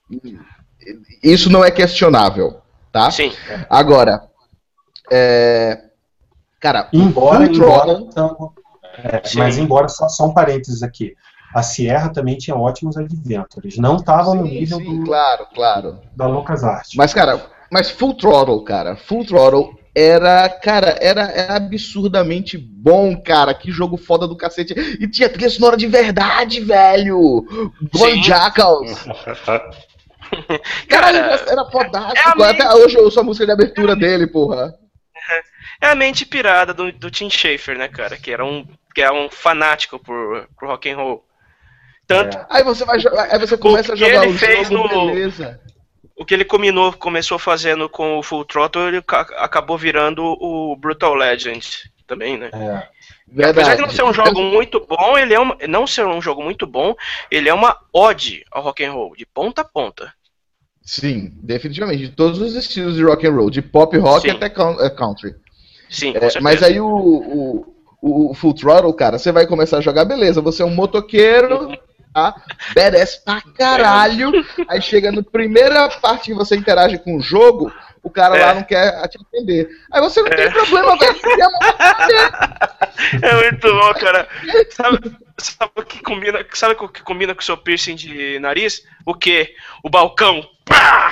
Isso não é questionável, tá? Sim. Agora, é... cara, embora, embora então, é, mas embora só, só um parênteses aqui. a Sierra também tinha ótimos adventures. Não tava no Sim, nível sim, do, claro, claro. da LucasArts. Mas, cara, mas Full Throttle, cara, Full Throttle era, cara, era, era absurdamente bom, cara. Que jogo foda do cacete. E tinha trilha sonora de verdade, velho. Gone Jackals. Cara, era, era fodástico. é Até hoje eu ouço a música de abertura dele, porra. É a mente pirada do, do Tim Schafer, né, cara? Que era um, que é um fanático por, por rock and roll. Tanto, É. Aí você vai jogar, aí você começa a jogar ele o fez jogo, no- beleza. o que ele combinou, começou fazendo com o Full Throttle, ele ca- acabou virando o Brutal Legend também, né? É. Verdade. Apesar de não ser um jogo muito bom, ele é uma, não ser um jogo muito bom, ele é uma ode ao rock and roll, de ponta a ponta. Sim, definitivamente. De todos os estilos de rock and roll, de pop rock Sim. até coun- é, country. Sim, com É, certeza. mas aí o, o, o Full Throttle, cara, você vai começar a jogar, beleza, você é um motoqueiro, tá? Badass pra caralho. Aí chega na primeira parte que você interage com o jogo, o cara É. lá não quer te atender. Aí você não É. tem problema, velho. Você é uma- É muito bom, cara. Sabe, sabe o que combina, sabe o que combina com o seu piercing de nariz? O quê? O balcão. Pá!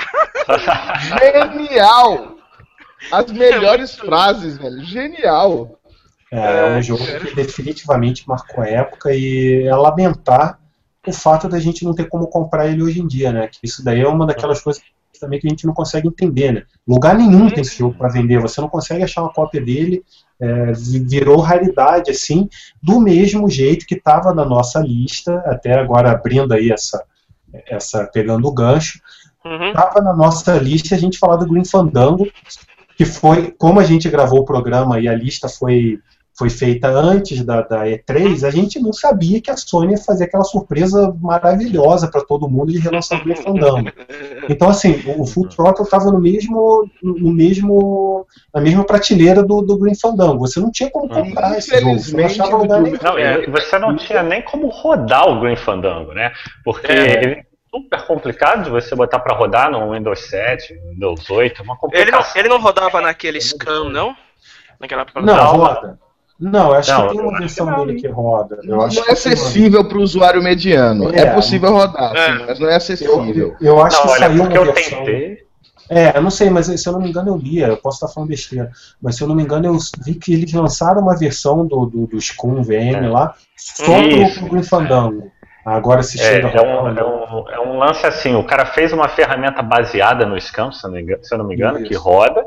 Genial! As melhores frases, velho. Genial. É um jogo que definitivamente marcou a época e é lamentar o fato da gente não ter como comprar ele hoje em dia, né? Que isso daí é uma daquelas coisas também que a gente não consegue entender, né? Lugar nenhum tem esse jogo para vender, você não consegue achar uma cópia dele, é, virou raridade, assim, do mesmo jeito que estava na nossa lista, até agora abrindo aí essa, essa pegando o gancho, Uhum. estava na nossa lista a gente falar do Grim Fandango, que foi, como a gente gravou o programa e a lista foi, foi feita antes da, da E três, a gente não sabia que a Sony ia fazer aquela surpresa maravilhosa para todo mundo de relançar o Grim Fandango. Então, assim, o Full Throttle estava no mesmo, no mesmo, na mesma prateleira do, do Grim Fandango. Você não tinha como comprar esse jogo, você não achava lugar nenhum. Não, e você não tinha nem como rodar o Grim Fandango, né? Porque É. ele é super complicado de você botar pra rodar no Windows sete, Windows oito, uma Ele não, complicação. ele não rodava naquele Scam, não? Naquela Não, Não. roda. Não, eu acho Não, que tem uma versão dele que roda. Eu Não acho é que acessível para o usuário mediano. É, É, possível rodar, é. sim, mas não é Eu, acessível. eu acho Não, que olha, saiu porque uma eu versão. tentei. É, eu não sei, mas se eu não me engano eu lia, eu posso estar falando besteira, mas se eu não me engano eu vi que eles lançaram uma versão do, do, do Scum V M É. lá só Isso. pro Grim Fandango. Agora se É, chega é, um, é, um, é um lance assim, o cara fez uma ferramenta baseada no Scam, se eu não me engano, se eu não me engano que Isso. roda,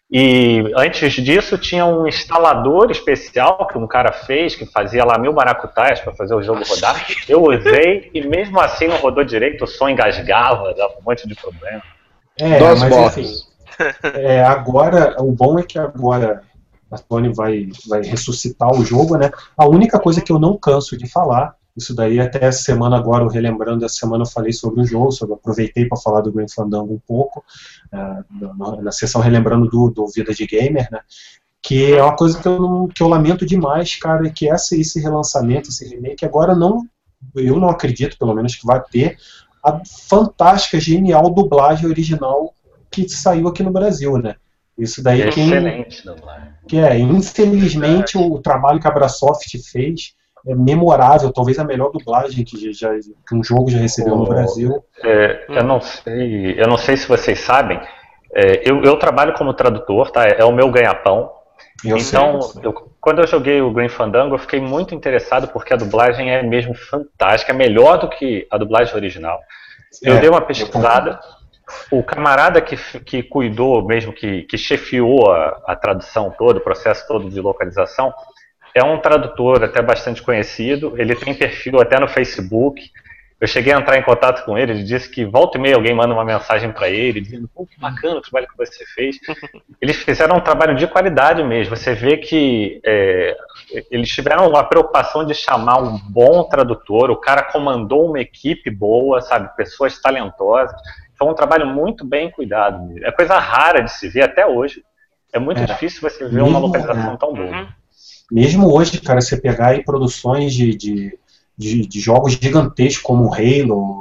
e antes disso tinha um instalador especial que um cara fez, que fazia lá mil maracutaias para fazer o jogo rodar. Eu usei e mesmo assim não rodou direito, o som engasgava, dava um monte de problema. É, Dos mas bots. enfim, é, agora, o bom é que agora a Sony vai, vai ressuscitar o jogo, né? A única coisa que eu não canso de falar, isso daí até essa semana agora, eu relembrando essa semana eu falei sobre o jogo, sobre, aproveitei para falar do Grim Fandango um pouco, uh, na, na sessão relembrando do, do Vida de Gamer, né? Que é uma coisa que eu, não, que eu lamento demais, cara, que essa, esse relançamento, esse remake, agora não, eu não acredito, pelo menos, que vai ter a fantástica, genial dublagem original que saiu aqui no Brasil, né? Isso daí quem, Excelente, dublagem. que é, infelizmente, o trabalho que a Abrasoft fez é memorável, talvez a melhor dublagem que, já, que um jogo já recebeu no Oh. Brasil. É, eu não sei, eu não sei se vocês sabem. é, eu, eu trabalho como tradutor, tá? É, é o meu ganha-pão. Eu Então, sei. eu- quando eu joguei o Grim Fandango, eu fiquei muito interessado porque a dublagem é mesmo fantástica, é melhor do que a dublagem original. Eu É, dei uma eu pesquisada. O camarada que, que cuidou, mesmo que, que chefiou a, a tradução toda, o processo todo de localização, é um tradutor até bastante conhecido. Ele tem perfil até no Facebook. Eu cheguei a entrar em contato com ele, ele disse que volta e meia alguém manda uma mensagem para ele, dizendo, pô, que bacana o trabalho que você fez. Eles fizeram um trabalho de qualidade mesmo. Você vê que é, eles tiveram uma preocupação de chamar um bom tradutor, o cara comandou uma equipe boa, sabe, pessoas talentosas. Foi um trabalho muito bem cuidado. É coisa rara de se ver até hoje. É muito É. difícil você ver uma Mesmo, localização é. tão boa. Uhum. Mesmo hoje, cara, você pegar aí produções de, de, de, de jogos gigantescos como Halo, um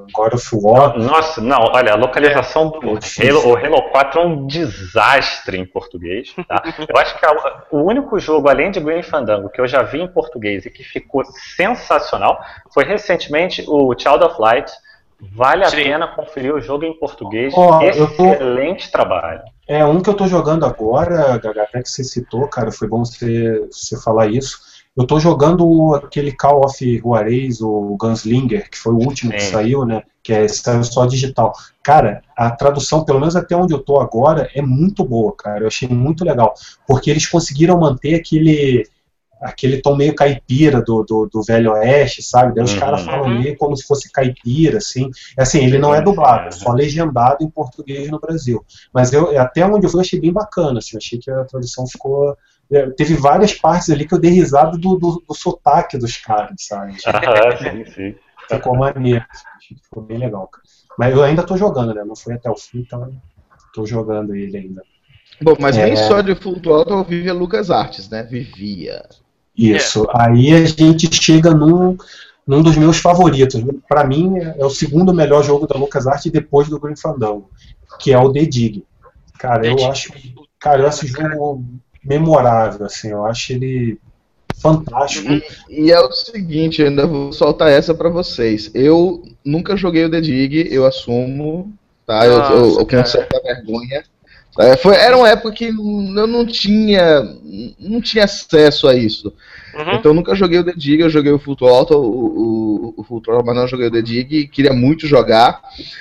God of War. Nossa, não, olha, a localização do Halo, o Halo quatro é um desastre em português, tá? Eu acho que a, o único jogo, além de Grim Fandango, que eu já vi em português e que ficou sensacional, foi recentemente o Child of Light. Vale a Sim. pena conferir o jogo em português, oh, excelente tô... trabalho. É, um que eu tô jogando agora, Gaga, até que você citou, cara, foi bom você, você falar isso. Eu tô jogando aquele Call of Juarez, o Gunslinger, que foi o último Sim. que saiu, né? Que é, saiu só digital. Cara, a tradução, pelo menos até onde eu tô agora, é muito boa, cara. Eu achei muito legal. Porque eles conseguiram manter aquele, aquele tom meio caipira do, do, do Velho Oeste, sabe? Daí os uhum. caras falam meio como se fosse caipira, assim. Assim, ele não é dublado, é só legendado em português no Brasil. Mas eu, até onde eu fui, eu achei bem bacana, assim. Eu achei que a tradução ficou... Teve várias partes ali que eu dei risada do, do, do sotaque dos caras, sabe? Ah, sim, sim. Ficou maneiro, ficou bem legal, cara. Mas eu ainda tô jogando, né? Não fui até o fim, então tô jogando ele ainda. Bom, mas é... nem só de Full Throttle vive a LucasArts, né? Vivia. Isso. É. Aí a gente chega num, num dos meus favoritos. Pra mim, é o segundo melhor jogo da LucasArts depois do Grim Fandango, que é o The Dig. Cara, The eu Dig. acho... Cara, eu acho esse jogo... memorável, assim, eu acho ele fantástico. E, e é o seguinte, eu ainda vou soltar essa pra vocês. Eu nunca joguei o The Dig, eu assumo, tá? Nossa, eu, eu, eu com certa vergonha. É, foi, era uma época que eu não tinha, não tinha acesso a isso. Uhum. Então eu nunca joguei o The Dig, eu joguei o Full Throttle, o, o, o Full Throttle, mas não joguei o The Dig, queria muito jogar.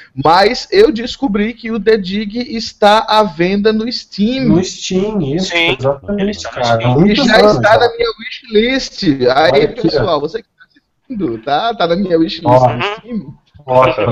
Mas eu descobri que o The Dig está à venda no Steam. No Steam, isso, Sim, exatamente, cara. E já anos, está cara. na minha wishlist. Aí, aqui, pessoal, você que está assistindo, tá? Tá na minha wishlist oh, no Steam. Nossa,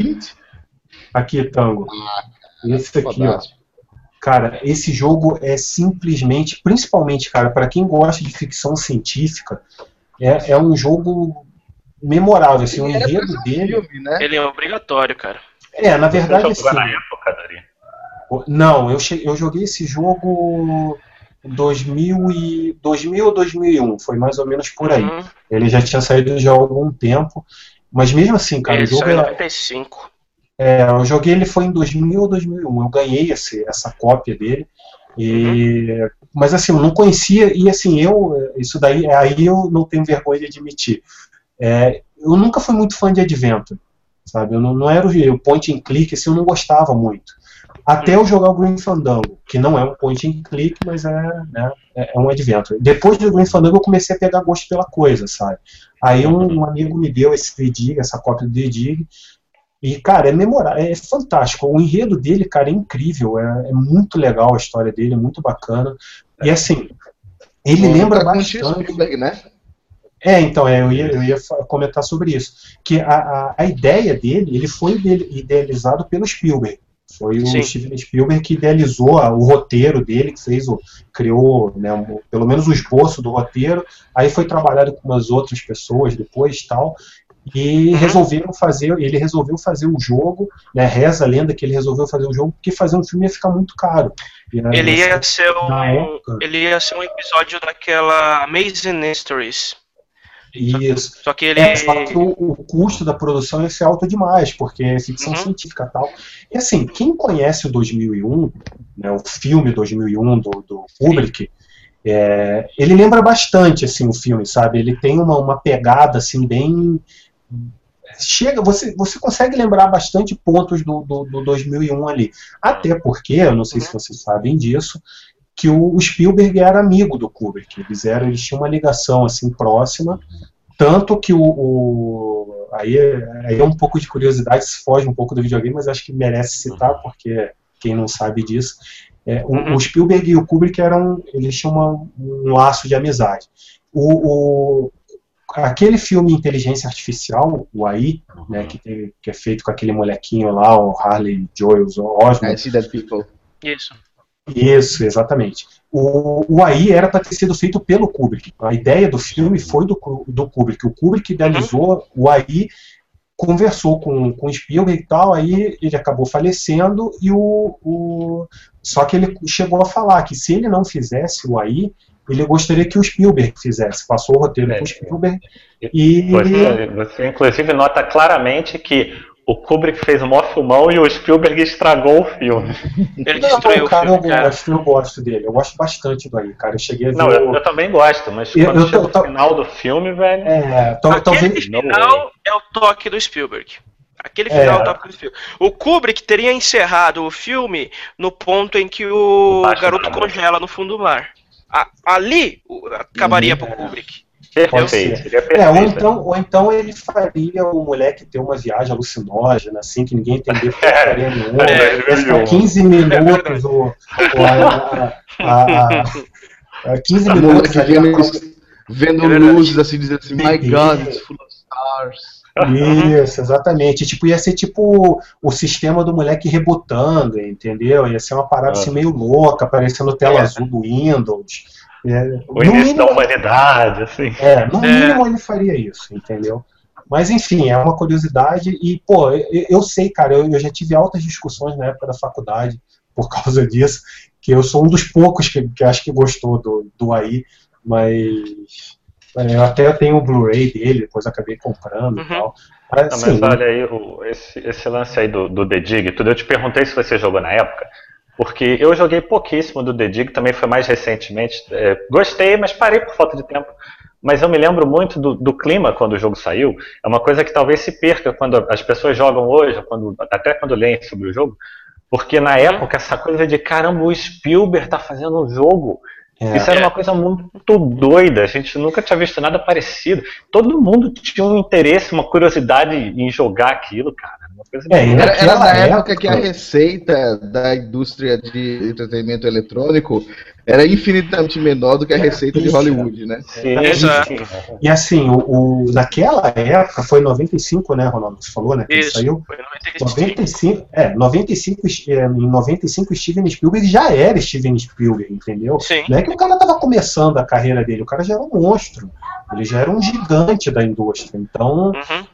aqui, Tango. Ah, esse aqui, fantástico. Ó. Cara, esse jogo é simplesmente, principalmente, cara, para quem gosta de ficção científica, é, é um jogo memorável, assim, o enredo dele... Filme, né? Ele é obrigatório, cara. É, na verdade, Você jogou na época, Dari? Não, eu, che... eu joguei esse jogo dois mil e... dois mil ou dois mil e um, foi mais ou menos por aí. Uhum. Ele já tinha saído já há algum tempo, mas mesmo assim, cara, ele o jogo saiu em é... noventa e cinco. É, eu joguei ele foi em dois mil ou dois mil e um, eu ganhei esse, essa cópia dele, e, uhum. mas assim, eu não conhecia, e assim, eu, isso daí, aí eu não tenho vergonha de admitir, é, eu nunca fui muito fã de Adventure, sabe, eu não, não era o point and click, assim, eu não gostava muito, até eu jogar o Grim Fandango, que não é um point and click, mas é, né, é um Adventure. Depois do Grim Fandango eu comecei a pegar gosto pela coisa, sabe, aí um, um amigo me deu esse D D I G, essa cópia do D D I G, e, cara, é memorável, é fantástico. O enredo dele, cara, é incrível. É, é muito legal a história dele, é muito bacana. E, assim, ele lembra tá bastante... Spielberg, né? É, então, é, eu, ia, eu ia comentar sobre isso. Que a, a, a ideia dele, ele foi idealizado pelo Spielberg. Foi o Sim. Steven Spielberg que idealizou a, o roteiro dele, que fez o, criou, né, um, pelo menos o esboço do roteiro. Aí foi trabalhado com umas outras pessoas depois e tal... E uhum. resolveram fazer, ele resolveu fazer um jogo, né, reza a lenda que ele resolveu fazer um jogo, porque fazer um filme ia ficar muito caro. E, né, ele, ia ser um, época, ele ia ser um episódio daquela Amazing Mysteries. Isso. Só, só que ele... É, só que o, o custo da produção ia ser alto demais, porque é ficção uhum. científica e tal. E assim, quem conhece o dois mil e um, né, o filme dois mil e um do, do Kubrick, é, ele lembra bastante assim, o filme, sabe? Ele tem uma, uma pegada assim, bem... Chega, você, você consegue lembrar bastante pontos do, do, do dois mil e um ali. Até porque, eu não sei se vocês sabem disso, que o, o Spielberg era amigo do Kubrick. Eles, eram, eles tinham uma ligação assim, próxima. Tanto que o... o aí, é, aí é um pouco de curiosidade, se foge um pouco do videogame, mas acho que merece citar, porque quem não sabe disso. É, o, o Spielberg e o Kubrick eram, eles tinham uma, um laço de amizade. O... o aquele filme Inteligência Artificial, o A I, uhum. né, que, tem, que é feito com aquele molequinho lá, o Harley Jones Osment. I See Dead People. Isso. Isso, exatamente. O, o A I era para ter sido feito pelo Kubrick. A ideia do filme foi do, do Kubrick. O Kubrick idealizou uhum. o A I, conversou com, com o Spielberg e tal, aí ele acabou falecendo, e o, o, só que ele chegou a falar que se ele não fizesse o A I, ele gostaria que o Spielberg fizesse. Passou o roteiro é, para o Spielberg. E... Você, você, inclusive, nota claramente que o Kubrick fez um maior filmão e o Spielberg estragou o filme. Ele Não, destruiu cara, o filme, eu cara. gosto, eu gosto dele. Eu gosto bastante do aí, cara. Eu cheguei a ver. Não, o... eu, eu também gosto, mas Eu- quando eu chega tô- o tô- final do filme, velho. É, tal- Aquele talvez. No final é o toque do Spielberg. Aquele É. final é o toque do Spielberg. O Kubrick teria encerrado o filme no ponto em que o Embaixo garoto d'água. congela no fundo do mar. A- ali o- acabaria Uhum. pro Kubrick. Perfeito. ser. Seria É, ou perfeito. então, ou então ele faria o moleque ter uma viagem alucinógena, assim, que ninguém entender porcaria nenhuma. É, Ia ficar quinze minutos, o, o, a, a, a, a, quinze O minutos moleque ali. vendo, a- vendo É verdade. luzes assim, dizendo assim, my God, it's full of stars. Isso, exatamente. Tipo, ia ser tipo o sistema do moleque rebotando, entendeu? Ia ser uma parada assim, meio louca, aparecendo tela É. azul do Windows. É, O no início da mínimo, humanidade, assim. é, no É. mínimo ele faria isso, entendeu? Mas enfim, é uma curiosidade e, pô, eu, eu sei, cara, eu, eu já tive altas discussões na época da faculdade por causa disso, que eu sou um dos poucos que, que acho que gostou do, do A I, mas é, eu até tenho o Blu-ray dele, depois acabei comprando Uhum. e tal. Mas, Não, assim, mas olha aí, o- esse, esse lance aí do, do The Dig, tudo, eu te perguntei se você jogou na época, porque eu joguei pouquíssimo do The Dig, também foi mais recentemente. É, gostei, mas parei por falta de tempo. Mas eu me lembro muito do, do clima quando o jogo saiu. É uma coisa que talvez se perca quando as pessoas jogam hoje, quando, até quando leem sobre o jogo. Porque na época, essa coisa de caramba, o Spielberg tá fazendo um jogo. é, Isso era uma coisa muito doida, a gente nunca tinha visto nada parecido. Todo mundo tinha um interesse, uma curiosidade em jogar aquilo, cara. Uma coisa É, muito- Era, era Naquela na época, época- que a receita da indústria de entretenimento eletrônico era infinitamente menor do que a receita de Isso. Hollywood, né? Sim, Exato. sim. E assim, o, o- naquela época, foi em noventa e cinco, né, Ronaldo? Você falou, né? Que ele Isso. saiu. Foi em noventa e cinco. noventa e cinco, é, noventa e cinco, é, em noventa e cinco, Steven Spielberg já era Steven Spielberg, entendeu? Sim. Não é que o cara estava começando a carreira dele, o cara já era um monstro. Ele já era um gigante da indústria. Então, Uhum.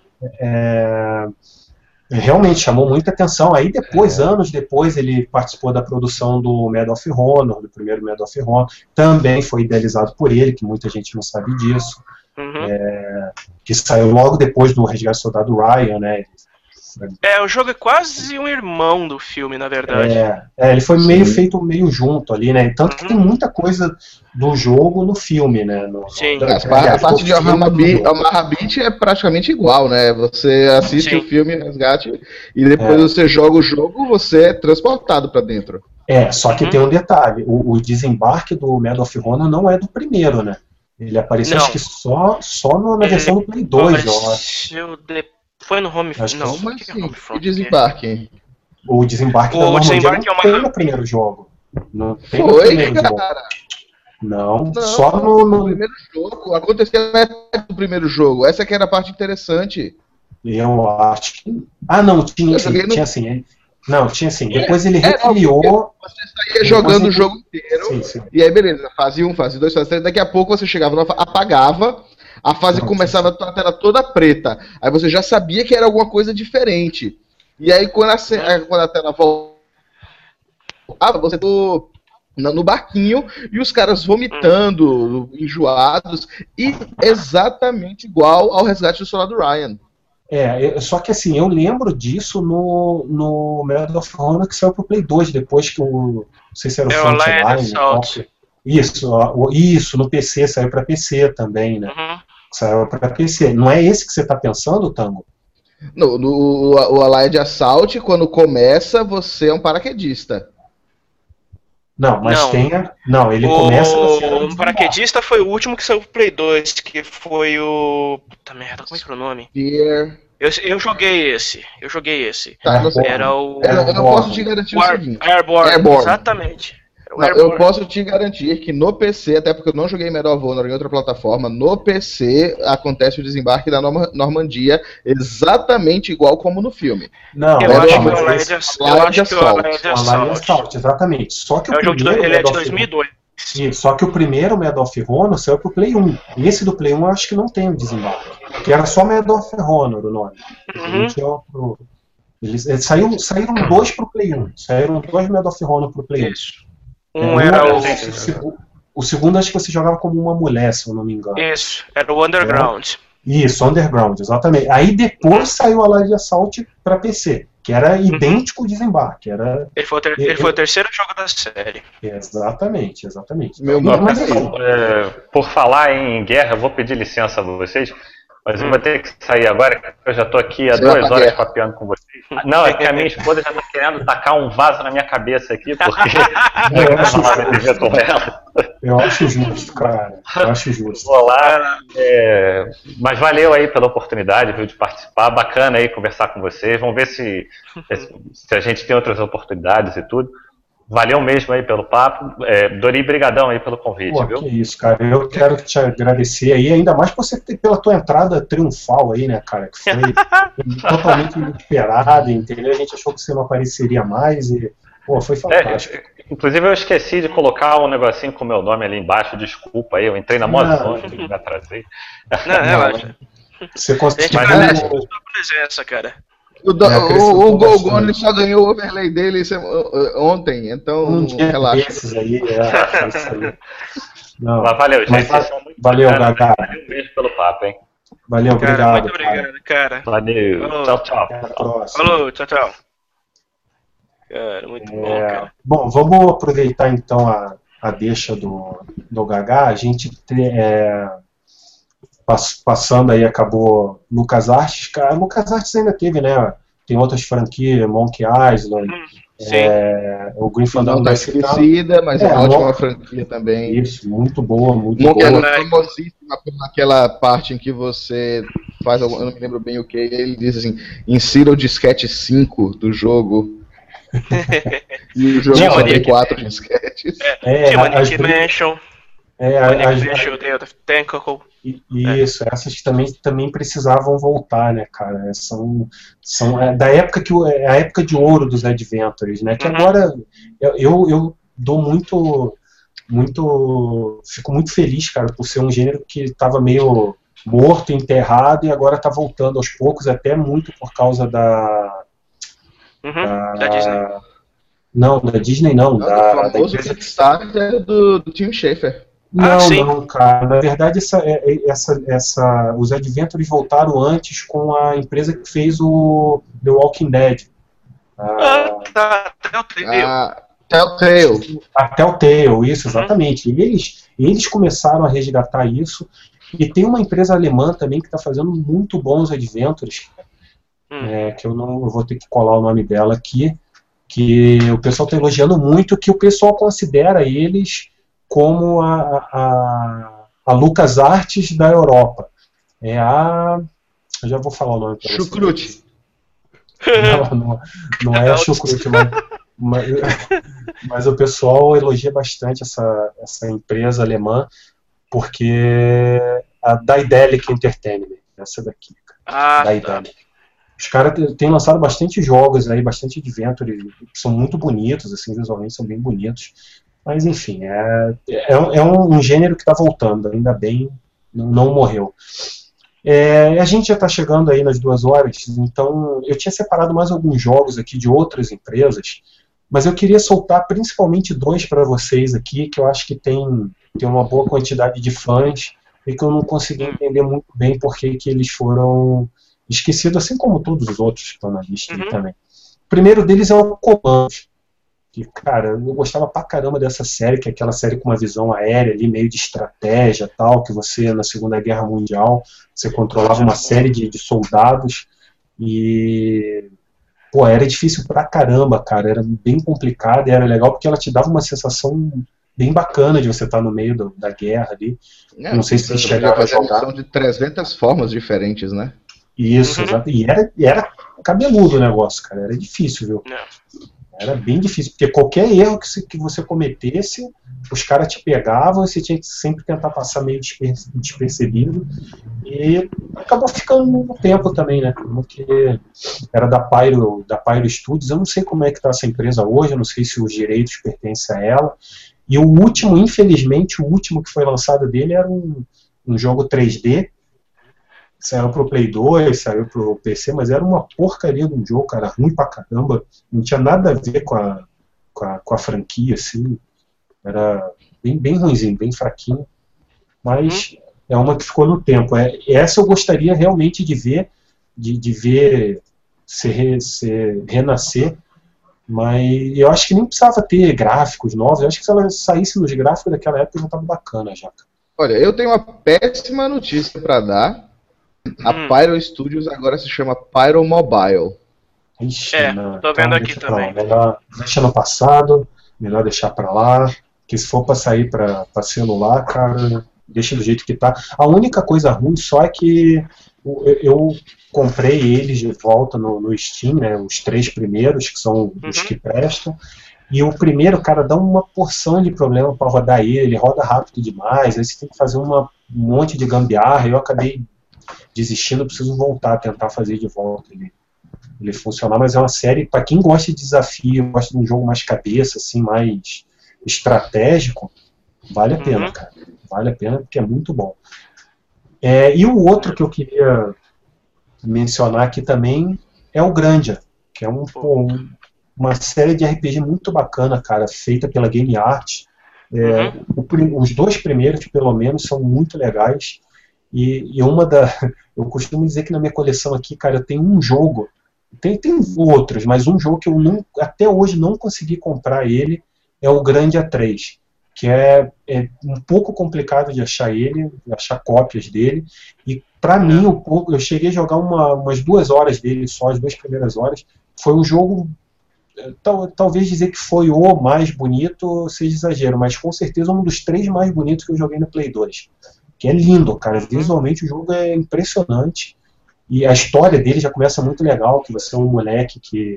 é, realmente chamou muita atenção. Aí depois, anos depois, ele participou da produção do Medal of Honor, do primeiro Medal of Honor. Também foi idealizado por ele, que muita gente não sabe disso. Uhum. Que saiu logo depois do Resgate do Soldado Ryan, né? É, o jogo é quase um irmão do filme, na verdade. É, é, ele foi Sim. meio feito meio junto ali, né? Tanto que tem muita coisa do jogo no filme, né? No, Sim. no- A, pa- a parte de no filme Omaha do Beach, jogo. Omaha Beach é praticamente igual, né? Você assiste Sim. o filme Resgate e depois É. você joga o jogo, você é transportado pra dentro. É, só que Uhum. tem um detalhe: o, o desembarque do Medal of Honor não é do primeiro, né? Ele apareceu, Não. acho que só, só no- na Ele versão do Play dois, eu acho. Apareceu de- Foi no Home Acho que Não, Como o que é assim? Homefront? O desembarque, hein? O desembarque O da Normandia desembarque não é uma- tem no primeiro jogo. Não tem no Foi, primeiro jogo. cara. Não, Não, só no, no no- primeiro jogo. Aconteceu na época do primeiro jogo. Essa que era a parte interessante. Eu acho que. Ah, não, tinha Eu sim, joguei no- tinha sim. ele- Não, tinha sim. Depois ele É, não, recriou. Você saía jogando o jogo inteiro. Sim, sim. E aí, beleza, fase um, fase dois, fase três. Daqui a pouco você chegava, na fa- apagava, a fase Não, começava a tela toda preta. Aí você já sabia que era alguma coisa diferente. E aí, quando a, ce- aí, quando a tela voltava, você tô na- no barquinho e os caras vomitando, enjoados, e exatamente igual ao Resgate do Soldado Ryan. É, eu- só que assim, eu lembro disso no, no Medal of Honor que saiu pro Play dois, depois que o. Não sei se era o É o Allied Frontline. Assault. qual que- Isso, ó, o- isso, no P C, saiu pra P C também, né? Uhum. Saiu pra P C. Não é esse que você tá pensando, Tango? No, no, o, o Allied Assault, quando começa, você é um paraquedista. Não, mas Não. tem a. Não, ele começa na cena do O desembarque. paraquedista foi o último que saiu pro Play dois, que foi o. Puta merda, como é que era o nome? Fear. Eu, eu joguei esse. Eu joguei esse. Tá, não sei. Era o. Eu, eu não Airborne. posso te garantir o o Air- seguinte. Airborne. Airborne. Exatamente. Era o Não, eu Airborne. posso te garantir que no P C, até porque eu não joguei Medal of Honor em outra plataforma, no P C acontece o desembarque da Norma- Normandia exatamente igual como no filme. Não, Eu Era acho o que o mas Allied esse- Ass- eu Allied acho que o Assault. Allied o Allied Assault. Assault, exatamente. Só que É o o jogo de, primeiro ele é de Medal of dois mil e dois. Sim, só que o primeiro Medal of Honor saiu pro Play um. E esse do Play um eu acho que não tem o desembarque. Que era só Medal of Honor o nome. Uhum. Não tinha outro- Eles, eles saíram, saíram dois pro Play um. Saíram dois Medal of Honor pro Play um. Isso. É, Um era o, o. o, segu- o segundo acho que você jogava como uma mulher, se eu não me engano. Isso, era o Underground. Isso, Underground, exatamente. Aí depois saiu a Live Assault para P C, que era idêntico ao Desembarque. Era... Ele foi o, ter... ele foi o terceiro jogo da série. Exatamente, exatamente. Meu Não, nome mas é assim, É, por falar em guerra, eu vou pedir licença a vocês, mas eu vou ter que sair agora, porque eu já estou aqui há Você vai duas pra horas guerra. papeando com vocês. Não, é porque a minha esposa já está querendo tacar um vaso na minha cabeça aqui, porque eu eu quero acho, falar desse dia com ela. eu acho justo, cara. Eu acho justo. Vou lá. É, mas valeu aí pela oportunidade, viu, de participar. Bacana aí conversar com vocês. Vamos ver se, se a gente tem outras oportunidades e tudo. Valeu mesmo aí pelo papo. É, Dori, brigadão aí pelo convite, Pô, viu? que isso, cara. Eu quero te agradecer aí, ainda mais por você ter, pela tua entrada triunfal aí, né, cara? Que foi totalmente inesperada, entendeu? A gente achou que você não apareceria mais e, pô, foi fantástico. É, inclusive eu esqueci de colocar um negocinho com o meu nome ali embaixo, desculpa aí, eu entrei na Mozone e me atrasei. Não, relaxa. Você A gente conseguiu. agradece pela sua presença, cara. O, do, É, o, o acrescentou Golgoni bastante. só ganhou o overlay dele se- ontem, então Um dia relaxa. desses aí, é, isso aí. Não, Mas valeu, gente. Mas Vocês são muito valeu, bacanas. Gagá. Valeu mesmo pelo papo, hein? valeu, Cara, obrigado. muito obrigado, cara. Valeu. Falou. Tchau, tchau. Cara. Até a próxima. Falou, tchau, tchau. Cara, muito bom, É, cara. bom, vamos aproveitar então a, a deixa do, do Gagá. A gente te- é, pass- passando aí, acabou LucasArts. Cara, LucasArts ainda teve, né? Tem outras franquias, Monkey Island, Sim. é, o Green Não Fandango tá vai citar. esquecida, mas é, É, uma ótima Mon- franquia também. Isso, muito boa, muito Monkey boa. Island é famosíssima naquela parte em que você faz, algum- eu não me lembro bem o que, ele diz assim, insira o disquete cinco do jogo. E o jogo Tinha só uma tem Nick- quatro disquetes. É, Tinha as Manic brin- Mansion, é, Manic as- Mansion, Day of the Tentacle. I- Isso, essas também, também precisavam voltar, né, cara? É, São, são é, da época que o- é a época de ouro dos Adventures, né? Que Uhum. agora eu, eu, eu dou muito, muito, fico muito feliz, cara, por ser um gênero que estava meio morto, enterrado e agora está voltando aos poucos, até muito por causa da, Uhum, da, da Disney. não, da Disney não, O da, da famoso empresa que Kickstarter do, do Tim Schafer. Não, Ah, sim. não, cara. Na verdade, essa, é- é- essa, essa, os Adventures voltaram antes com a empresa que fez o The Walking Dead. Ah, Ah, tá, Telltale. Ah, Telltale. a Telltale, isso, exatamente. E eles, eles começaram a resgatar isso. E tem uma empresa alemã também que está fazendo muito bons Adventures, Hum. é, que eu não eu vou ter que colar o nome dela aqui, que o pessoal está elogiando muito, que o pessoal considera eles como a, a, a LucasArts da Europa. É a... Eu já vou falar o nome para você. Chucrute. Não, não, não é a Chucrute, mas, mas, mas o pessoal elogia bastante essa, essa empresa alemã, porque a Daedalic Entertainment, essa daqui, cara. Ah, tá. Daedalic. Os caras te- têm lançado bastante jogos aí, bastante adventures, que são muito bonitos, assim, visualmente são bem bonitos. Mas enfim, é, é, um- é um, um gênero que está voltando, ainda bem, não, não morreu. É, a gente já está chegando aí nas duas horas, então eu tinha separado mais alguns jogos aqui de outras empresas, mas eu queria soltar principalmente dois para vocês aqui, que eu acho que tem, tem uma boa quantidade de fãs e que eu não consegui entender muito bem por que que eles foram esquecidos, assim como todos os outros que estão na lista aí Uhum. também. O primeiro deles é o Commandos, que, cara, eu gostava pra caramba dessa série, que é aquela série com uma visão aérea ali, meio de estratégia tal, que você, na Segunda Guerra Mundial, você controlava uma série de, de soldados e, pô, era difícil pra caramba, cara, era bem complicado e era legal porque ela te dava uma sensação bem bacana de você estar no meio do- da guerra ali. Não sei se vocês você chegaram a fazer a jogar. missão de trezentas formas diferentes, né? Isso, Uhum. exato. E era, e era cabeludo o negócio, cara, era difícil, viu? Não. Era bem difícil, porque qualquer erro que você, que você cometesse, os caras te pegavam, você tinha que sempre tentar passar meio desper- despercebido. E acabou ficando no tempo também, né? Porque era da Pyro, da Pyro Studios, eu não sei como é que está essa empresa hoje, eu não sei se os direitos pertencem a ela. E o último, infelizmente, o último que foi lançado dele era um, um jogo três D, saiu pro Play dois, saiu pro P C, mas era uma porcaria de um jogo, cara, ruim pra caramba, não tinha nada a ver com a, com a, com a franquia, assim, era bem, bem ruimzinho, bem fraquinho, mas é uma que ficou no tempo. É, essa eu gostaria realmente de ver, de, de ver se, re, se renascer, mas eu acho que nem precisava ter gráficos novos. Eu acho que se ela saísse nos gráficos daquela época já estava bacana já. Olha, eu tenho uma péssima notícia para dar. A Hum. Pyro Studios agora se chama Pyro Mobile. Ixi, É, não, tô vendo aqui deixa pra também. lá. Melhor, deixa no passado, melhor deixar pra lá, que se for pra sair pra, pra celular, cara, deixa do jeito que tá. A única coisa ruim só é que eu, eu comprei eles de volta no, no Steam, né, os três primeiros, que são os Uhum. que prestam, e o primeiro, cara, dá uma porção de problema pra rodar ele, ele roda rápido demais, aí você tem que fazer uma, um monte de gambiarra, eu acabei desistindo, eu preciso voltar a tentar fazer de volta ele. ele funcionar, mas é uma série, para quem gosta de desafio, gosta de um jogo mais cabeça, assim, mais estratégico, vale a Uhum. pena, cara. Vale a pena porque é muito bom. É, e o outro que eu queria mencionar aqui também é o Grandia, que é um, pô, um, uma série de R P G muito bacana, cara, feita pela Game Art. É, Uhum. o, os dois primeiros, pelo menos, são muito legais. E, e uma da... Eu costumo dizer que na minha coleção aqui, cara, eu tenho um jogo. Tem, tem outros, mas um jogo que eu não, até hoje não consegui comprar ele é o Grandia três, que é, é um pouco complicado de achar ele, achar cópias dele, e pra mim eu, eu cheguei a jogar uma, umas duas horas dele só, as duas primeiras horas. Foi um jogo, tal, talvez dizer que foi o mais bonito seja exagero, mas com certeza um dos três mais bonitos que eu joguei no Play dois, que é lindo, cara, visualmente o jogo é impressionante. E a história dele já começa muito legal, que você é um moleque que,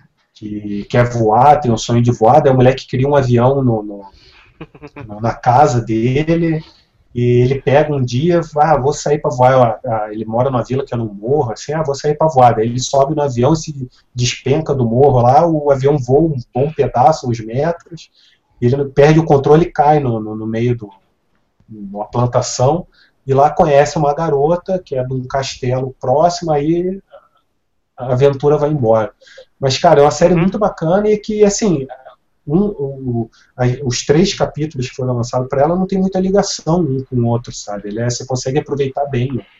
que quer voar, tem um sonho de voar, daí o moleque cria um avião no, no, no, na casa dele, e ele pega um dia, ah, vou sair para voar, ele mora numa vila que é no morro, assim, ah, vou sair para voar, daí ele sobe no avião, se despenca do morro lá, o avião voa um bom pedaço, uns metros, ele perde o controle e cai no, no, no meio de uma plantação, e lá conhece uma garota que é de um castelo próximo, aí a aventura vai embora. Mas, cara, é uma série muito bacana e que, assim, um, um, os três capítulos que foram lançados para ela não tem muita ligação um com o outro, sabe? Ele é, você consegue aproveitar bem. Né?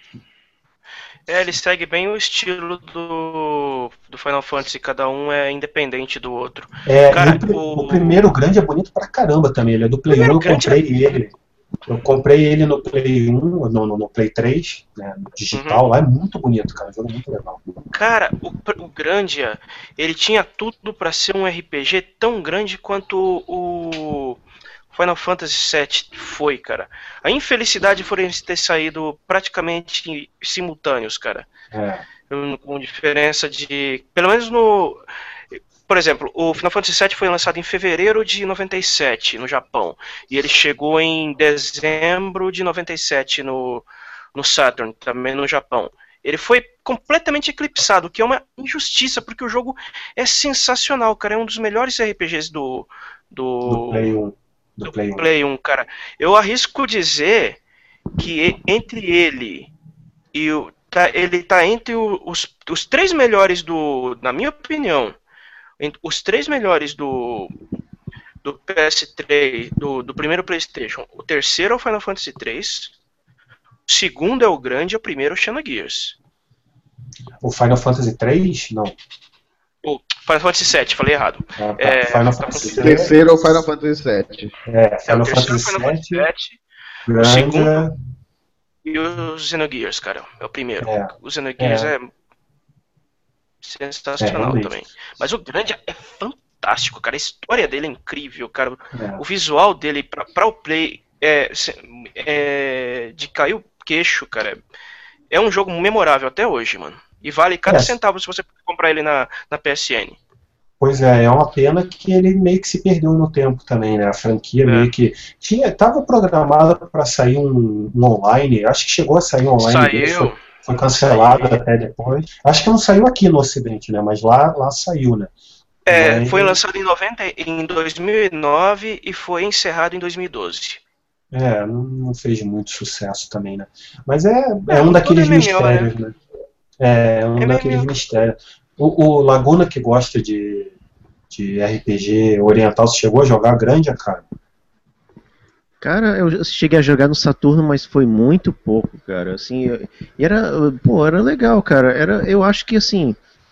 É, ele segue bem o estilo do, do Final Fantasy, cada um é independente do outro. É, Cara, o, o... o primeiro grande é bonito pra caramba também, ele é do Play um, eu comprei é... ele. Eu comprei ele no Play um, no, no, no Play três, né, no digital, uhum. Lá é muito bonito, cara, jogo muito legal. Cara, o, o Grandia, ele tinha tudo pra ser um R P G tão grande quanto o Final Fantasy sete foi, cara. A infelicidade foi eles ter saído praticamente simultâneos, cara. É. Com diferença de... Pelo menos no... Por exemplo, o Final Fantasy sete foi lançado em fevereiro de noventa e sete no Japão. E ele chegou em dezembro de noventa e sete no, no Saturn, também no Japão. Ele foi completamente eclipsado, o que é uma injustiça, porque o jogo é sensacional, cara. É um dos melhores R P Gs do... Do, do Play um. Do, do Play, Play um, cara. Eu arrisco dizer que entre ele e o... Tá, ele tá entre os, os três melhores do... Na minha opinião... Os três melhores do, do P S três, do, do primeiro PlayStation, o terceiro é o Final Fantasy três, o segundo é o Grande e o primeiro é o Xenogears. O Final Fantasy três? Não. O Final Fantasy sete, falei errado. Ah, tá. é, Final Fantasy o terceiro é o Final Fantasy sete. É, Final, é, o Fantasy, Final Fantasy sete, Grande... o segundo e o Xenogears, cara, é o primeiro. É. O Xenogears é... é sensacional é, também. Mas o Grande é fantástico, cara. A história dele é incrível, cara. É. O visual dele pra, pra o play é, é de cair o queixo, cara. É um jogo memorável até hoje, mano. E vale cada é. centavo se você comprar ele na, na P S N. Pois é, é uma pena que ele meio que se perdeu no tempo também, né? A franquia é. meio que tinha, tava programada para sair um, um online. Acho que chegou a sair um online. Saiu. Foi cancelado até depois. Acho que não saiu aqui no Ocidente, né? Mas lá, lá saiu, né? É, Mas... foi lançado em, noventa, em dois mil e nove e foi encerrado em dois mil e doze. É, não, não fez muito sucesso também, né? Mas é, é, é um daqueles M M O, mistérios, né? né? É, é um M M O. Daqueles mistérios. O, o Laguna, que gosta de, de R P G oriental, você chegou a jogar Grande, cara? Cara, eu cheguei a jogar no Saturno, mas foi muito pouco, cara. Assim, eu- e era, pô, era legal, cara. Era, eu acho que assim,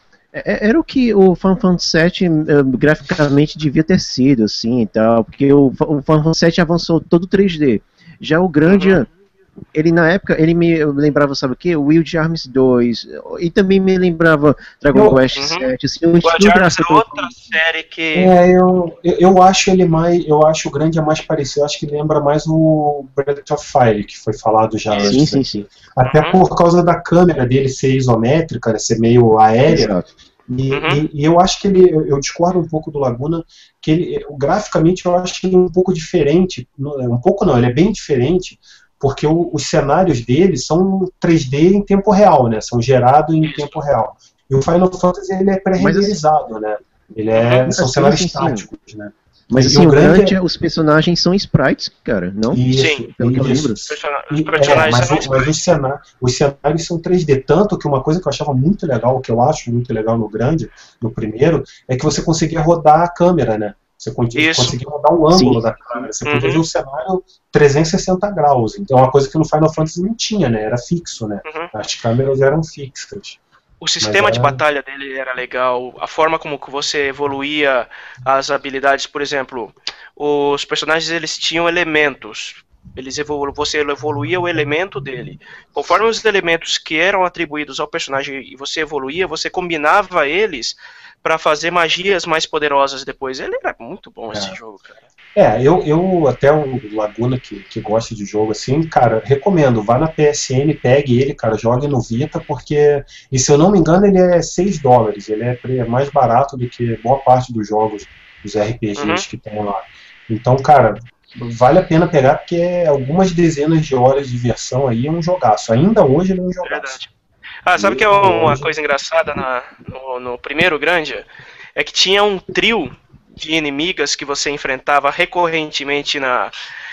é- era o que o Final Fantasy sete eh, graficamente devia ter sido, assim, e tal, porque o, Fa- o Final Fantasy sete avançou todo três D. Já o Grandia, Uhum. ele na época, ele me lembrava, sabe o quê? Wild Arms dois, e também me lembrava Dragon Eu, Quest Uhum. sete, assim, um O estilo Adjars gráfico. é outra série que. é, eu, eu eu acho ele mais. Eu acho o grande é mais parecido. Eu acho que lembra mais o Breath of Fire, que foi falado já Isso. Sim, antes sim, aqui. sim. Até Uhum. por causa da câmera dele ser isométrica, né, ser meio aérea. Exato. E, Uhum. e- e eu acho que ele. Eu eu discordo um pouco do Laguna, que ele, graficamente eu acho ele um pouco diferente. não- Um pouco não, ele é bem diferente, porque o- os cenários dele são três D em tempo real, né? São gerados em Isso. tempo real. E o Final Fantasy ele é pré-renderizado, né? Ele é, Uhum. são Sim, cenários sim, sim. estáticos, né? Mas E- e assim, o o grande Grandia, os personagens são sprites, cara, não? Isso, Sim. Pelo que eu isso. lembro. Os persona- os E- personagens é, mas, são o- mas os, cenários, os cenários são três D, tanto que uma coisa que eu achava muito legal, que eu acho muito legal no grande, no primeiro, é que você conseguia rodar a câmera, né? Você conseguia, Isso. conseguia rodar o ângulo Sim. da câmera, você podia Uhum. ver o cenário trezentos e sessenta graus. Então é uma coisa que no Final Fantasy não tinha, né? Era fixo, né? Uhum. As câmeras eram fixas. O sistema de era- batalha dele era legal, a forma como que você evoluía as habilidades, por exemplo, os personagens eles tinham elementos, eles evolu você evoluía o elemento dele. Conforme os elementos que eram atribuídos ao personagem e você evoluía, você combinava eles para fazer magias mais poderosas depois. Ele era muito bom esse É. jogo, cara. É, eu, eu até o Laguna que, que gosta de jogo assim, cara, recomendo, vá na P S N, pegue ele, cara, jogue no Vita, porque, e se eu não me engano, ele é seis dólares, ele é pre- é mais barato do que boa parte dos jogos, dos R P Gs Uhum. que tem lá. Então, cara, vale a pena pegar, porque é algumas dezenas de horas de diversão aí, é um jogaço. Ainda hoje ele é um jogaço. Verdade. Ah, sabe que é uma coisa engraçada na, no, no primeiro Grandia? É que tinha um trio de inimigas que você enfrentava recorrentemente na,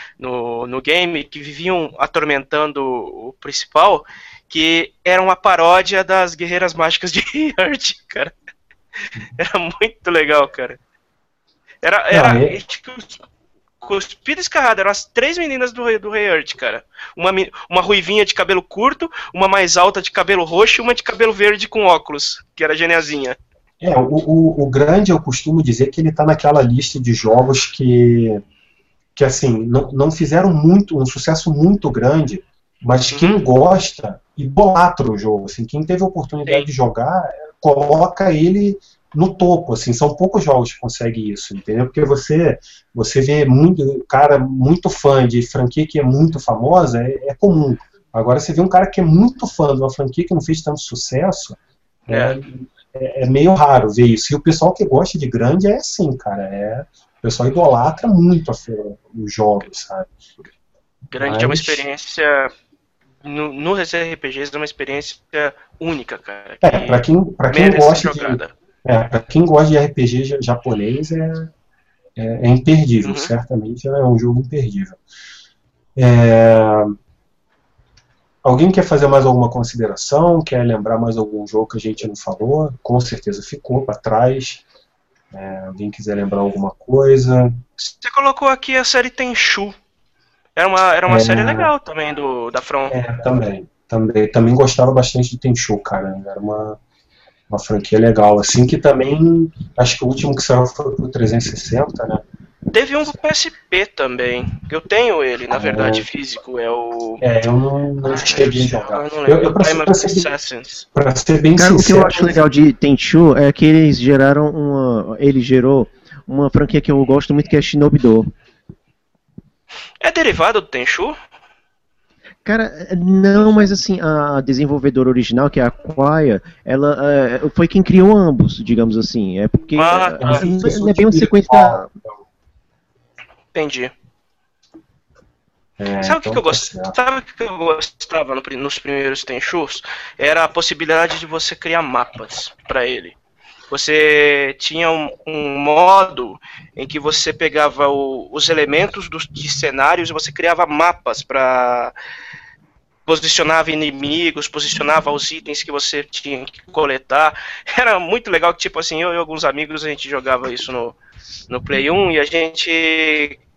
no, no game, que viviam atormentando o principal, que era uma paródia das Guerreiras Mágicas de Earth, cara. Era muito legal, cara. Era, era Não, é- tipo, cuspida escarrada, eram as três meninas do, Rei- do Rei Earth, cara. Uma, mi- uma ruivinha de cabelo curto, uma mais alta de cabelo roxo e uma de cabelo verde com óculos, que era geniazinha. É, o, o, o grande eu costumo dizer que ele está naquela lista de jogos que, que assim, não, não fizeram muito, um sucesso muito grande, mas quem gosta, idolatra o jogo. Assim, quem teve a oportunidade Sim. de jogar, coloca ele no topo. Assim, são poucos jogos que conseguem isso, entendeu? Porque você, você vê muito cara muito fã de franquia que é muito famosa, é, é comum. Agora você vê um cara que é muito fã de uma franquia que não fez tanto sucesso, É. é, é, é meio raro ver isso. E o pessoal que gosta de grande é assim, cara. É, o pessoal idolatra muito a, os jogos, sabe? Grande Mas- é uma experiência. No, nos R P Gs é uma experiência única, cara. Que É, pra quem, pra quem merece ser gosta de, jogada. é, pra quem gosta de R P G ja- japonês é, é, é imperdível, Uhum. certamente é um jogo imperdível. É, alguém quer fazer mais alguma consideração? Quer lembrar mais algum jogo que a gente não falou? Com certeza ficou para trás. É, alguém quiser lembrar alguma coisa? Você colocou aqui a série Tenchu. Era uma, era uma É. série legal também do, da From. É, também, também. Também gostava bastante de Tenchu, cara. Era uma, uma franquia legal. Assim que também, acho que o último que saiu foi pro trezentos e sessenta, né? Teve um pro P S P também. Eu tenho ele, na Ah, verdade, é. físico. É o. É, eu não, não Ai, cheguei a eu jogar. não Eu, lembro. eu, pra, Time ser- pra, of ser, Assassins. pra ser bem Cara, o que sincero, eu acho legal de Tenchu é que eles geraram uma. Ele gerou uma franquia que eu gosto muito, que é Shinobi-Do. É derivado do Tenchu? Cara, não, mas assim, a desenvolvedora original, que é a Quaya, ela é, foi quem criou ambos, digamos assim. É porque Ah, é, tá. não é bem uma sequência. Entendi. É, Sabe o que, então que eu tá gostava? certo. Sabe o que eu gostava no pri- nos primeiros Tenchus? Era a possibilidade de você criar mapas pra ele. Você tinha um, um modo em que você pegava o- os elementos dos, de cenários e você criava mapas pra posicionava inimigos, posicionava os itens que você tinha que coletar. Era muito legal que, tipo assim, eu e alguns amigos a gente jogava isso no, no Play um e a gente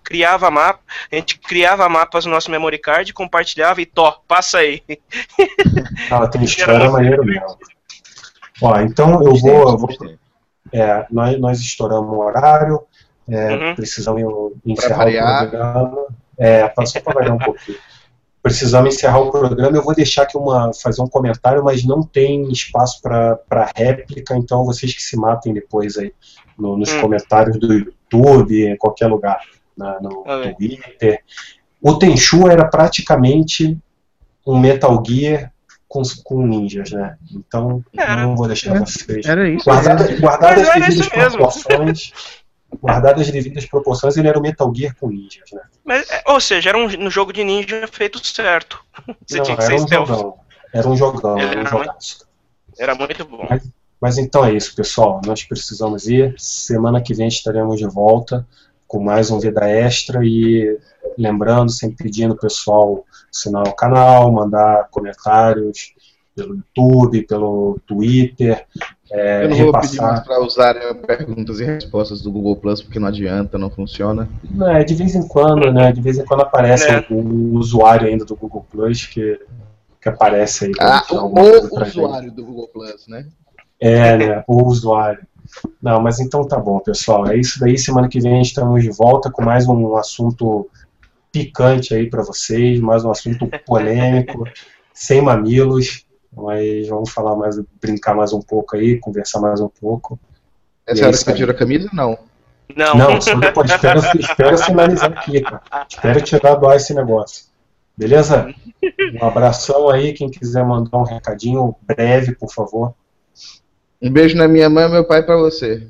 criava mapa, a gente criava mapas no nosso memory card, compartilhava e tó, passa aí. Ah, tem história maneiro mesmo. Ó, então eu vou, eu vou é, nós, nós estouramos o horário, é, uhum. precisamos encerrar o programa, é, só para variar um pouquinho. Precisamos encerrar o programa. Eu vou deixar aqui uma, fazer um comentário, mas não tem espaço para réplica, então vocês que se matem depois aí no, nos hum. comentários do YouTube, em qualquer lugar, na, no ah, Twitter. O Tenchu era praticamente um Metal Gear com, com ninjas, né? Então era. Não vou deixar era. vocês. Era isso. Guardadas, guardadas as devidas proporções. Guardadas as devidas proporções, ele era o Metal Gear com ninjas, né? Mas, ou seja, era um, um jogo de ninja feito certo. Você Não, tinha que era, ser um jogão, era um jogão. Era um era jogão. Muito, era muito bom. Mas, mas então é isso, pessoal. Nós precisamos ir. Semana que vem estaremos de volta com mais um Vida Extra. E lembrando, sempre pedindo o pessoal assinar o canal, mandar comentários pelo YouTube, pelo Twitter. É, eu não vou repassar. pedir mais para usarem perguntas e respostas do Google Plus, porque não adianta, não funciona. Não, é, de vez em quando, né? De vez em quando aparece é. um, um usuário ainda do Google Plus que, que aparece aí. Ah, o usuário do Google Plus, né? É, né? O usuário. Não, mas então tá bom, pessoal. É isso daí. Semana que vem estamos de volta com mais um assunto picante aí para vocês, mais um assunto polêmico, sem mamilos. Mas vamos falar mais, brincar mais um pouco aí, conversar mais um pouco. Essa hora que você tira a camisa? Não. Não, não só depois. Espera, espera finalizar aqui, cara. Espera tirar do ar esse negócio. Beleza? Um abração aí. Quem quiser mandar um recadinho breve, por favor. Um beijo na minha mãe e meu pai pra você.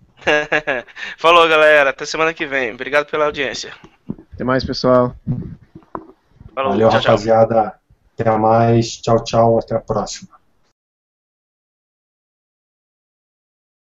Falou, galera. Até semana que vem. Obrigado pela audiência. Até mais, pessoal. Falou, Valeu, tchau, rapaziada. Tchau. Até mais. Tchau, tchau. Até a próxima.